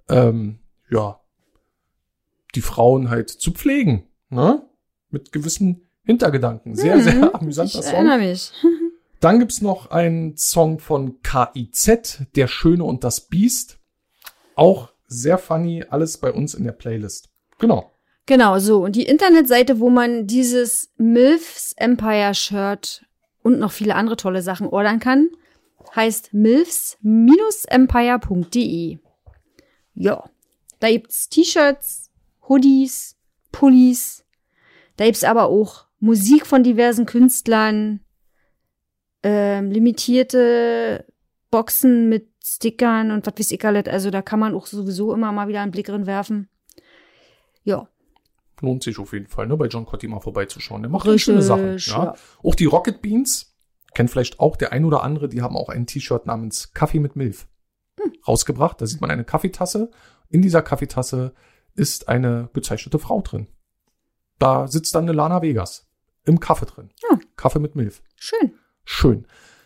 die Frauen halt zu pflegen, ne? Mit gewissen Hintergedanken. Sehr amüsanter Song. Ich erinnere mich. Dann gibt's noch einen Song von KIZ, Der Schöne und das Biest. Auch sehr funny, alles bei uns in der Playlist. Genau. Genau, so. Und die Internetseite, wo man dieses Milfs Empire Shirt und noch viele andere tolle Sachen ordern kann, heißt milfs-empire.de. Ja, da gibt's T-Shirts, Hoodies, Pullis. Da gibt's aber auch Musik von diversen Künstlern, limitierte Boxen mit Stickern und was weiß ich alles. Also da kann man auch sowieso immer mal wieder einen Blick drin werfen. Ja. Lohnt sich auf jeden Fall, ne, bei John Cotti mal vorbeizuschauen. Der macht schöne Sachen. Ja. Auch die Rocket Beans, kennt vielleicht auch der ein oder andere, die haben auch ein T-Shirt namens Kaffee mit Milf rausgebracht. Da sieht man eine Kaffeetasse. In dieser Kaffeetasse ist eine gezeichnete Frau drin. Da sitzt dann eine Lana Vegas im Kaffee drin. Ja. Kaffee mit Milf. Schön.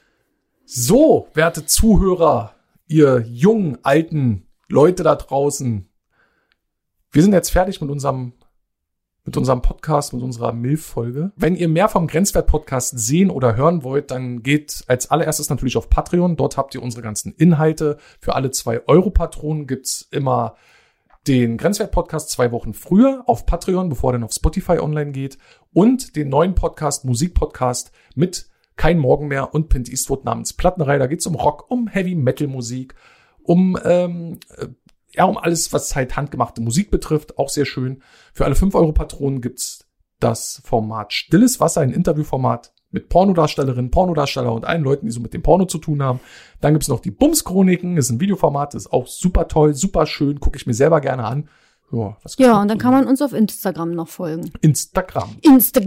So, werte Zuhörer, ihr jungen, alten Leute da draußen. Wir sind jetzt fertig mit unserem Podcast, mit unserer Milf-Folge. Wenn ihr mehr vom Grenzwert-Podcast sehen oder hören wollt, dann geht als allererstes natürlich auf Patreon. Dort habt ihr unsere ganzen Inhalte. Für alle 2-Euro-Patronen gibt's immer den Grenzwert-Podcast 2 Wochen früher auf Patreon, bevor er dann auf Spotify online geht. Und den neuen Podcast, Musik-Podcast mit Kein Morgen mehr und Pint Eastwood namens Plattenreihe. Da geht's um Rock, um Heavy-Metal-Musik, um alles, was halt handgemachte Musik betrifft. Auch sehr schön. Für alle 5-Euro-Patronen gibt's das Format Stilles Wasser, ein Interviewformat mit Pornodarstellerinnen, Pornodarsteller und allen Leuten, die so mit dem Porno zu tun haben. Dann gibt's noch die Bums-Chroniken. Das ist ein Videoformat, das ist auch super toll, super schön. Gucke ich mir selber gerne an. Ja, und dann kann man uns auf Instagram noch folgen. Instagram.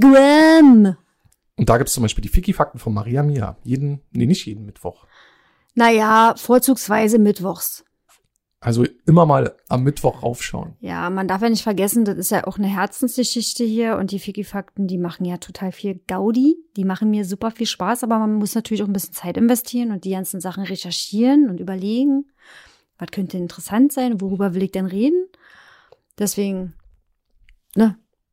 Und da gibt's zum Beispiel die Ficky-Fakten von Maria Mia. Nicht jeden Mittwoch. Naja, vorzugsweise mittwochs. Also immer mal am Mittwoch raufschauen. Ja, man darf ja nicht vergessen, das ist ja auch eine Herzensgeschichte hier. Und die Ficky-Fakten, die machen ja total viel Gaudi. Die machen mir super viel Spaß, aber man muss natürlich auch ein bisschen Zeit investieren und die ganzen Sachen recherchieren und überlegen, was könnte interessant sein, worüber will ich denn reden. Deswegen, war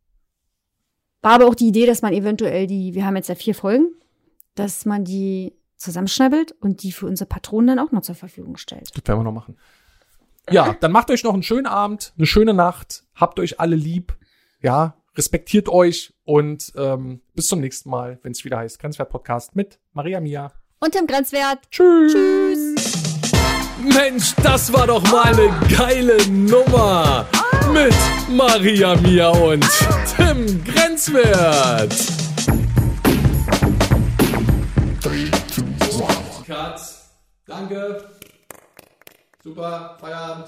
aber auch die Idee, dass man eventuell wir haben jetzt ja 4 Folgen, dass man die zusammenschnabbelt und die für unsere Patronen dann auch noch zur Verfügung stellt. Das werden wir noch machen. Ja, dann macht euch noch einen schönen Abend, eine schöne Nacht, habt euch alle lieb, ja, respektiert euch und bis zum nächsten Mal, wenn es wieder heißt Grenzwert-Podcast mit Maria Mia. Und Tim Grenzwert. Tschüss. Mensch, das war doch mal eine geile Nummer. Mit Maria Mia und Tim Grenzwert. 3, 2, 1. Cut. Danke. Super, Feierabend.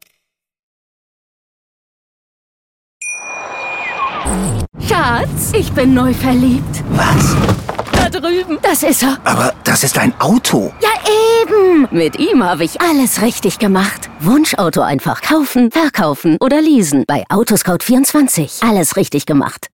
Schatz, ich bin neu verliebt. Was? Da drüben. Das ist er. Aber das ist ein Auto. Ja, eben. Mit ihm habe ich alles richtig gemacht. Wunschauto einfach kaufen, verkaufen oder leasen. Bei Autoscout24. Alles richtig gemacht.